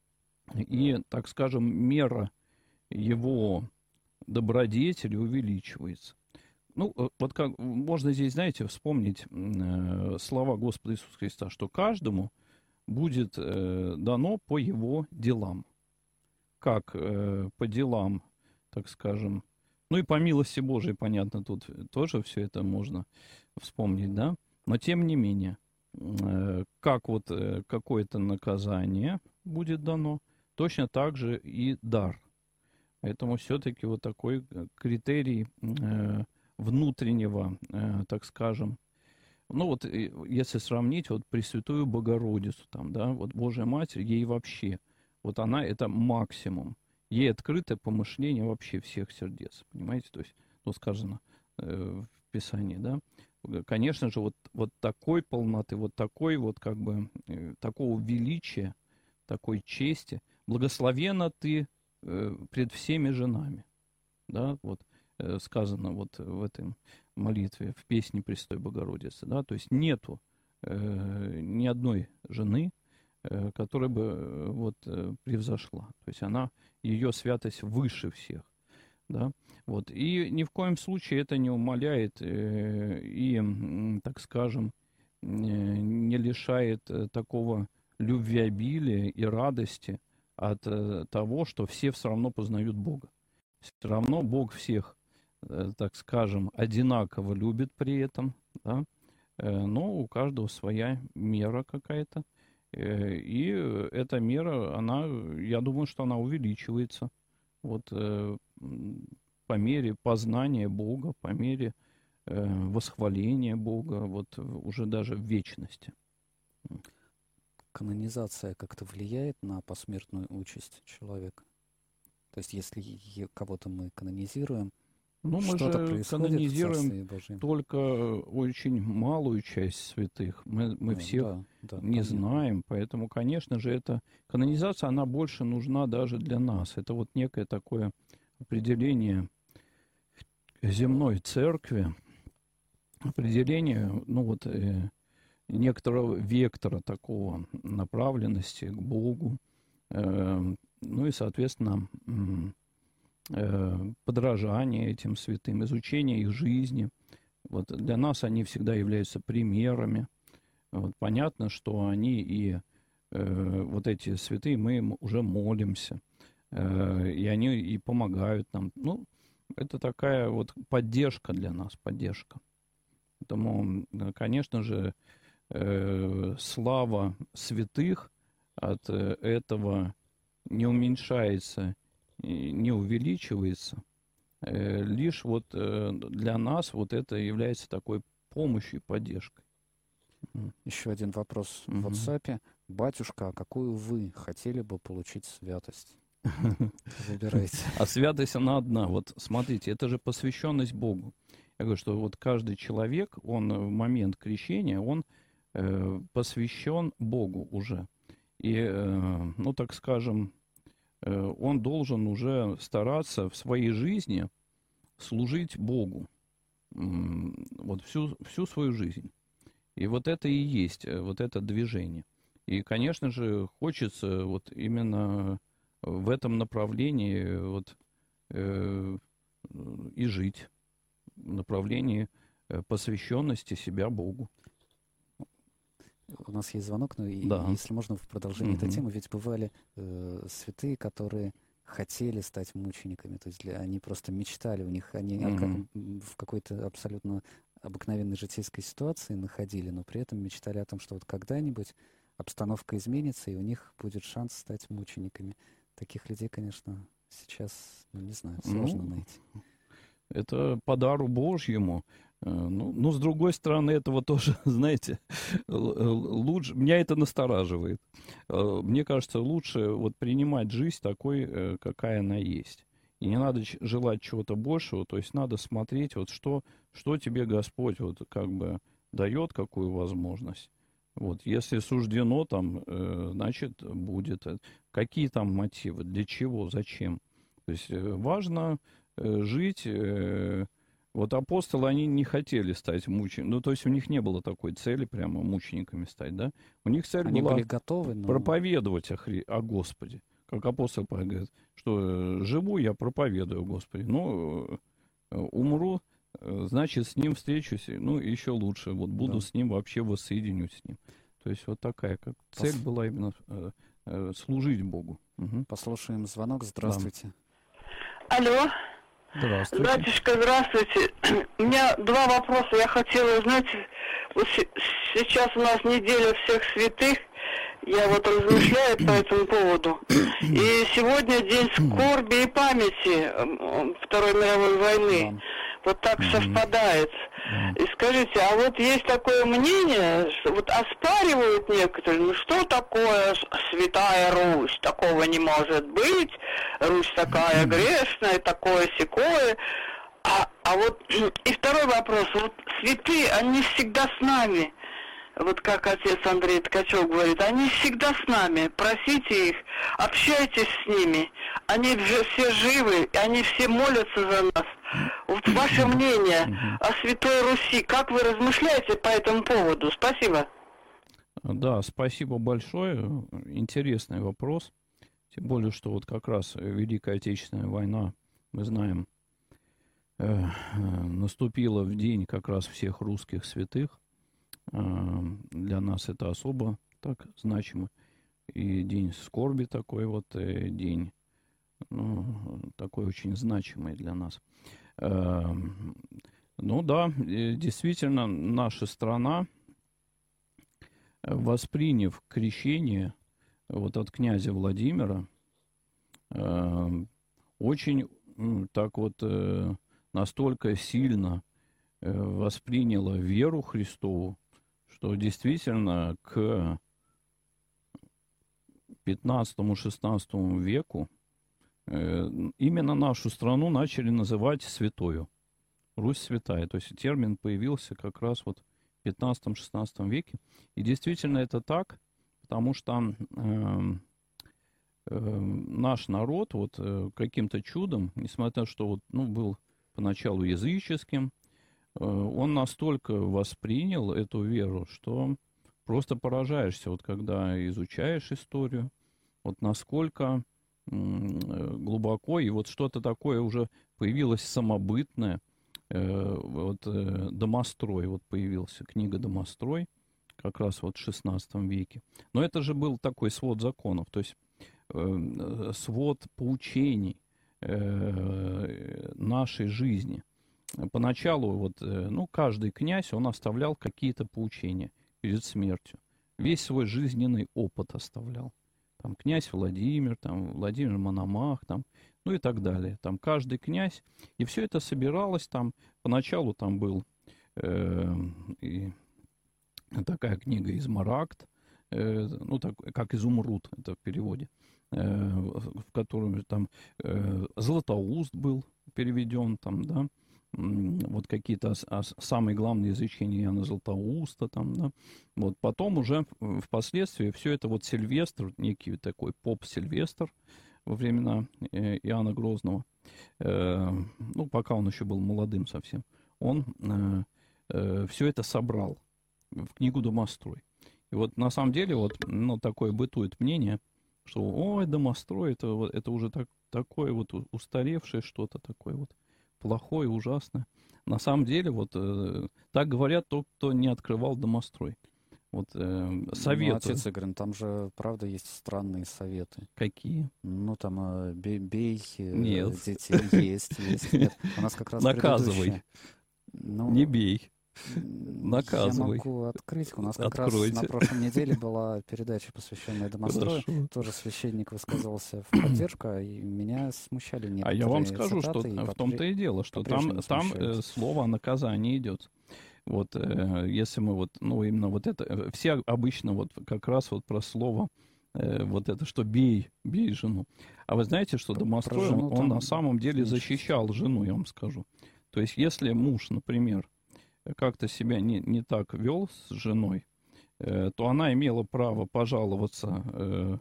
и, так скажем, мера его добродетели увеличивается. Ну, вот как можно здесь, знаете, вспомнить слова Господа Иисуса Христа, что каждому будет дано по его делам. Как по делам, так скажем, ну и по милости Божией, понятно, тут тоже все это можно вспомнить, да? Но тем не менее, как вот какое-то наказание будет дано, точно так же и дар. Поэтому все-таки вот такой критерий внутреннего, так скажем, ну вот если сравнить вот Пресвятую Богородицу, там, да, вот Божья Матерь, ей вообще, вот она это максимум. Ей открытое помышление вообще всех сердец, понимаете? То есть, ну, сказано в Писании, да. Конечно же, вот такой полноты, вот такой вот как бы, такого величия, такой чести, благословенна ты пред всеми женами, да, вот сказано вот в этой молитве, в песне Пресвятой Богородицы, да, то есть нету ни одной жены, которая бы вот превзошла, то есть ее святость выше всех, да, вот, и ни в коем случае это не умаляет и, так скажем, не лишает такого любвеобилия и радости от того, что все все равно познают Бога. Все равно Бог всех, так скажем, одинаково любит при этом, да? Но у каждого своя мера какая-то. И эта мера, я думаю, что она увеличивается вот, по мере познания Бога, по мере восхваления Бога, вот уже даже в вечности. Канонизация как-то влияет на посмертную участь человека? То есть, если кого-то мы канонизируем, ну, мы что-то же происходит канонизируем только очень малую часть святых. Мы всех не знаем, поэтому, конечно же, эта канонизация, она больше нужна даже для нас. Это вот некое такое определение земной церкви, определение, ну вот, некоторого вектора такого направленности к Богу, ну и, соответственно, подражание этим святым, изучение их жизни. Вот для нас они всегда являются примерами. Вот понятно, что они и вот эти святые, мы им уже молимся, и они и помогают нам. Ну, это такая вот поддержка для нас, поддержка. Поэтому, конечно же, слава святых от этого не уменьшается, не увеличивается. Лишь вот для нас вот это является такой помощью и поддержкой. Еще один вопрос в WhatsApp. Батюшка, а какую вы хотели бы получить святость? Выбирайте. А святость, она одна. Вот смотрите, это же посвященность Богу. Я говорю, что вот каждый человек, он в момент крещения, он посвящен Богу уже. И, ну, так скажем, он должен уже стараться в своей жизни служить Богу. Вот всю свою жизнь. И вот это и есть, вот это движение. И, конечно же, хочется вот именно в этом направлении вот, и жить. В направлении посвященности себя Богу. У нас есть звонок, но да. Если можно, в продолжении этой темы, ведь бывали святые, которые хотели стать мучениками, то есть они просто мечтали, у них они в какой-то абсолютно обыкновенной житейской ситуации находили, но при этом мечтали о том, что вот когда-нибудь обстановка изменится, и у них будет шанс стать мучениками. Таких людей, конечно, сейчас, не знаю, сложно найти. Это по дару Божьему. Ну, с другой стороны, этого тоже, знаете, лучше, меня это настораживает. Мне кажется, лучше вот принимать жизнь такой, какая она есть. И не надо желать чего-то большего, то есть надо смотреть, вот что тебе Господь вот как бы дает, какую возможность. Вот, если суждено там, значит, будет. Какие там мотивы, для чего, зачем? То есть важно жить. Вот апостолы, они не хотели стать мучениками. Ну, то есть у них не было такой цели прямо мучениками стать, да? У них цель они была были готовы, но... проповедовать о Господе. Как апостол говорит, что живу я, проповедую о Господе. Ну, умру, значит, с ним встречусь, ну, еще лучше. Вот буду с ним, вообще воссоединюсь с ним. То есть вот такая как цель была именно служить Богу. Послушаем звонок. Здравствуйте. Да. Алло. Здравствуйте. Батюшка, здравствуйте. У меня два вопроса. Я хотела узнать, вот сейчас у нас неделя всех святых, я вот размышляю по этому поводу. И сегодня день скорби и памяти Второй мировой войны. Вот так совпадает. И скажите, а вот есть такое мнение, что вот оспаривают некоторые, ну что такое Святая Русь? Такого не может быть. Русь такая грешная, такое-сякое. А вот и второй вопрос. Вот святые, они всегда с нами. Вот как отец Андрей Ткачев говорит, они всегда с нами. Просите их, общайтесь с ними. Они все живы, они все молятся за нас. Вот ваше мнение о Святой Руси, как вы размышляете по этому поводу? Спасибо. Да, спасибо большое. Интересный вопрос. Тем более, что вот как раз Великая Отечественная война, мы знаем, наступила в день как раз всех русских святых. Для нас это особо так значимо. И день скорби такой вот, день, ну, такой очень значимый для нас. Ну да, действительно, наша страна, восприняв крещение вот от князя Владимира, очень так вот настолько сильно восприняла веру Христову, что действительно к 15-16 веку именно нашу страну начали называть святою. Русь святая. То есть термин появился как раз вот в 15-16 веке. И действительно это так, потому что наш народ вот каким-то чудом, несмотря на то, что вот, ну, был поначалу языческим, он настолько воспринял эту веру, что просто поражаешься, вот когда изучаешь историю, вот насколько глубоко, и вот что-то такое уже появилось самобытное, «Домострой», вот появился, книга «Домострой», как раз вот в XVI веке. Но это же был такой свод законов, то есть свод поучений нашей жизни. Поначалу вот, каждый князь, он оставлял какие-то поучения перед смертью. Весь свой жизненный опыт оставлял. Там князь Владимир, там Владимир Мономах, там, ну и так далее. Там каждый князь. И все это собиралось там. Поначалу там был такая книга «Измарагд», как «Изумруд», это в переводе, в котором там Златоуст был переведен, там, да, вот какие-то самые главные изречения Иоанна Златоуста, там, да. Вот потом уже впоследствии все это вот Сильвестр, некий такой поп-Сильвестр во времена Иоанна Грозного, пока он еще был молодым совсем, он все это собрал в книгу «Домострой». И вот на самом деле вот, такое бытует мнение, что ой, «Домострой» это уже такое вот устаревшее что-то такое вот плохое, ужасное. На самом деле вот так говорят тот, кто не открывал «Домострой». Вот советую. Отец Игорь, там же, правда, есть странные советы. Какие? Там бей Нет. детей, есть. Нет, у нас как раз наказывай. Не бей. Наказывай. Я могу открыть. У нас как раз на прошлой неделе была передача, посвященная «Домострою». Тоже священник высказывался в поддержку, и меня смущали некоторые цитаты. А я вам скажу, что в том-то и дело, что там слово о наказании идет. Вот если мы именно вот это, все обычно вот как раз вот про слово вот это, что бей жену. А вы знаете, что Домострой, он на самом деле защищал жену, я вам скажу. То есть если муж, например, как-то себя не так вел с женой, то она имела право пожаловаться,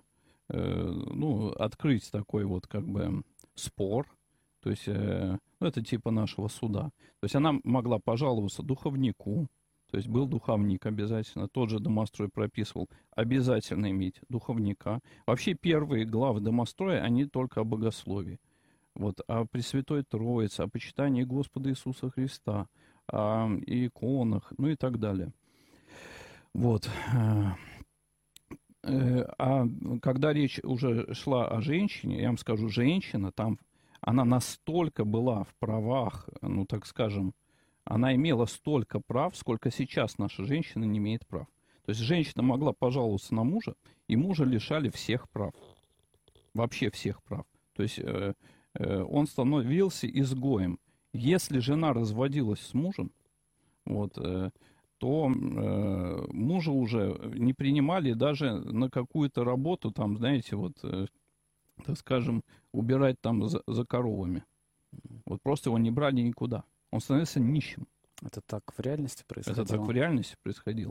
открыть такой вот как бы спор, то есть это типа нашего суда. То есть она могла пожаловаться духовнику, то есть был духовник обязательно, тот же Домострой прописывал, обязательно иметь духовника. Вообще первые главы Домостроя, они только о богословии. Вот, о Пресвятой Троице, о почитании Господа Иисуса Христа, о иконах, и так далее. Вот. А когда речь уже шла о женщине, я вам скажу, женщина там, она настолько была в правах, так скажем, она имела столько прав, сколько сейчас наша женщина не имеет прав. То есть женщина могла пожаловаться на мужа, и мужа лишали всех прав. Вообще всех прав. То есть он становился изгоем. Если жена разводилась с мужем, то мужа уже не принимали даже на какую-то работу, там, знаете, так скажем, убирать там за коровами. Вот просто его не брали никуда. Он становился нищим. Это так в реальности происходило? Это так в реальности происходило.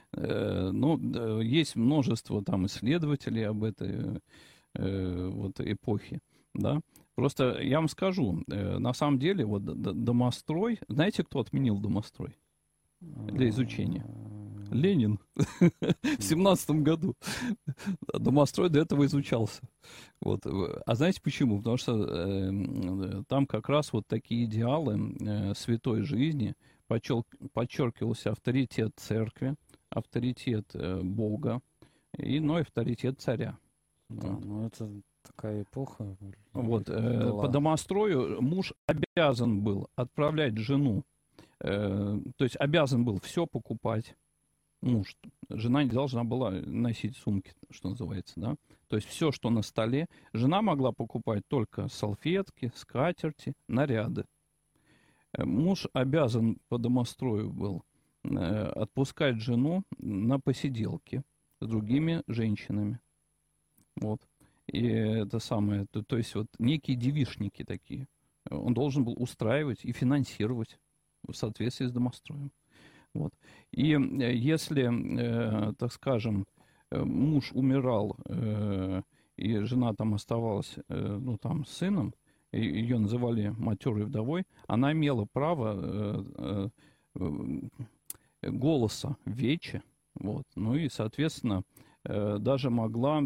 Есть множество там исследователей об этой эпохе, да. Просто я вам скажу, на самом деле, Домострой, знаете, кто отменил Домострой для изучения? Ленин в 17 году. Домострой до этого изучался. А знаете почему? Потому что там как раз вот такие идеалы святой жизни, подчеркивался авторитет церкви, авторитет Бога и авторитет царя. Да, это такая эпоха. По Домострою муж обязан был отправлять жену, то есть обязан был все покупать. Муж, жена не должна была носить сумки, что называется, да. То есть все, что на столе, жена могла покупать только салфетки, скатерти, наряды. Муж обязан по Домострою был отпускать жену на посиделки с другими женщинами. И это самое, то есть некие девичники такие. Он должен был устраивать и финансировать в соответствии с Домостроем. И если, так скажем, муж умирал, и жена там оставалась, с сыном, ее называли матерой вдовой, она имела право голоса вече, Вот. Ну и, соответственно, даже могла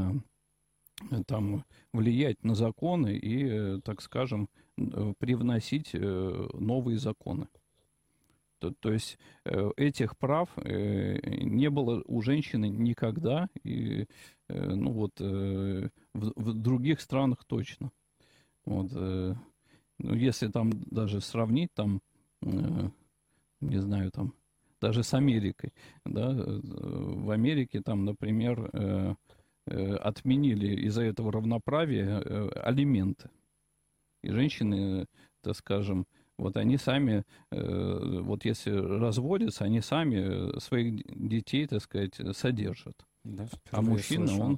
там влиять на законы и, так скажем, привносить новые законы. То есть этих прав не было у женщины никогда, и ну вот в других странах точно. Вот, ну, если там даже сравнить, там, не знаю, там, даже с Америкой, да, в Америке там, например, отменили из-за этого равноправия алименты. И женщины, так скажем, вот они сами, вот если разводятся, они сами своих детей, так сказать, содержат. Да, а мужчина,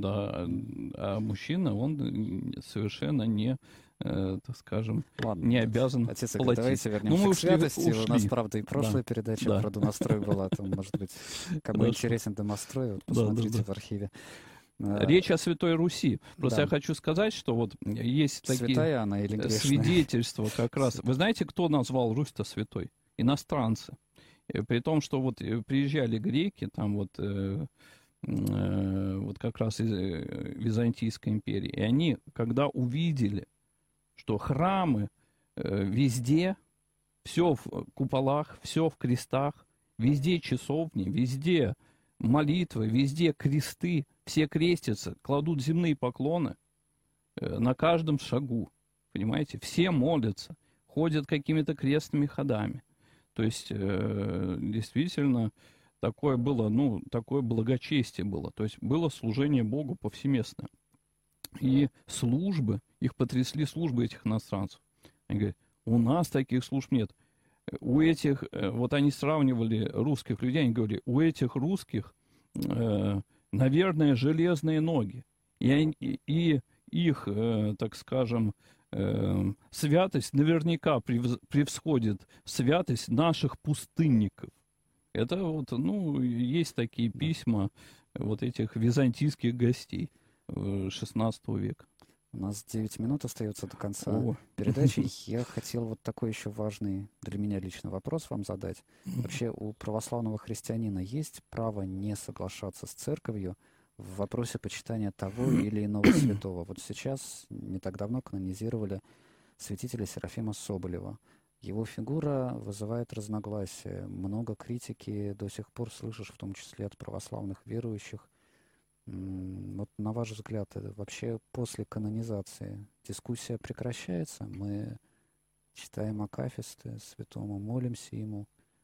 он совершенно не, так скажем, ладно, не обязан отец платить. Давайте вернемся к святости. У нас, правда, и прошлая да. передача про домострой была. Там, может быть, кому интересен домострой, вот посмотрите в архиве. Речь о Святой Руси. Просто я хочу сказать, что вот есть такие она или свидетельства как раз. Вы знаете, кто назвал Русь-то святой? Иностранцы. При том, что вот приезжали греки, там вот как раз из Византийской империи, и они, когда увидели, что храмы везде, все в куполах, все в крестах, везде часовни, везде молитвы, везде кресты, все крестятся, кладут земные поклоны на каждом шагу, понимаете, все молятся, ходят какими-то крестными ходами. То есть, действительно, такое было, ну, такое благочестие было. То есть, было служение Богу повсеместное. И службы, их потрясли службы этих иностранцев. Они говорят, у нас таких служб нет. У этих, вот они сравнивали русских людей, они говорили, у этих русских, наверное, железные ноги. И их, так скажем, святость наверняка превосходит святость наших пустынников. Это вот, ну, есть такие письма вот этих византийских гостей XVI века. У нас 9 минут остается до конца передачи. Я хотел вот такой еще важный для меня лично вопрос вам задать. Вообще у православного христианина есть право не соглашаться с церковью в вопросе почитания того или иного святого? Вот сейчас, не так давно, канонизировали святителя Серафима Соболева. Его фигура вызывает разногласия. Много критики до сих пор слышишь, в том числе от православных верующих. Вот на ваш взгляд, вообще после канонизации дискуссия прекращается? Мы читаем акафисты святому, молимся ему.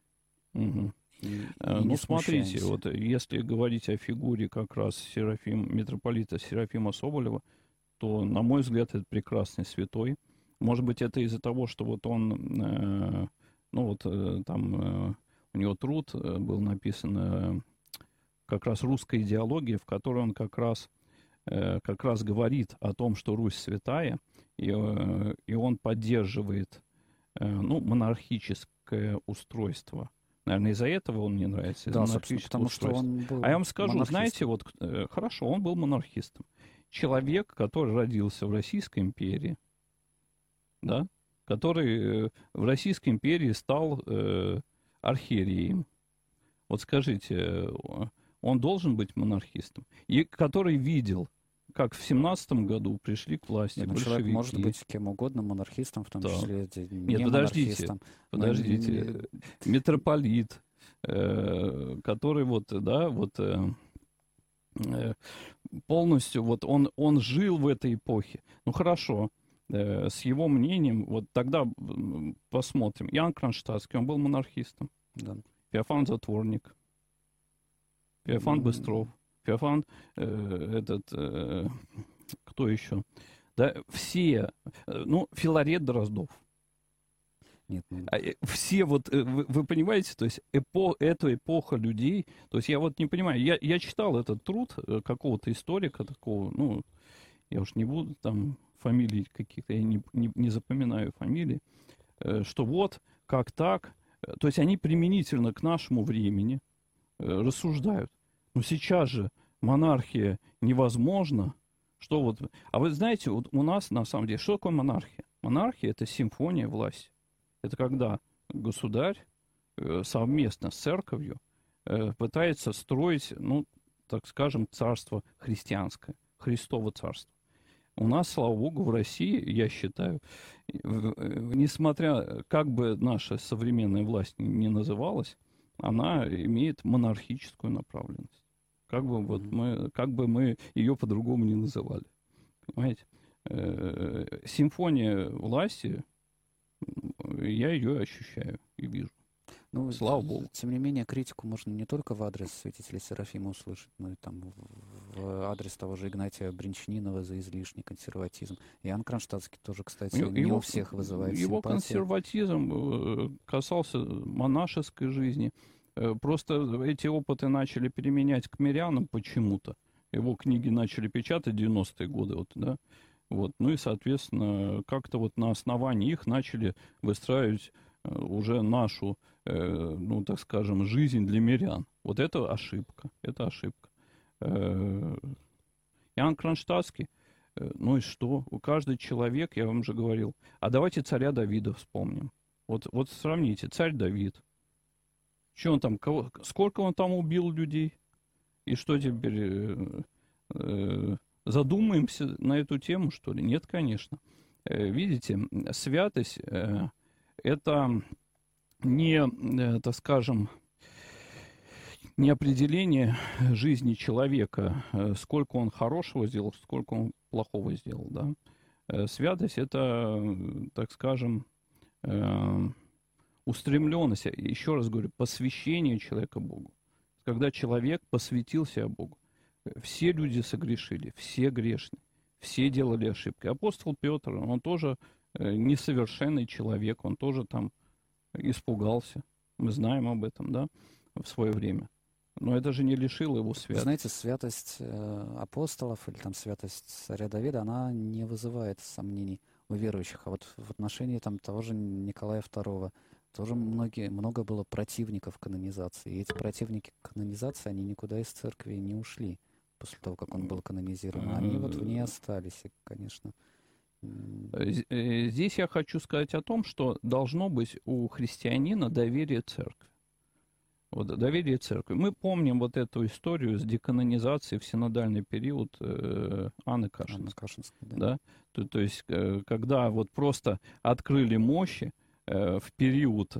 Ну, смотрите, вот если говорить о фигуре как раз митрополита Серафима Соболева, то, на мой взгляд, это прекрасный святой. Может быть, это из-за того, что вот он, ну вот там у него труд был написан как раз «Русская идеология», в которой он как раз говорит о том, что Русь святая, и он поддерживает, ну, монархическое устройство. Наверное, из-за этого он мне нравится. Да, собственно, потому что он был А я вам скажу, знаете, вот, хорошо, он был монархистом. Человек, который родился в Российской империи, да, который в Российской империи стал архиереем. Вот скажите, он должен быть монархистом? И который видел, как в 17-м году пришли к власти большевики. Человек может быть кем угодно, монархистом, в том числе не Нет, подождите. Митрополит, который вот, да, вот полностью, вот он жил в этой эпохе. Ну, хорошо, с его мнением, вот тогда посмотрим. Иоанн Кронштадтский, он был монархистом. Да. Феофан Затворник, Феофан Быстров, Феофан кто еще? Да, все, ну, Филарет Дроздов. Нет, все вот, вы понимаете, то есть эта эпоха людей, то есть я вот не понимаю, я читал этот труд какого-то историка такого, ну, я уж не буду там фамилий каких-то, я не запоминаю фамилии, что вот, как так, то есть они применительно к нашему времени рассуждают. Но сейчас же монархия невозможна. Что вот... А вы знаете, вот у нас на самом деле, что такое монархия? Монархия — это симфония власти. Это когда государь совместно с церковью пытается строить, ну, так скажем, царство христианское, Христово царство. У нас, слава богу, в России, я считаю, несмотря, как бы наша современная власть не называлась, она имеет монархическую направленность. Как бы мы ее по-другому не называли. Понимаете? Симфония власти, я ее ощущаю и вижу. Ну, слава богу. Тем не менее, критику можно не только в адрес святителя Серафима услышать, но и там в адрес того же Игнатия Бринчанинова за излишний консерватизм. Иоанн Кронштадтский тоже, кстати, не у всех вызывает его симпатии. консерватизм касался монашеской жизни. Просто эти опыты начали применять к мирянам почему-то. Его книги начали печатать в 90-е годы, вот, да. Вот. Ну и, соответственно, как-то вот на основании их начали выстраивать уже нашу, ну, так скажем, жизнь для мирян. Вот это ошибка. Это ошибка. Иоанн Кронштадтский, ну и что? У каждого человека, я вам же говорил, а давайте царя Давида вспомним. Вот сравните, царь Давид. Что он там, сколько он там убил людей? И что теперь, задумаемся на эту тему, что ли? Нет, конечно. Видите, святость это не, так скажем, не определение жизни человека, сколько он хорошего сделал, сколько он плохого сделал, да. Святость это, так скажем, устремленность, еще раз говорю, посвящение человека Богу. Когда человек посвятил себя Богу. Все люди согрешили, все грешны, все делали ошибки. Апостол Петр, он тоже несовершенный человек, он тоже там испугался. Мы знаем об этом, да, в свое время. Но это же не лишило его святости. Знаете, святость апостолов или там святость царя Давида, она не вызывает сомнений у верующих. А вот в отношении там того же Николая II тоже много было противников канонизации. И эти противники канонизации, они никуда из церкви не ушли после того, как он был канонизирован. Они вот в ней остались, и, конечно. Здесь я хочу сказать о том, что должно быть у христианина доверие церкви. Вот, доверие церкви. Мы помним вот эту историю с деканонизацией в синодальный период Анны Кашинской. Да? То есть, когда вот просто открыли мощи в период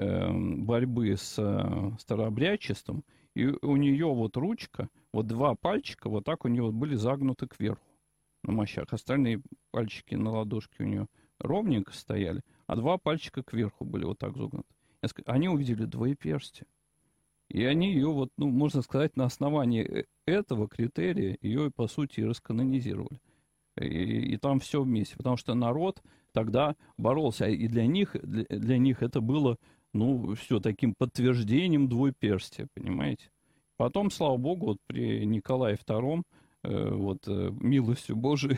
борьбы с старообрядчеством, и у нее вот ручка, вот два пальчика вот так у нее были загнуты кверху на мощах. Остальные пальчики на ладошке у нее ровненько стояли, а два пальчика кверху были вот так загнуты. Они увидели двоеперстие. И они ее, вот, ну, можно сказать, на основании этого критерия ее, по сути, и расканонизировали. И там все вместе. Потому что народ тогда боролся. И для них это было, ну, все таким подтверждением двоеперстия, понимаете? Потом, слава богу, вот при Николае II, вот, милостью Божией,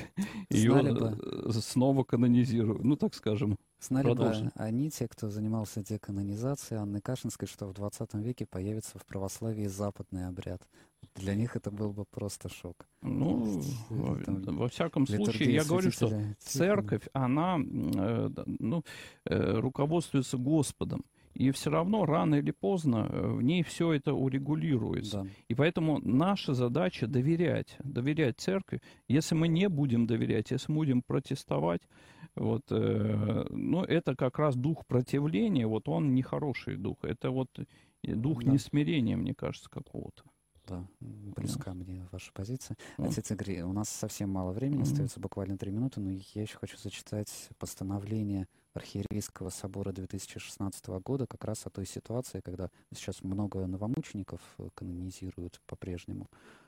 ее снова канонизируют. Ну, так скажем. Знали бы они, те, кто занимался деканонизацией Анны Кашинской, что в 20 веке появится в православии западный обряд. Для них это был бы просто шок. Ну, во всяком случае, я говорю, что церковь, она, ну, руководствуется Господом. И все равно, рано или поздно, в ней все это урегулируется. Да. И поэтому наша задача доверять церкви. Если мы не будем доверять, если мы будем протестовать, вот, ну, это как раз дух противления, вот он нехороший дух. Это вот дух несмирения, мне кажется, какого-то. Да, близка мне ваша позиция. Отец Игорь, у нас совсем мало времени, остается буквально 3 минуты, но я еще хочу зачитать постановление Архиерейского собора 2016 года как раз о той ситуации, когда сейчас много новомучеников канонизируют по-прежнему.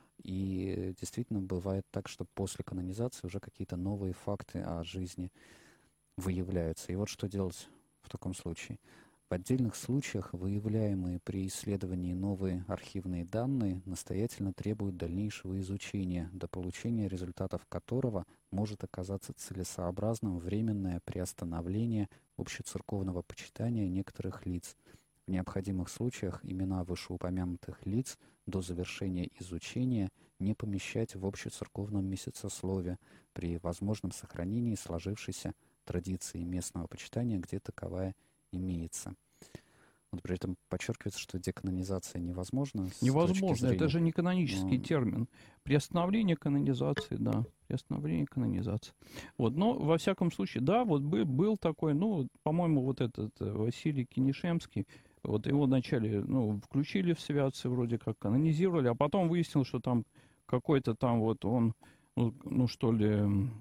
И действительно бывает так, что после канонизации уже какие-то новые факты о жизни выявляются. И вот что делать в таком случае. В отдельных случаях выявляемые при исследовании новые архивные данные настоятельно требуют дальнейшего изучения, до получения результатов которого может оказаться целесообразным временное приостановление общецерковного почитания некоторых лиц. В необходимых случаях имена вышеупомянутых лиц до завершения изучения не помещать в общецерковном месяцеслове при возможном сохранении сложившейся традиции местного почитания, где таковая имеется. Вот при этом подчеркивается, что деканонизация невозможна. Невозможно, это же не канонический термин. Приостановление канонизации, да, приостановление канонизации. Вот, но, во всяком случае, да, вот был такой, ну, по-моему, вот этот Василий Кинешемский, вот его вначале, ну, включили в святцы, вроде как канонизировали, а потом выяснилось, что там какой-то там вот он, ну что ли,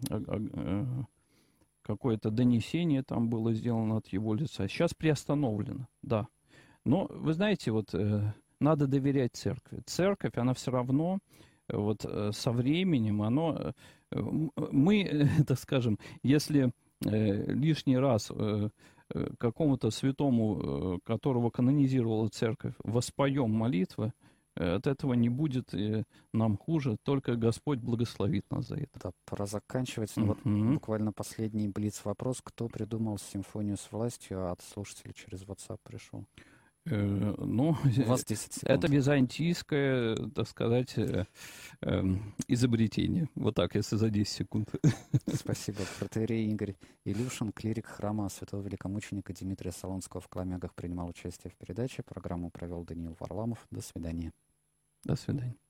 какое-то донесение там было сделано от его лица. Сейчас приостановлено, да. Но, вы знаете, вот надо доверять церкви. Церковь, она все равно вот со временем, мы, так скажем, если лишний раз какому-то святому, которого канонизировала церковь, воспоем молитвы, от этого не будет нам хуже, только Господь благословит нас за это. Да, пора заканчивать. Ну, вот буквально последний блиц-вопрос. Кто придумал симфонию с властью, от слушателей через WhatsApp пришел? Ну, у вас 10 секунд. Это византийское, так сказать, изобретение. Вот так, если за 10 секунд. Спасибо. Протоиерей Игорь Илюшин, клирик храма святого великомученика Дмитрия Солонского в Кламягах, принимал участие в передаче. Программу провел Даниил Варламов. До свидания. До свидания.